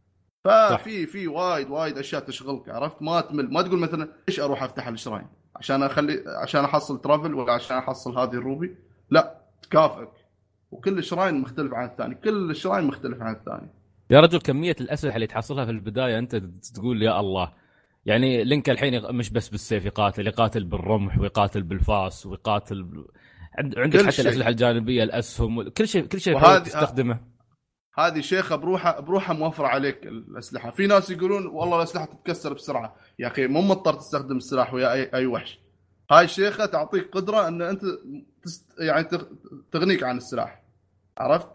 D: ففي في وايد وايد اشياء تشغلك، عرفت؟ ما تمل. ما تقول مثلا ايش اروح افتح الشراين عشان اخلي عشان احصل ترافل ولا عشان احصل هذه الروبي. لا، تكافئك. وكل شراين مختلف عن الثاني، كل شراين مختلف عن الثاني.
A: يا رجل كميه الاسلحه اللي تحصلها في البدايه انت تقول يا الله. يعني لينك الحين مش بس بالسيف يقاتل، يقاتل بالرمح ويقاتل بالفاس ويقاتل ب... عندك حتى شيء. الاسلحه الجانبيه، الاسهم، كل شيء كل شيء تستخدمه.
D: هذه شيخه بروحها بروحها موفره عليك الاسلحه. في ناس يقولون والله الاسلحه تتكسر بسرعه. يا اخي مو مضطر تستخدم السلاح ويا اي, أي وحش. هاي شيخه تعطيك قدره ان انت تست... يعني تغنيك عن السلاح، عرفت؟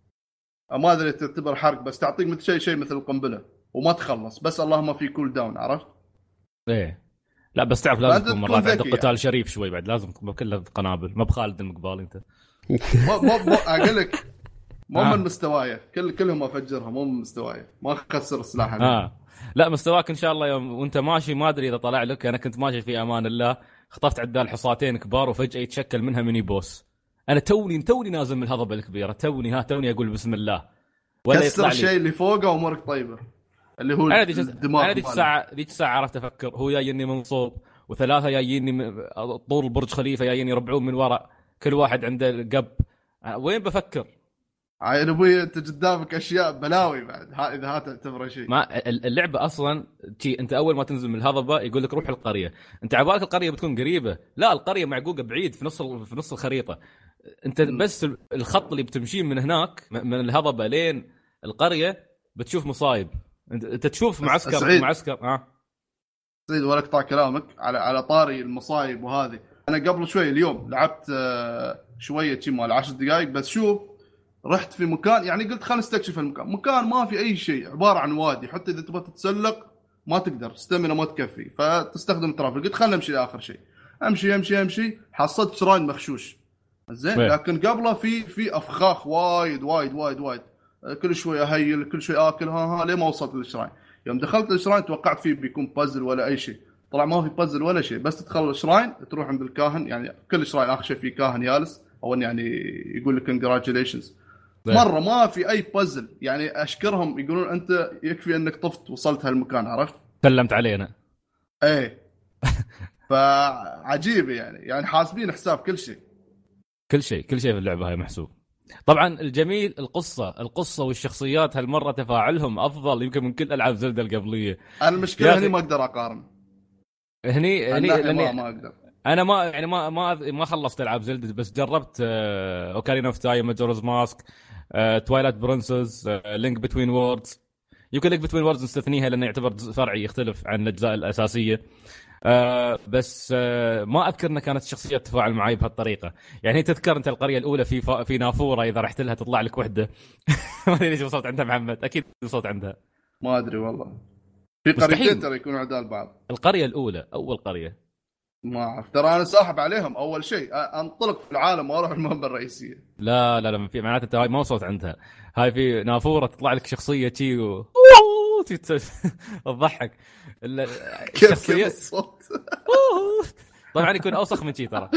D: ما ادري تعتبر حرق، بس تعطيك مثل شيء شيء مثل القنبله وما تخلص، بس اللهم في كول داون، عرفت؟
A: ايه لا بس تعرف لازم تكون مرات عندك قتال يعني. شريف شوي بعد، لازم كله قنابل، ما بخالد المقبال انت.
D: مو مو اقول لك مو من مستواي، كل كلهم افجرها، مو من مستواي، ما اخسر السلاح.
A: اه لا مستواك ان شاء الله يوم وانت ماشي. ما ادري اذا طلع لك، انا كنت ماشي في امان الله، خطفت عدال حصاتين كبار وفجاه يتشكل منها ميني بوس. انا توني توني نازل من الهضبه الكبيره، توني ها توني اقول بسم الله،
D: ولا يطلع الشيء اللي فوقه وامورك طيبه، اللي هو
A: انا ديك الدماغ. انا ديك الساعه ديك الساعه عرفت افكر، هو جايني منصوب وثلاثه جاييني طول برج خليفه جاييني يربعون من وراء، كل واحد عنده قب. وين بفكر؟
D: عيل ابوي انت قدامك اشياء بلاوي بعد. ها اذا هات تعتبره شيء.
A: ما اللعبه اصلا تي انت اول ما تنزل من الهضبه يقول لك روح القريه، انت عبالك القريه بتكون قريبه، لا القريه معقوقه بعيد في نص في نص الخريطه. انت بس الخط اللي بتمشي من هناك من الهضبه لين القريه بتشوف مصايب. انت تشوف معسكر سعيد. معسكر ها
D: سعيد ولا اقطع كلامك على على طاري المصايب وهذه. انا قبل شوي اليوم لعبت شويه شي مال عشر دقائق بس. شوف رحت في مكان يعني قلت خلينا نستكشف المكان. مكان ما في اي شيء، عباره عن وادي، حتى اذا تبغى تتسلق ما تقدر، استمنه ما تكفي، فتستخدم ترافل. قلت خلينا نمشي لاخر شيء. امشي امشي امشي حصلت شراين مخشوش زين، لكن قبله في في افخاخ وايد وايد وايد وايد. كل شوي اهيل، كل شوي اكل، ها ها ليه ما وصلت للشراين. يوم دخلت الشراين توقعت فيه بيكون بازل ولا اي شيء، طلع ما في بازل ولا شيء. بس تدخل الشراين تروح عند الكاهن، يعني كل شراين اخر شيء فيه كاهن جالس او يعني يقول لك congratulations. مره ما في اي بازل، يعني اشكرهم يقولون انت يكفي انك طفت وصلت هالمكان، عرفت؟
A: سلمت علينا.
D: ايه فعجيب يعني يعني حاسبين حساب كل شيء
A: كل شيء كل شيء في اللعبه هاي محسوب. طبعا الجميل القصه القصه والشخصيات هالمره تفاعلهم افضل يمكن من كل العاب زلدة القبليه.
D: انا المشكله هني ما اقدر اقارن
A: هني هني
D: لاني ما, ما اقدر.
A: انا ما يعني ما ما ما خلصت العاب زلدة، بس جربت اوكارينا اوف تايم، ماجورز ماسك، توايلايت برنسز، لينك بتوين ووردز. يمكن لينك بتوين ووردز نستثنيها لانه يعتبر فرعي يختلف عن الاجزاء الاساسيه. آه بس آه ما اذكر انها كانت الشخصيات تتفاعل معي بهالطريقه. يعني تذكر انت القريه الاولى في ف... في نافوره اذا رحت لها تطلع لك وحده ما ادري ليش وصلت عندها محمد، اكيد وصلت عندها،
D: ما ادري والله. في قريتين ترى يكونوا عدال بعض.
A: القريه الاولى اول قريه
D: ما اعرف، ترى انا ساحب عليهم اول شيء، انطلق في العالم واروح المهمه الرئيسيه.
A: لا لا لا في معناته انت هاي ما وصلت عندها. هاي في نافوره تطلع لك شخصيه تي و... تضحك
D: الشخصيه الصوت
A: طبعا يكون اوسخ من شي ترى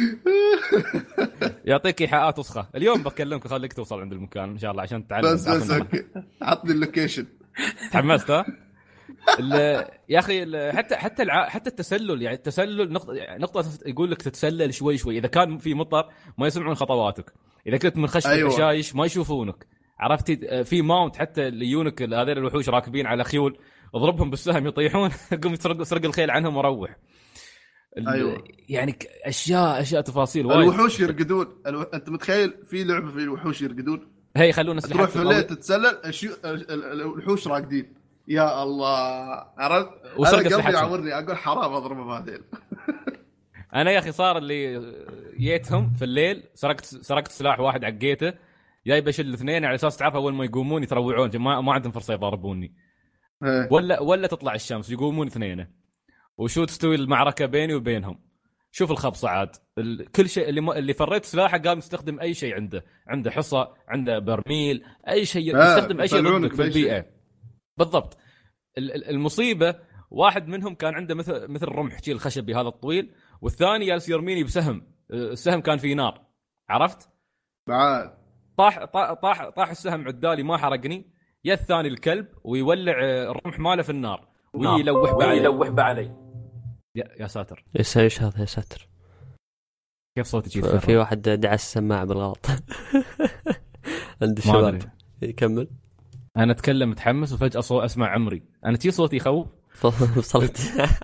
A: يعطيك ايحاءات وسخه. اليوم بكلمك اخليك توصل عند المكان ان شاء الله عشان تتعلم.
D: بس بس اوكي عطني اللوكيشن.
A: تحمست ها يا اخي. حتى حتى الع... حتى التسلل، يعني التسلل نقطه نقطه يقول لك تتسلل شوي شوي. اذا كان في مطر ما يسمعون خطواتك، اذا كنت من خشب أيوة. الحشايش ما يشوفونك، عرفتي؟ في ماونت حتى ليونك هذول الوحوش راكبين على خيول، اضربهم بالسهم يطيحون قوم يسرق سرق الخيل عنهم وروح.
D: أيوة.
A: يعني اشياء اشياء تفاصيل وايد.
D: الوحوش يرقدون. الو... انت متخيل في لعبه في الوحوش يرقدون؟
A: هي خلونا
D: تروح في الليل تتسلل الشي... الوحوش راقدين. يا الله عرفت. انا قلبي يعورني اقول حرام اضربهم هذيل.
A: انا يا اخي صار اللي جيتهم في الليل سرقت سرقت سلاح واحد عقيته جاي بشل اثنين على اساس تعرف اول ما يقومون يتروعون ما, ما عندهم فرصه يضربوني. ولا ولا تطلع الشمس يقومون اثنين وشو تستوي المعركه بيني وبينهم. شوف الخبصه عاد كل شيء اللي م... اللي فريت سلاحه قام يستخدم اي شيء عنده عنده حصى عنده برميل اي شيء يستخدم اي شيء ضدك في البيئه بالضبط. المصيبه واحد منهم كان عنده مثل مثل رمح شيء الخشبي هذا الطويل، والثاني جالس يرميني بسهم، السهم كان فيه نار، عرفت؟
D: بعد
A: طاح طاح طاح السهم عدالي ما حرقني، يا الثاني الكلب ويولع الرمح ماله في النار ويلوح بعلي يلوح بعلي يا, يا ساتر
B: ايش ايش هذا يا ساتر؟
A: كيف صوتي كذا؟
B: في واحد دعس السماعه بالغلط عند الشباب. يكمل.
A: انا اتكلم متحمس وفجاه صوت اسمع عمري، انا تي صوتي يخوف
B: وصلت.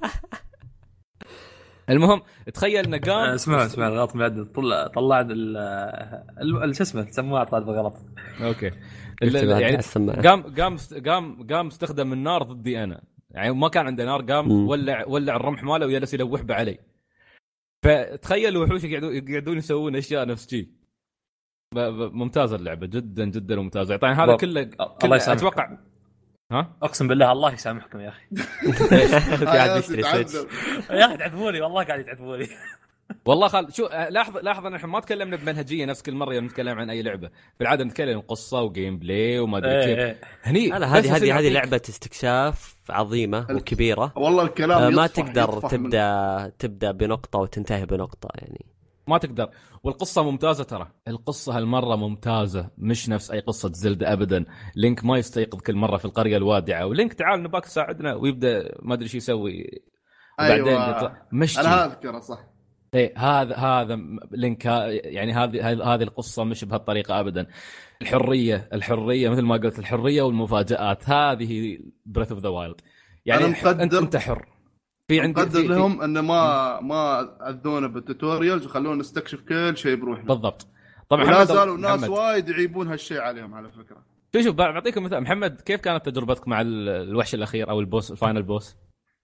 A: المهم تخيل انه قام
C: اسمع اسمع الغلط بعد طلع طلع ال شو اسمه السماعه طلعت بالغلط.
A: اوكي يعني قام قام قام قام استخدم النار ضدي انا، يعني ما كان عنده نار، قام م. ولع ولع الرمح ماله وجلس يلوح بعلي. فتخيل الوحوش يقعدون يقعدون يسوون اشياء نفس شيء. ممتازه اللعبه جدا جدا ممتازه. طيب هذا كله, كله اتوقع ها
C: اقسم بالله الله يسامحكم يا اخي.
B: في عاد يشتري سويتش
C: يا اخي تعذبوني والله قاعد يتعذبوني
A: والله. خال شو لاحظ لاحظ ان احنا ما تكلمنا بمنهجيه نفس كل مره يوم نتكلم عن اي لعبه، في العاده نتكلم قصه وجيم بلاي وما ادري كيف. هني
B: هذه هذه هذه لعبه استكشاف عظيمه وكبيره
D: والله الكلام
B: آه ما تقدر تبدا من... تبدا بنقطه وتنتهي بنقطه، يعني
A: ما تقدر. والقصه ممتازه ترى، القصه هالمره ممتازه مش نفس اي قصه زلدة ابدا. لينك ما يستيقظ كل مره في القريه الوادعه ولينك تعال نباك تساعدنا ويبدا ما ادري شو يسوي وبعدين
D: أيوة.
A: يطلع مشتي.
D: انا اذكره صح.
A: ايه هذا هذا لينك، يعني هذه هذه القصه مش بهالطريقه ابدا. الحريه الحريه مثل ما قلت، الحريه والمفاجآت، هذه بريث اوف ذا وايلد. يعني انت انت حر في عندي
D: مقدر لهم ان ما ما اذونا بالتوتوريالز وخلونا نستكشف كل شيء بروحنا.
A: بالضبط. طبعا
D: لا زالوا الناس وايد يعيبون هالشيء عليهم على فكره.
A: شوف بعطيكم مثال. محمد كيف كانت تجربتك مع الوحش الاخير او البوس الفاينل بوس؟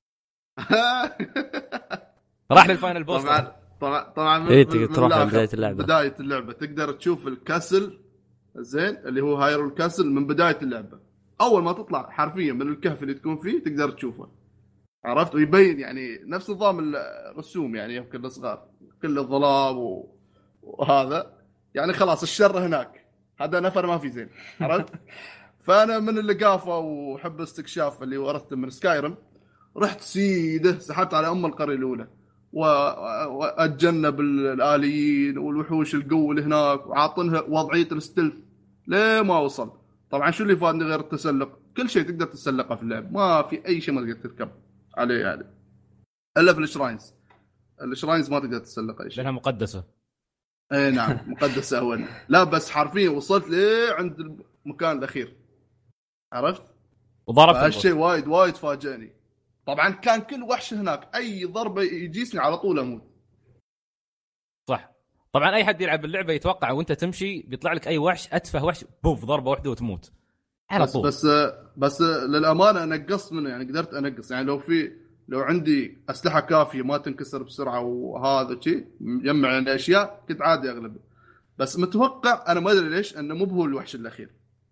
A: راح للفاينل بوس
D: طبعا طبعا طبعا
B: إيه تروح من بدايه اللعبه.
D: بدايه اللعبه تقدر تشوف الكاسل زين اللي هو هايرول كاسل من بدايه اللعبه. اول ما تطلع حرفيا من الكهف اللي تكون فيه تقدر تشوفه، عرفت؟ ويبين يعني نفس نظام الرسوم، يعني يمكن الصغار كل الظلام و... وهذا يعني خلاص الشر هناك، هذا نفر ما في زين، عرفت؟ فانا من اللي قافه وحب استكشاف اللي ورثته من سكايرم، رحت سيده سحبت على ام القريه الاولى واتجنب الاليين والوحوش القوه اللي هناك وعاطنها وضعيه الستلث ليه ما وصل. طبعا شو اللي فادني غير التسلق؟ كل شيء تقدر تتسلقه في اللعب، ما في اي شيء ما تقدر تركب عليه يعني الا في الشراينز. الشراينز ما تقدر تتسلق اي شيء
A: لانها مقدسه.
D: اي نعم مقدسه اول. لا بس حرفيا وصلت ليه عند المكان الاخير، عرفت؟
A: وضربت
D: هالشيء وايد وايد فاجئني. طبعا كان كل وحش هناك اي ضربه يجيسني على طول اموت.
A: صح. طبعا اي حد يلعب اللعبه يتوقع وانت تمشي بيطلع لك اي وحش اتفه وحش بوف ضربه واحده وتموت على
D: بس
A: طول.
D: بس بس للامانه نقصت منه، يعني قدرت انقص. يعني لو في لو عندي اسلحه كافيه ما تنكسر بسرعه وهذا شيء مجمع الاشياء كنت عادي اغلب. بس متوقع انا ما ادري ليش انه مو هو الوحش الاخير.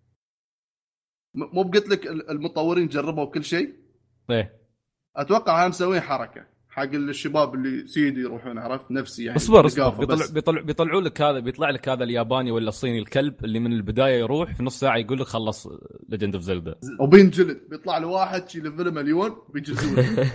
D: مو قلت لك المطورين جربوا كل شيء؟
A: ايه
D: اتوقع هم مسوين حركه حق الشباب اللي سيدي يروحون، عرفت نفسي يعني.
A: اصبر اصبر بيطلع بيطلع بيطلعوا لك هذا، بيطلع لك هذا الياباني ولا الصيني الكلب اللي من البدايه يروح في نص ساعه يقول لك خلص ليجند اوف زلدا
D: وبينجلد، بيطلع له واحد شي ليفل مليون بيجلدونه.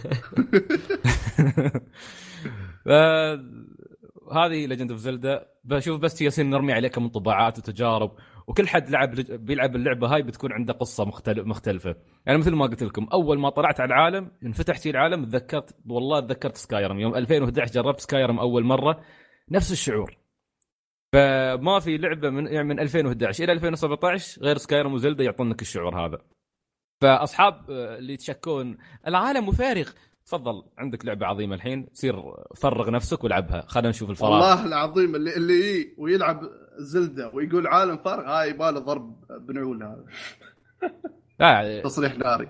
A: هذه ليجند اوف زلدا. بشوف بس ياسين نرمي عليكم انطباعات وتجارب، وكل حد لعب بيلعب اللعبه هاي بتكون عنده قصه مختلف مختلفه. يعني مثل ما قلت لكم اول ما طلعت على العالم انفتح شيء العالم تذكرت والله تذكرت سكايرم يوم ألفين وإحدى عشر جربت سكايرم اول مره نفس الشعور. فما في لعبه من يعني من ألفين وإحدى عشر الى ألفين وسبعة عشر غير سكايرم وزلدا يعطونك الشعور هذا. فاصحاب اللي يتشكون العالم مفارغ، تفضل عندك لعبه عظيمه الحين، سير فرغ نفسك والعبها. خلينا نشوف الفراغ.
D: والله العظيم اللي اللي ويلعب زلدة ويقول عالم فارغ هاي يباله ضرب بنعول هذا.
A: لا
D: تصريح ناري.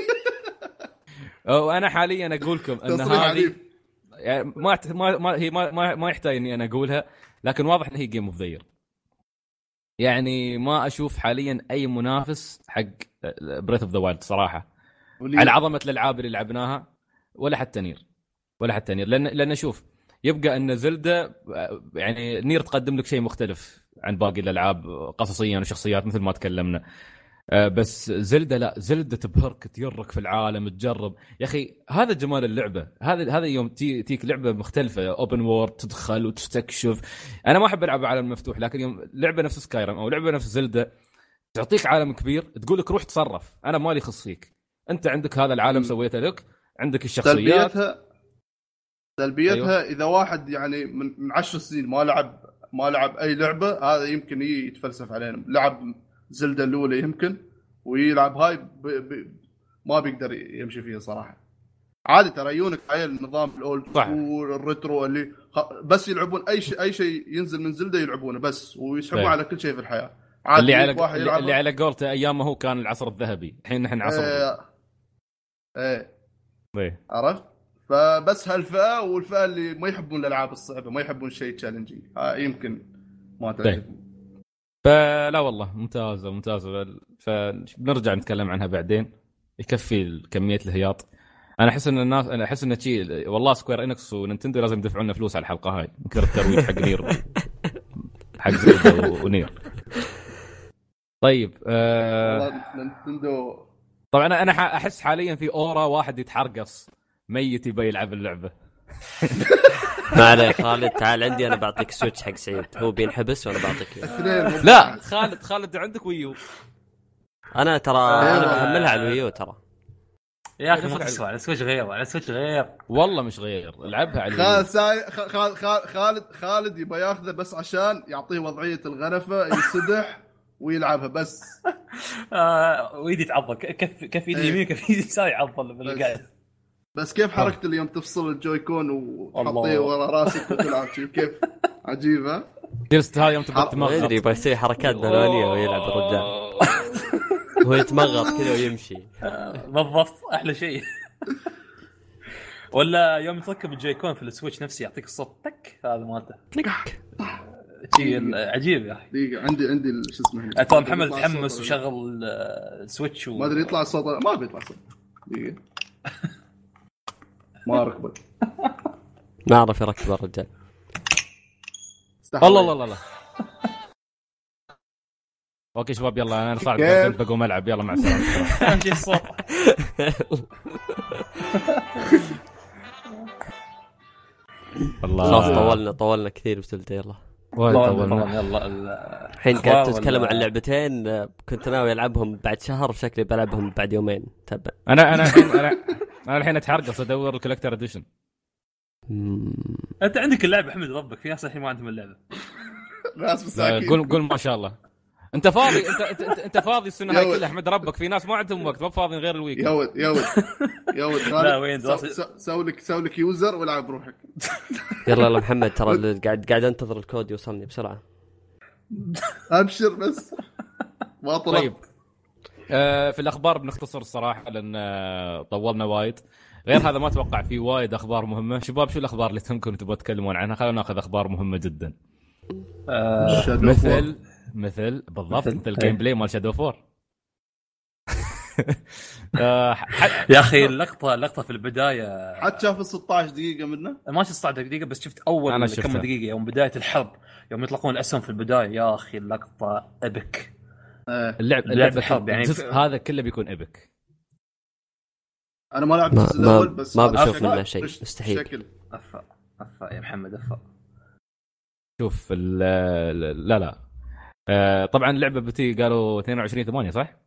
A: وانا حاليا اقول لكم ان هذه يعني ما ما هي ما ما يحتاج اني انا اقولها، لكن واضح ان هي جيم اوف ذا يير. يعني ما اشوف حاليا اي منافس حق بريث اوف ذا وايلد صراحه على عظمه الالعاب اللي لعبناها، ولا حتى نير ولا حتى نير. لان لان شوف يبقى ان زلدة يعني نير تقدم لك شيء مختلف عن باقي الالعاب قصصيا وشخصيات مثل ما تكلمنا. آه بس زلدة لا، زلدة تبهرك، تيرك في العالم، تجرب يا اخي. هذا جمال اللعبه. هذا هذا يوم تي تيك لعبه مختلفه اوبن وورد، تدخل وتستكشف. انا ما احب العب على المفتوح، لكن يوم لعبه نفس سكايرم او لعبه نفس زلدة تعطيك عالم كبير، تقول لك روح تصرف، انا مالي خص فيك، انت عندك هذا العالم سويته لك، عندك الشخصيات.
D: سلبيتها سلبيتها أيوه. اذا واحد يعني من من عشر سنين ما لعب ما لعب اي لعبه، هذا يمكن يتفلسف علينا. لعب زلدة الاولى يمكن ويلعب هاي ب... ب... ما بيقدر يمشي فيها صراحه. عادي ترى يونك هاي النظام الاولد سكول الريترو اللي بس يلعبون اي شيء اي شيء ينزل من زلدة يلعبونه بس، ويسحبون على كل شيء في الحياه. عادي
A: اللي على واحد اللي, اللي على قولته ايامه هو كان العصر الذهبي، الحين نحن عصر
D: ايه ايه,
A: ايه.
D: عرفت؟ فبس هالفئه والفئه اللي ما يحبون الالعاب الصعبه، ما يحبون شيء تشالنجي، يمكن ما تعجبهم.
A: فلا والله ممتازه ممتازه. فبنرجع نتكلم عنها بعدين، يكفي كميه الهياط. انا احس ان الناس انا احس ان شيء والله سكوير انكس ونينتندو لازم يدفعوا لنا فلوس على الحلقه هاي من كثر الترويج حق نير حق زلدة ونير. طيب آه...
D: نينتندو
A: طبعا انا انا احس حاليا في اورا واحد يتحرقص ميت يبي يلعب اللعبه.
B: ما عليه خالد، تعال عندي انا بعطيك سويتش حق سعيد، هو بينحبس وانا بعطيك.
A: لا خالد خالد عندك ويو.
B: انا ترى انا بحملها على الويو ترى
C: يا اخي. ما تسوى على سويتش غير، على سويتش غير
A: والله مش غير، العبها على
D: خالد ساي... خالد خالد خالد يبغى ياخذه بس عشان يعطيه وضعيه الغرفه يسدح ويلعبها بس.
C: آه ويدي تعضل كف كف يدي يمين كف يدي يسار يعضل بالقاعد.
D: بس كيف حركه اليوم تفصل الجويكون وتحطيه ورا راسك وتلعب كيف عجيبه.
A: جلست هاي يوم تبغى تمغط،
B: يدري يبغى يسوي حركات بالونيه ويلعب الرجال هو يتمغط كذا ويمشي.
C: بالضبط احلى شيء. ولا يوم تركب الجويكون في السويتش نفسه يعطيك الصوت تك، هذا مالته شيء عجيب يا اخي.
D: دقيقه عندي عندي شو اسمه
C: هنا ترى محمد تحمس وشغل السويتش و...
D: ما ادري يطلع الصوت ما بيطلع صوت. دقيقه ما ركبت
B: ما اعرف يركب الرجال.
A: الله الله الله. اوكي شباب يلا انا صار بقوم العب، يلا مع السلامه.
C: امشي الصوت.
B: والله خلاص طولنا طولنا كثير بسلته. يلا
A: طولنا
C: يلا.
B: الحين قاعد تتكلم عن لعبتين كنت ناوي العبهم بعد شهر، شكلي بلعبهم بعد يومين. تبع
A: انا انا انا انا الحين اتحرقص ادور الكولكتر اديشن.
C: انت عندك اللعبه حمد ربك، في ناس الحين ما عندهم اللعبه.
D: ناس مساكين.
A: قول قول ما شاء الله. انت فاضي انت انت, انت فاضي السنه هاي كلها احمد ربك. في ناس ما عندهم وقت، ما فاضيين غير الويك.
D: يا ود يا ود يا ود
C: لا وين
D: سوي لك سوي لك يوزر والعب بروحك.
B: يلا يلا محمد ترى قاعد قاعد انتظر الكود يوصلني بسرعه.
D: ابشر بس ما طلب.
A: طيب آه في الاخبار بنختصر الصراحه لان آه طولنا وايد. غير هذا ما اتوقع في وايد اخبار مهمه. شباب شو الاخبار اللي تهمكم تبغوا تتكلمون عنها؟ خلونا ناخذ اخبار مهمه جدا.
C: آه
A: مثل مثل بالضبط مثل الجيم بلاي مال شادو فور.
C: يا اخي اللقطه اللقطه في البدايه
D: حد شاف ستة عشر دقيقه منه؟
C: ما شفت ستة عشر دقيقه بس شفت اول كم دقيقه يوم بدايه الحرب، يوم يطلقون الاسهم في البدايه. يا اخي اللقطه ابك.
A: اللعب اللعبه الحرب يعني هذا كله بيكون ابك.
D: انا ما لعبت الجزء الاول بس
B: ما بشوف منه شيء مستحيل.
C: شكل افا افا يا محمد افا.
A: شوف لا لا آه طبعا اللعبه بتي قالوا اثنين وعشرين ثمانية صح؟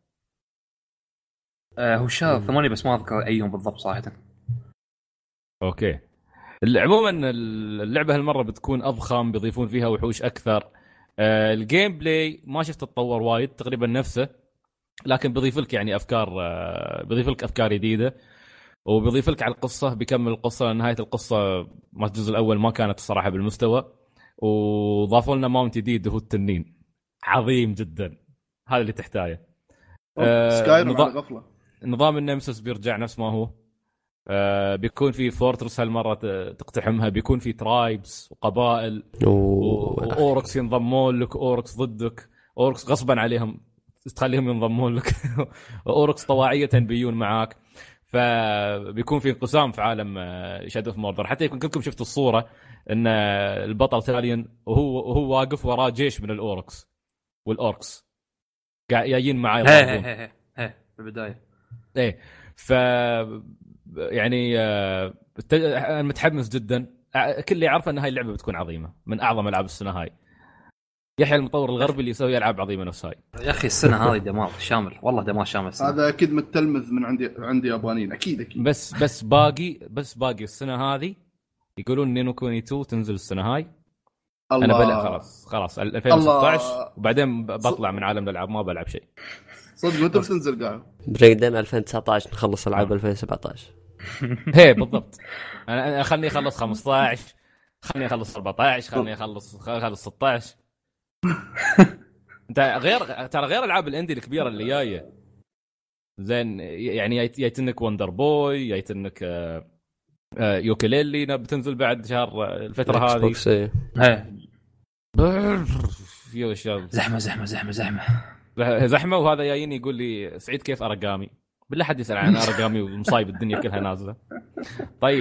C: آه هو شهر ثمانية بس ما اذكر اي يوم بالضبط صراحه.
A: اوكي. عموما اللعبه هالمره بتكون اضخم، بيضيفون فيها وحوش اكثر. آه الجيم بلاي ما شفت تطور وايد، تقريبا نفسه، لكن بيضيف لك يعني افكار آه بيضيف لك افكار جديده، وبيضيف لك على القصه، بيكمل القصه. نهايه القصه ما الجزء الاول ما كانت الصراحه بالمستوى، وضافوا لنا ماونت جديد هو التنين، عظيم جدا، هذا اللي تحتاجه.
D: آه سكايرم
A: نظام...
D: على غفله.
A: نظام النمسس بيرجع نفس ما هو. آه بيكون في فورترس هالمره تقتحمها، بيكون في ترايبس وقبائل واوركس ينضمون لك، اوركس ضدك، اوركس غصبا عليهم تخليهم ينضمون لك اوركس طواعيه بيجون معاك. فبيكون في انقسام في عالم شادو اوف موردر. حتى يكون كلكم شفتوا الصوره ان البطل تاليا وهو وهو واقف وراه جيش من الاوركس والاوركس جايين معاي
C: يضربون ايه ايه في البدايه.
A: ايه ف يعني انا متحمس جدا. كل اللي يعرف ان هاي اللعبه بتكون عظيمه، من اعظم العاب السنه هاي. يحيى المطور الغربي اللي يسوي العاب عظيمه نفس هاي.
C: يا اخي السنه هذه دمار شامل، والله دمار شامل السنة.
D: هذا اكيد متلمذ من عندي عندي يابانيين اكيد اكيد.
A: بس بس باقي بس باقي السنه هذه يقولون نينو كوني تو تنزل السنه هاي.
D: الله.
A: انا بلع خلاص خلاص ألفين وستة عشر وبعدين بطلع من عالم الالعاب ما بلعب شيء
D: صدق. متى بتنزل قاعد
B: بريدن ألفين وتسعة عشر نخلص العاب ألفين وسبعة عشر.
A: هي بالضبط. انا خلني اخلص خمسة عشر، خلني اخلص أربعة عشر، خلني اخلص اخلص ستة عشر. انت غير ترى غير العاب الاندي الكبيره اللي جايه زين. يعني يايتنك وندر بوي، يايتنك يوكيليلي بتنزل بعد شهر الفتره هذه.
C: ايه زحمه زحمه زحمه زحمه
A: زحمه. وهذا جايين يقول لي سعيد كيف أراغامي؟ بالله حد يسأل عن أراغامي ومصايب الدنيا كلها نازله. طيب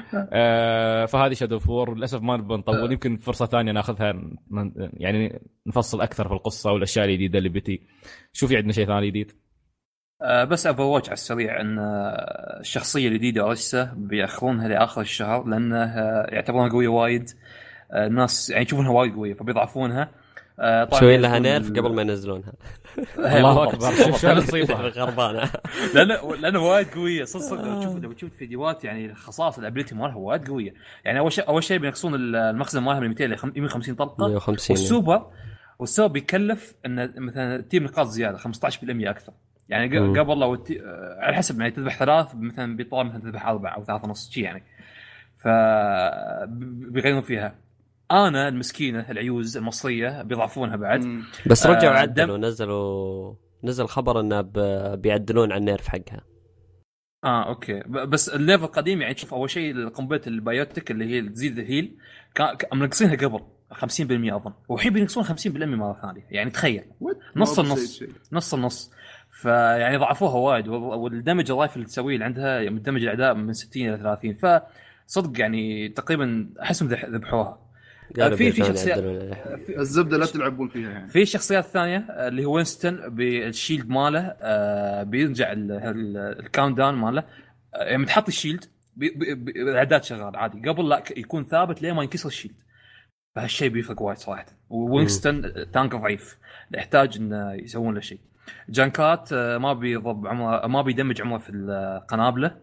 A: آه فهذه شادو فور. للاسف ما نبغى نطول، يمكن فرصه ثانيه ناخذها يعني نفصل اكثر في القصه والاشياء الجديده اللي بتي. شو في عندنا شيء ثاني جديد؟
C: آه بس ابغى واتش على السريع ان الشخصيه الجديده اوريسا بياخرونها لاخر الشهر لانها يعتبرونها قويه وايد. آه الناس يعني يشوفونها وايد قويه فبيضعفونها.
B: آه شوي لها نيرف قبل ما ينزلونها.
A: الله اكبر شوف شو نصيبها
B: غربانه.
C: لانه لانه وايد قويه صدق. لو تشوف لو تشوف فيديوهات يعني خصائص الابيليتي مالها وايد قويه. يعني اول شيء اول شيء بينقصون المخزن مالها من مئتين ل مئة وخمسين طلقه.
B: مئة وخمسين
C: والسوبر والسوبر بيكلف ان مثلا تيم نقاط زياده خمسة عشر بالمئة اكثر. يعني م. قبل لو التي... على حسب يعني تذبح ثلاث مثلا بيطلع مثلا تذبح اربعه او ثلاثه ونص شيء يعني. ف بيغيرون فيها. انا المسكينه العيوز المصريه بيضعفونها بعد.
B: مم. بس رجعوا آه عدلوا نزلوا نزل خبر انه بيعدلون على النيرف حقها.
C: اه اوكي. بس الليفل القديم يعني تشوف اول شيء القنبله البايوتيك اللي هي تزيد الهيل كان منقصينها قبل خمسين بالمئة اظن، والحين بينقصون خمسين بالمئة مره ثانيه. يعني تخيل نص النص نص النص. فيعني ضعفوها وايد. والدمج الرايفل اللي تسويه اللي عندها مدمج الاعداء من ستين الى ثلاثين. فصدق يعني تقريبا احسهم ذبحوها. في في شخصيات
D: الزبده لا تلعبون فيها يعني.
C: في شخصيات ثانيه اللي هو وينستون بالشيلد ماله بيرجع الكاونت داون ماله يعني تحط الشيلد الاعداد شغال عادي قبل لا يكون ثابت ليه ما ينكسر الشيلد. فهالشيء بيفرق وايد صراحه. ووينستون تانك ضعيف يحتاج انه يسوون له شيء. جانكات ما بيضب عمره ما بيدمج عمره في القنابله.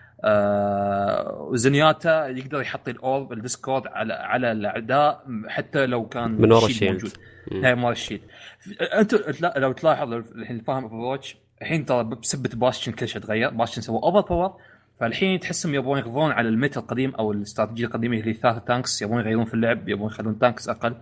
C: آه وزنياتا يقدر يحط الاورب الديسكورد على على الاعداء حتى لو كان
B: من ورا الشيلد.
C: هاي مال الشيلد. انت لو تلاحظ الحين فاهم ابروتش الحين ترى بسبه باشن كل شيء تغير. باشن سوى اوفر باور. فالحين تحسهم يبغون يغضون على الميتا القديم او الاستراتيجيه القديمه اللي ثلاثه تانكس. يبغون يغيرون في اللعب، يبغون يخلون تانكس اقل.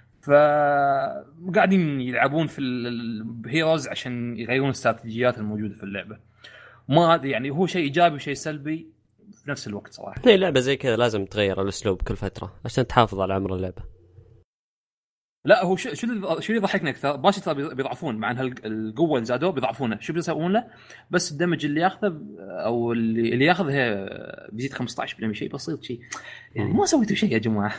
C: فقاعدين يلعبون في الهيروز عشان يغيرون الاستراتيجيات الموجوده في اللعبه. ما يعني هو شيء ايجابي وشيء سلبي في نفس الوقت صراحه.
B: هي لعبه زي كذا لازم تغير الاسلوب كل فتره عشان تحافظ على عمر اللعبه.
C: لا هو شو شو اللي يضحكنا اكثر باشا ترى بيضعفون مع ان القوه اللي زادوه بيضعفونه. شو بيسوون له؟ بس الدمج اللي ياخذه او اللي اللي ياخذه بيزيد خمسة عشر بالمئة. شيء بسيط شيء يعني ما سويتوا شيء يا جماعه.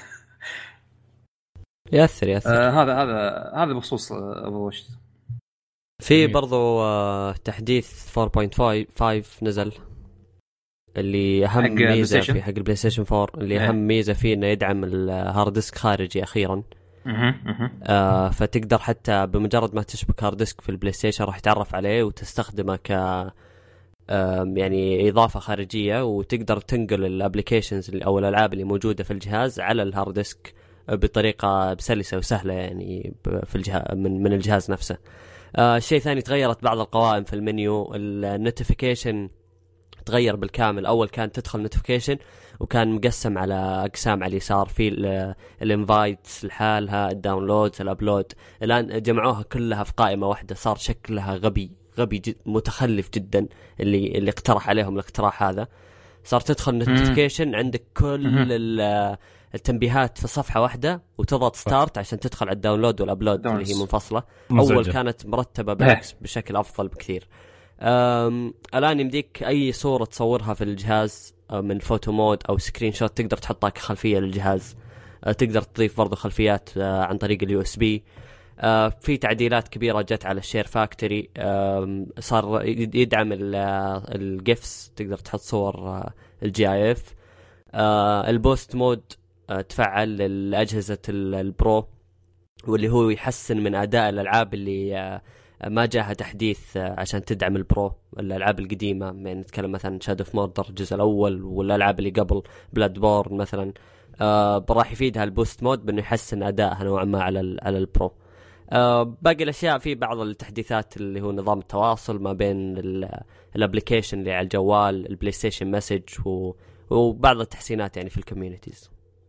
B: ياثر ياثر.
C: آه هذا هذا هذا بخصوص ابروش.
B: في برضو آه تحديث فور نقطة خمسة نزل اللي اهم ميزه في حق البلاي ستيشن فور اللي اهم ميزه فيه انه يدعم الهارد ديسك خارجي اخيرا. آه فتقدر حتى بمجرد ما تشبك هارد ديسك في البلاي ستيشن راح يتعرف عليه وتستخدمه ك آه يعني اضافه خارجيه وتقدر تنقل الابليكيشنز او الالعاب اللي موجوده في الجهاز على الهارد ديسك بطريقه سلسه وسهله يعني في الجهاز من من الجهاز نفسه. آه شيء ثاني تغيرت بعض القوائم في المنيو. النوتيفيكيشن تغير بالكامل. اول كان تدخل نوتيفيكيشن وكان مقسم على اقسام على اليسار في الانفايتس لحالها الداونلود الابلود. الان جمعوها كلها في قائمه واحده. صار شكلها غبي غبي جد متخلف جدا اللي اللي اقترح عليهم الاقتراح هذا. صار تدخل نوتيفيكيشن عندك كل التنبيهات في صفحه واحده وتضغط ستارت عشان تدخل على الداونلود والابلود اللي هي منفصله. اول كانت مرتبه بالعكس بشكل افضل بكثير. الان يمديك اي صوره تصورها في الجهاز من فوتو مود او سكرين شوت تقدر تحطها كخلفيه للجهاز. تقدر تضيف برضو خلفيات عن طريق اليو اس بي. آه في تعديلات كبيرة جت على الشير فاكتوري، آه صار يدعم الجيفس، تقدر تحط صور آه الجي اي اف. آه البوست مود آه تفعل لأجهزة البرو، واللي هو يحسن من أداء الألعاب اللي آه ما جاها تحديث آه عشان تدعم البرو. الألعاب القديمة، من نتكلم مثلا شادو اوف موردر الجزء الأول، والألعاب اللي قبل بلاد بورن مثلا، آه راح يفيدها البوست مود بأنه يحسن أدائها نوعا ما على على البرو. آه باقي الأشياء في بعض التحديثات اللي هو نظام التواصل ما بين الابليكيشن اللي على الجوال، البلاي ستيشن مسج، وبعض التحسينات يعني في الكوميونيتيز.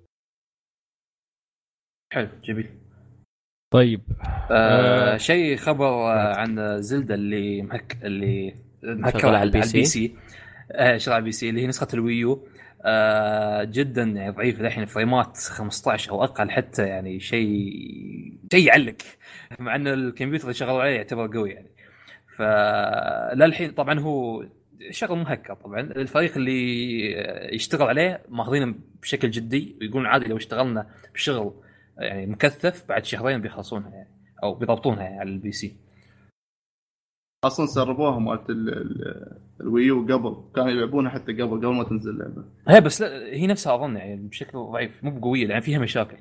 C: حلو جميل.
A: طيب
C: آه آه شيء خبر آه عن زلدة اللي محك اللي محكرة على البي سي, سي. آه شغال على البي سي اللي هي نسخة الويو. آه جدا يعني ضعيف الحين، فريمات خمسة عشر او اقل حتى، يعني شيء شيء يعلق، مع ان الكمبيوتر اللي شغال عليه يعتبر قوي يعني. فللحين طبعا هو شغل مهكر، طبعا الفريق اللي يشتغل عليه ماخذينه بشكل جدي، ويقولون عادي لو اشتغلنا بشغل يعني مكثف بعد شهرين بيخلصونها يعني، او بيضبطونها يعني على البي سي.
D: اصلا سربوها مالت الويو قبل، كانوا يلعبونها حتى قبل قبل ما تنزل اللعبه.
C: هي بس لا هي نفسها اظن يعني بشكل ضعيف، مو بقويه يعني، فيها مشاكل.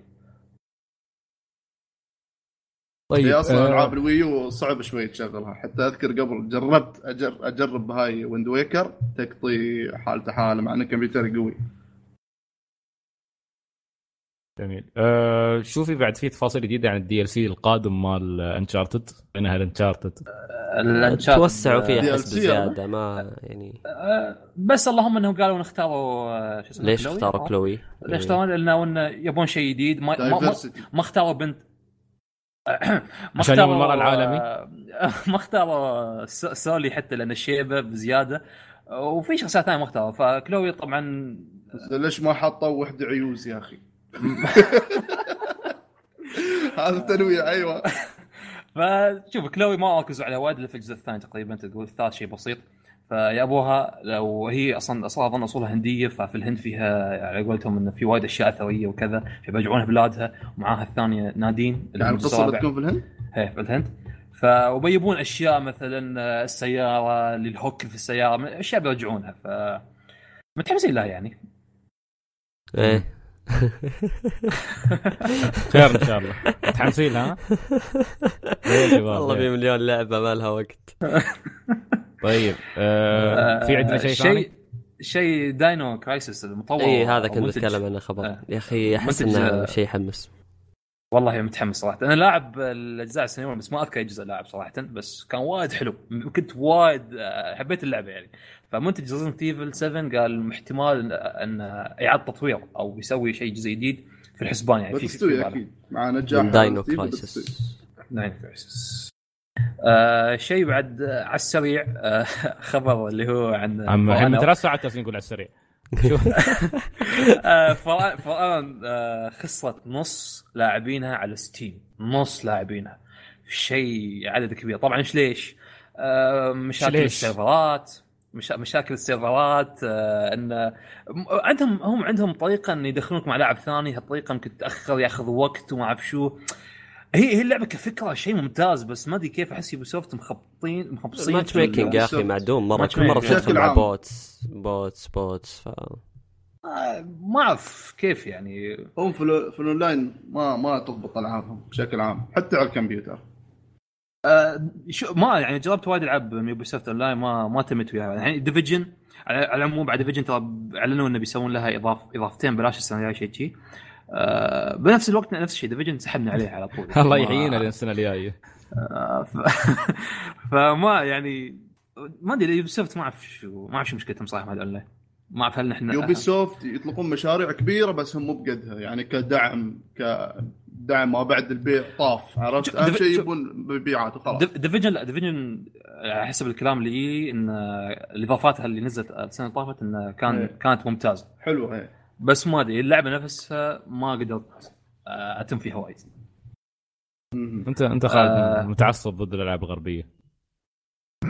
D: طيب هي اصلا العاب آه الويو صعب شوي تشغلها، حتى اذكر قبل جربت أجر اجرب بهاي ويند ويكر تقطي حالته حاله، مع ان الكمبيوتر قوي.
A: جميل. أه شوفي بعد في تفاصيل جديده عن الدي ال سي القادم مال انشارتد، انها الانشارتد
B: توسعوا فيها حسب زياده ما يعني.
C: أه بس اللهم انهم قالوا نختاروا شو اسمه،
B: ليش اختاروا كلوي؟
C: ليش اختاروا؟ لانه يبون شيء جديد، ما ما, ما اختاروا بنت
A: ما اختاروا المرأة العالمي،
C: ما اختاروا سولي حتى لان الشيبه بزياده، وفي شخصيات ثانيه ما اختاروا. فكلوي طبعا
D: ليش ما حطوا وحده عيوز يا اخي؟ هذا تنويع. ايوه
C: فشوف كلوي ما ركزوا على وايد في الجزء الثاني تقريبا، تقول الثالث شيء بسيط. فيا ابوها لو هي اصلا اصلا اظن اصولها هنديه، ففي الهند فيها على قولتهم انه في وايد اشياء اثريه وكذا، فبيرجعونها بلادها. ومعاها الثانيه نادين
D: يعني القصه بتكون في الهند.
C: هي في الهند. فوبيبون اشياء مثلا السياره للهوك في السياره، اشياء بيرجعونها. ف متحمسين لها يعني.
B: ايه
A: خير ان شاء الله. متحمسين لها
B: والله في مليون لعبه ما لها وقت.
A: طيب آه في عندنا شيء ثاني،
C: شيء داينو كرايسيس المطور.
B: اي هذا كنت بتكلم عنه خبر. آه. يا اخي احس انه شيء يحمس
C: والله. متحمس صراحه. انا لاعب الاجزاء السنويه بس ما اذكر اي جزء لاعب صراحه، بس كان وايد حلو، كنت وايد حبيت اللعبه يعني. فمنتج ريزنت ايفل سبعة قال احتمال ان اعاده تطوير او بيسوي شيء جزء جديد في الحسبان يعني. في
D: في اكيد مع نجاح
B: داينو كرايسيس.
C: داينو كرايسيس. آه شيء بعد على السريع، آه خبر اللي هو عن
A: عم محمد ثلاث ساعات تاسين نقول على السريع.
C: فأنا آه خسرت نص لاعبينها على ستيم، نص لاعبينها، شيء عدد كبير طبعا. ايش ليش؟ آه مشاكل السيرفرات، مشا... مشاكل السيرفرات. آه ان عندهم هم عندهم طريقه ان يدخلونك مع لاعب ثاني، هالطريقه ممكن تاخر ياخذ وقت وما اعرف شو. هي هي اللعبه كفكره شيء ممتاز، بس ما ادري كيف احس يوبيسوفت مخبطين مخبصين.
B: ماتش ميكينج يا اخي معدوم مره، كل مره تدخل مع بوتس بوتس بوتس ف
C: آه ما اعرف كيف يعني.
D: هم في في الاونلاين ما ما تضبط العابهم بشكل عام حتى على الكمبيوتر.
C: آه شو ما يعني جربت وايد العاب يوبيسوفت اونلاين ما ما تمت وياها يعني. ديفيجن على العموم بعد ديفيجن ترى اعلنوا انه بيسوون لها اضاف اضافتين بلاش السنه الجايه شيء شيء. آه بنفس الوقت نفس الشيء ديفيجن سحبنا عليه على طول.
A: الله يحيينا للسنه الجايه.
C: آه ف... فما يعني ما ادري يوبيسوفت ما اعرف شو ما اعرف شو مشكلتهم صراحه مع الاونلاين. ما اعرف هل نحن
D: يوبيسوفت يطلقون مشاريع كبيره بس هم مو بقدها يعني، كدعم كدعم ما بعد البيع طاف، عرفت؟ اهم شيء يبون مبيعات وخلاص.
C: ديفيجن لا ديفيجن حسب الكلام اللي يجي ان الاضافات اللي نزلت السنه اللي طافت ان كان هي. كانت ممتازه
D: حلوه هي،
C: بس ما ادري اللعبه نفسها ما قدرت اتم فيها وايد.
A: انت انت خالد آه متعصب ضد الالعاب الغربيه.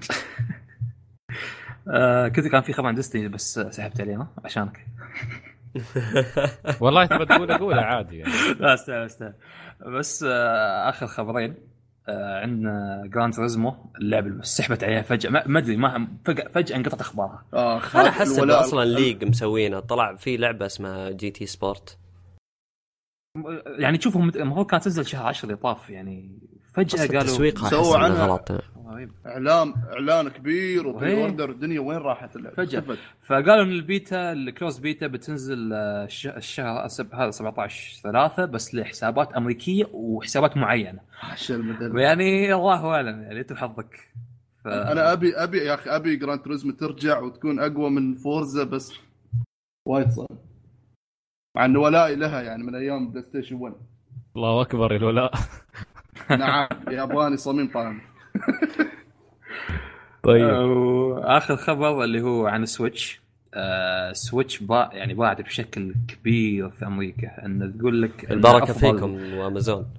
C: آه كنت كان في خبر عن ديستني بس سحبت علينا عشانك.
A: والله تبى تقول اقول عادي يعني.
C: لا استنى استنى بس آه اخر خبرين. آه عندنا جراند توريزمو اللعبه سحبت عليها فجاه ما ادري ما فجاه فجاه انقطعت اخبارها.
B: اه انا حسب اصلا ليج مسوينها طلع في لعبه اسمها جي تي سبورت
C: يعني تشوفهم المفروض كانت تنزل شهر عشرة اللي طاف يعني فجاه قالوا
B: تسويقها سووا عنها غلط.
D: اعلان اعلان كبير وبري اوردر الدنيا وين راحت اللعبه
C: فجاه. فقالوا ان البيتا الكلوز بيتا بتنزل الشهر هذا سبعة عشر ثلاثة بس لحسابات امريكيه وحسابات معينه يعني الله اعلم يعني انت حظك.
D: ف... انا ابي ابي يا اخي ابي جراند توريزمو ترجع وتكون اقوى من فورزا بس وايد صعب مع انه ولاء لها يعني من ايام بلاي ستيشن واحد.
A: الله اكبر الولاء.
D: نعم ياباني صميم طعم.
C: طيب اخر خبر اللي هو عن السويتش. آه سويتش با يعني باعت بشكل كبير في امريكا ان تقول لك
B: البركه فيكم وامازون.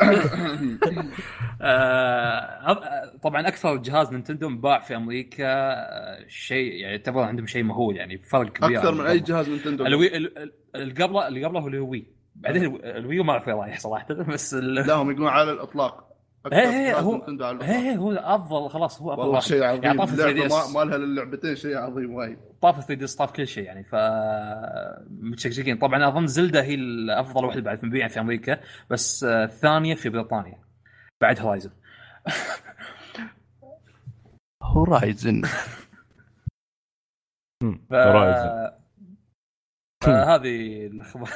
C: آه طبعا اكثر جهاز نينتندو باع في امريكا شيء يعني يعتبر عندهم شيء مهول يعني فرق كبير
D: اكثر من اي جهاز نينتندو.
C: الوي اللي قبله اللي قبله هو الوي بعدين الوي ما اعرف رايح صراحه بس
D: لا هم يقولون على الاطلاق
C: هي هو هي هو افضل خلاص هو افضل
D: شيء عظيم يعني طاف ما لها للعبتين شيء عظيم وايد
C: طاف ثري دي طاف كل شيء يعني ف متشككين. طبعا اظن زلدة هي الافضل واحده بعد مبيعا في امريكا بس الثانيه في بريطانيا بعد هورايزن.
D: هورايزن
A: هورايزن
C: هذه الاخبار.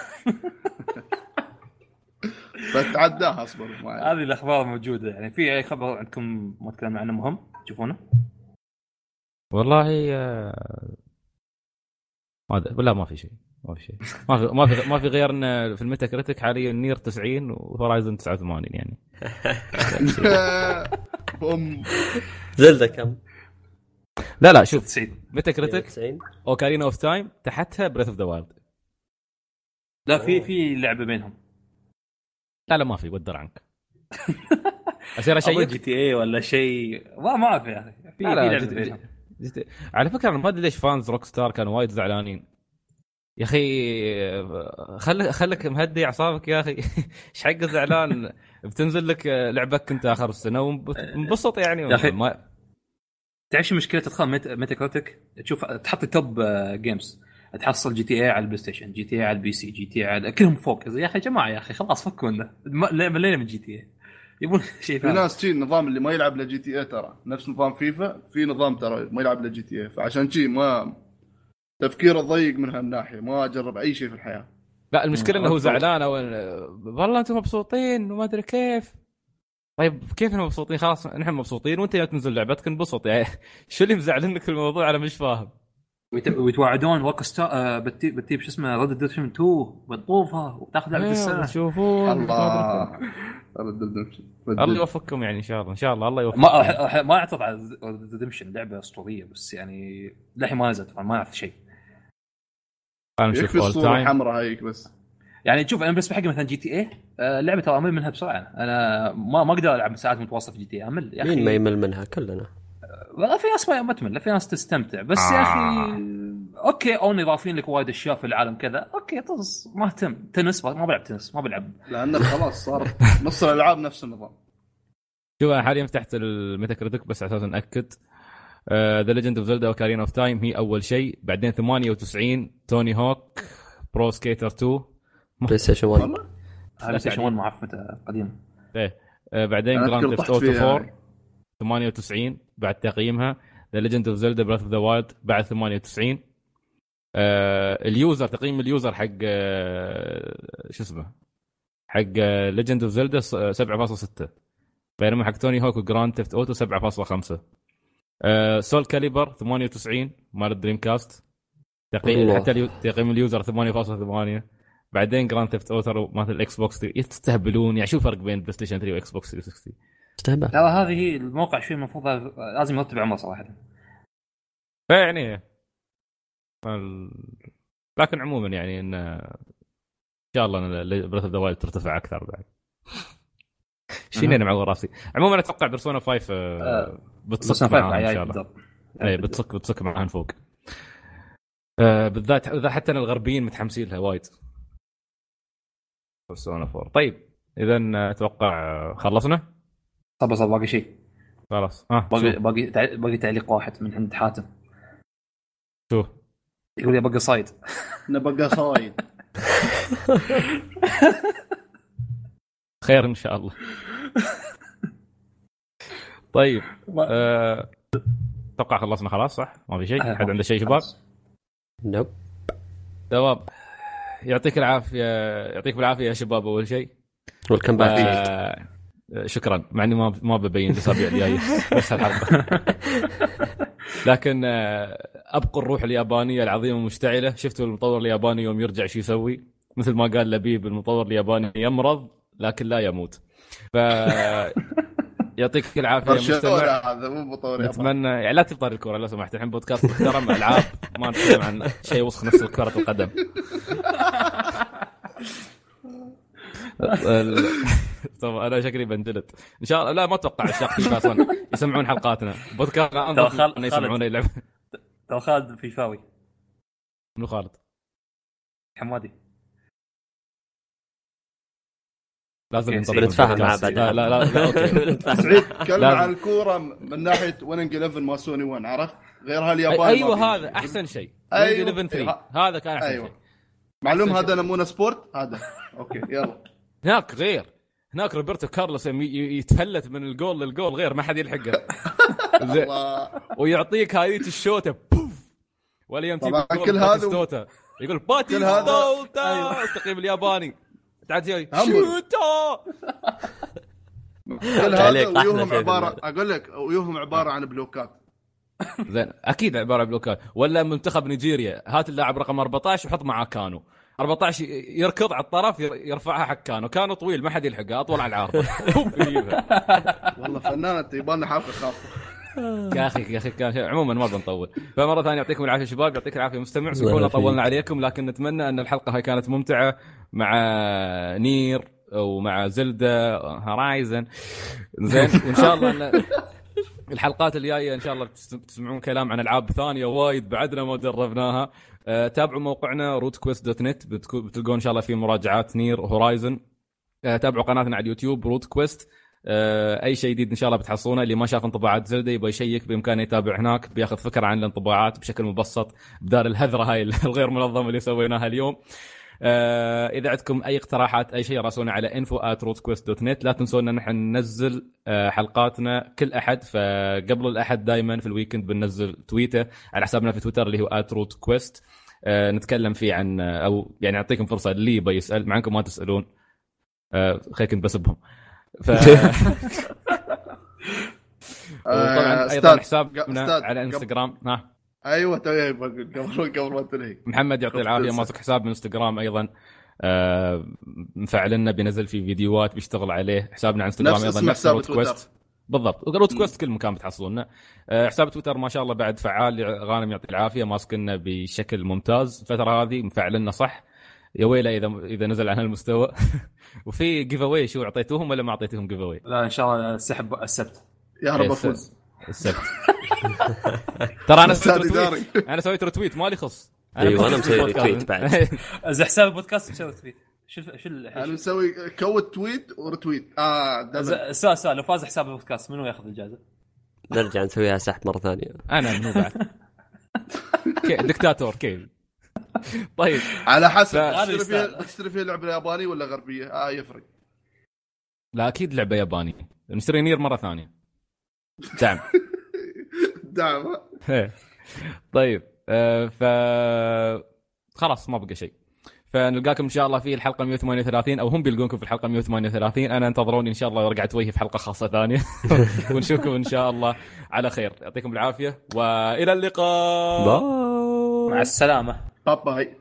D: بتعداها اصبر معي.
C: هذه الاخبار موجوده يعني. في اي خبر عندكم ما تكلمنا عنه مهم تشوفونه؟
A: والله ما ولا ما في شيء ما في شيء ما في ما في ما في غير ان في الميتا كريتيك حاليا نير تسعين وهورايزن تسعة وثمانين يعني.
D: بوم
B: زلدة كم؟
A: لا لا شوف ميتا كريتيك اوكارينا اوف تايم تحتها بريث اوف ذا وايلد.
C: لا في في لعبه بينهم.
A: لا لا ما في ودر عنك. أصير أشيء
C: جي تي اي ولا شيء ما ما أعرف يا أخي. في في لعبة بينهم.
A: على فكرة أنا ما أدري ليش فانز روك ستار كانوا وايد زعلانين يا أخي. خل خلك مهدي أعصابك يا أخي. إيش حق زعلان بتنزل لك لعبك أنت آخر السنة ومبسط يعني
C: يا أخي ما... تعيش مشكلة تدخل ميتا كريتيك تشوف تحط توب جيمز تحصل جي تي اي على البلاي ستيشن جي تي اي على البي سي جي تي اي على كلهم فوق. يا اخي جماعه يا اخي خلاص فكوا لنا ملينا من جي تي اي يبون شيء
D: في ناس شيء النظام اللي ما يلعب لجي تي اي ترى نفس نظام فيفا في نظام ترى ما يلعب لجي تي اي فعشان شيء ما تفكيره ضيق من هالناحيه ما اجرب اي شيء في الحياه.
A: لا المشكله انه هو زعلان او والله انتم مبسوطين وما ادري كيف. طيب كيف احنا مبسوطين خلاص نحن مبسوطين وانت يا تنزل لعبتك انبسط يعني. شو اللي مزعلنك في الموضوع انا مش فاهم.
C: ويتوعدون روك ستار بتجيب بتجيب شو اسمه ريد ديد ريدمشن تو بتطوفها وتاخذ لعبه السنه.
A: شوفون
D: الله ريد ديد ريدمشن
A: الله يوفقكم يعني ان شاء الله ان شاء الله الله يوفقكم.
C: ما ما اعترض على ريد ديد ريدمشن لعبه اسطوريه بس يعني للحين ما نزلت ما اعرف شيء.
A: انا نشوف الصوره
D: الحمراء هيك بس
C: يعني تشوف انا بس بحق مثلا جي تي اي اللعبه ترى امل منها بسرعه. انا ما ما اقدر العب ساعات متواصله في جي تي اي امل
B: يا اخي. مين ما يمل منها كلنا.
C: والله في ناس ما تمل في ناس تستمتع بس آه. يا اخي اوكي او اضافين لك وايد اشياء في العالم كذا اوكي طز ما اهتم. تنس ما بلعب تنس ما بلعب
D: لانه خلاص صار نص الالعاب نفس النظام.
A: شوف انا حاليا فتحت الميتا كريتيك بس عشان اتاكد. ذا ليجند اوف زلدا وكارينا اوف تايم هي اول شيء بعدين ثمانية وتسعين توني هوك برو سكيتر تو
B: بلاي ستيشن واحد.
C: بلاي ستيشن واحد معفن قديم.
A: ايه آه بعدين جراند ثيفت اوتو فور ثمانية وتسعين بعد تقييمها. ذا ليجند اوف زلدا بريث اوف ذا وايلد بعد ثمانية وتسعين. آه اليوزر تقييم اليوزر حق آه شو اسمه حق ليجند اوف زلدا سبعة فاصلة ستة بينما حق توني هوك وجراند ثيفت اوتو سبعة فاصلة خمسة. آه سول كاليبر ثمانية وتسعين مال الدريم كاست تقييم حتى اليو... تقييم اليوزر ثمانية فاصلة ثمانية. بعدين جراند ثيفت اوتو مال الاكس بوكس يستهبلون يعني شو الفرق بين بلاي ستيشن ثري واكس بوكس ثري ستين.
B: استهبل.
C: لا هذه هي الموقع شيء المفروض لازم يرتب عمره صراحه
A: يعني ال... لكن عموما يعني ان ان شاء الله بريث اوف ذا وايلد ترتفع اكثر بعد. شيني انا معور راسي. عموما اتوقع بيرسونا خمسة أه بتصك معاها ان شاء الله. اي بتصك بتصك معاها فوق. آه بالذات اذا حتى الغربيين متحمسين لها وايد. بيرسونا فور. طيب اذا اتوقع خلصنا.
C: طب صار باقي شيء.
A: خلاص ها
C: باقي باقي تع... باقي تعليق واحد من عند حاتم.
A: شو
C: يقول يا بقى صايد.
D: نبقى صايد.
A: خير ان شاء الله. طيب أه... اتوقع خلصنا خلاص صح؟ ما في شيء؟ حد عنده شيء شباب؟
B: نوب
A: تمام. يعطيك العافيه، يعطيك بالعافيه يا شباب. اول شيء
B: والكم باك.
A: آه... شكرا، مع اني ما ما ببين الاسابيع الجايه بس الحلقه. لكن آه... ابقوا الروح اليابانيه العظيمه المشتعله. شفتوا المطور الياباني يوم يرجع شو يسوي؟ مثل ما قال لبيب، المطور الياباني يمرض لكن لا يموت. ف يعطيك العافيه مستمع.
D: هذا مو مطور.
A: نتمنى يعني لا تفطر الكره لو سمحت. الحين بودكاست محترم العاب، ما نتكلم عن شيء وسخ نفس كره القدم. طبعا انا شكلي بنجلد ان شاء الله. لا ما اتوقع الشاق في اصلا يسمعون حلقاتنا بودكاست انظر يسمعون يلعب.
C: تو خالد فيفاوي.
A: منو خالد؟
C: حمادي.
A: لازم ننتظر
B: نتفاهم مع بعض.
A: لا لا لا, لا اوكي.
D: سعيد تكلم عن الكوره من ناحيه ويننج إحدى عشر ما سوني واحد، عرفت؟ غيرها اليابان.
A: ايوه هذا احسن شيء.
D: أيوة.
A: إحدى عشر ثلاثة هذا كان احسن
D: أيوة.
A: شيء.
D: معلوم هذا نمونه سبورت هذا. اوكي يلا.
A: هناك غير، هناك روبرتو كارلوس يتفلت من الجول للجول غير ما حد يلحقه. ويعطيك هذه الشوطه بوف، ولا يمتي
D: كل هذا
A: يقول باتي ستوتا التقييم الياباني تعال جاي شوتا.
D: كل هذا ويوهم عباره، اقول لك ويوهم عباره عن بلوكات.
A: زين اكيد عباره عن بلوكات. ولا منتخب نيجيريا هات اللاعب رقم أربعة عشر وحط معاه كانو أربعة عشر يركض على الطرف يرفعها حق كانو. كانو طويل ما حد يلحقه، اطول على العارضه.
D: والله فنانه يبان حلقه خاصه.
A: يا اخي يا اخي كان عموما ما بنطول. فمره ثانيه يعطيكم العافيه شباب، يعطيك العافيه مستمع. سكونا طولنا عليكم، لكن نتمنى ان الحلقه هاي كانت ممتعه مع نير ومع زلدة هورايزن. زين ان شاء الله ان الحلقات الجايه ان شاء الله تسمعون كلام عن العاب ثانيه وايد بعدنا ما جربناها. أه تابعوا موقعنا روت كويست دوت نت، بتلقون ان شاء الله في مراجعات نير وهورايزن. أه تابعوا قناتنا على اليوتيوب روت كويست. أه اي شيء جديد ان شاء الله بتحصلونه. اللي ما شاف انطباعات زلدة يبغى يشيك بامكانه يتابع هناك، بياخذ فكره عن الانطباعات بشكل مبسط بدال الهذره هاي الغير منظمه اللي سويناها اليوم. آه إذا عندكم أي اقتراحات أي شيء راسلونا على info at rootquest dot net. لا تنسونا نحن ننزل آه حلقاتنا كل أحد، فقبل الأحد دايما في الويكند بننزل تويتر على حسابنا في تويتر اللي هو at rootquest. آه نتكلم فيه عن أو يعني أعطيكم فرصة اللي يبي يسأل، مع أنكم ما تسألون. آه خير كنت بسبهم. ف طبعا أيضا حسابنا على انستغرام. ها
D: ايوه توي بقول قبل قبل ما تنهي.
A: محمد يعطي العافيه ماسك حساب من انستغرام ايضا. آه مفعل لنا بينزل فيه فيديوهات بيشتغل عليه. حسابنا على انستغرام ايضا نفس روت كويست بالضبط. روت كويست كل مكان بتحصلونه. آه حساب تويتر ما شاء الله بعد فعال. غانم يعطي العافيه ماسكنا بشكل ممتاز الفتره هذه، مفعل لنا صح. يا ويله اذا اذا نزل عن هالمستوى. وفي جيف اواي شو اعطيتوهم ولا ما اعطيتوهم جيف اواي؟
C: لا ان شاء الله السحب السبت
D: يا رب افوز
A: السبت. ترى انا سويت رتويت، انا سويت رتويت مالي خص.
B: انا ايوه انا مسوي رتويت بعد.
C: از حساب البودكاست مسوي تويت. شو شو
D: انا مسوي كوت تويت ورتويت. اه
C: سؤال سؤال لو فاز حساب البودكاست منو ياخذ الجائزه؟
B: نرجع نسويها سحب مره ثانيه.
A: انا منو بعد دكتاتور كيف. طيب
D: على حسب تشتري فيها تشتري فيها لعبه ياباني ولا غربيه؟ اه يفرق.
A: لا اكيد لعبه ياباني. نشتري نير مره ثانيه. دعم
D: دعم.
A: طيب آه ف خلاص ما بقى شيء. فنلقاكم ان شاء الله في الحلقه مية وثمانية وثلاثين او هم بيلقونكم في الحلقه مية وثمانية وثلاثين. انا انتظروني ان شاء الله ورجعت وجهي في حلقه خاصه ثانيه. ونشوفكم ان شاء الله على خير. يعطيكم العافيه والى اللقاء.
C: مع السلامه.
D: باي باي.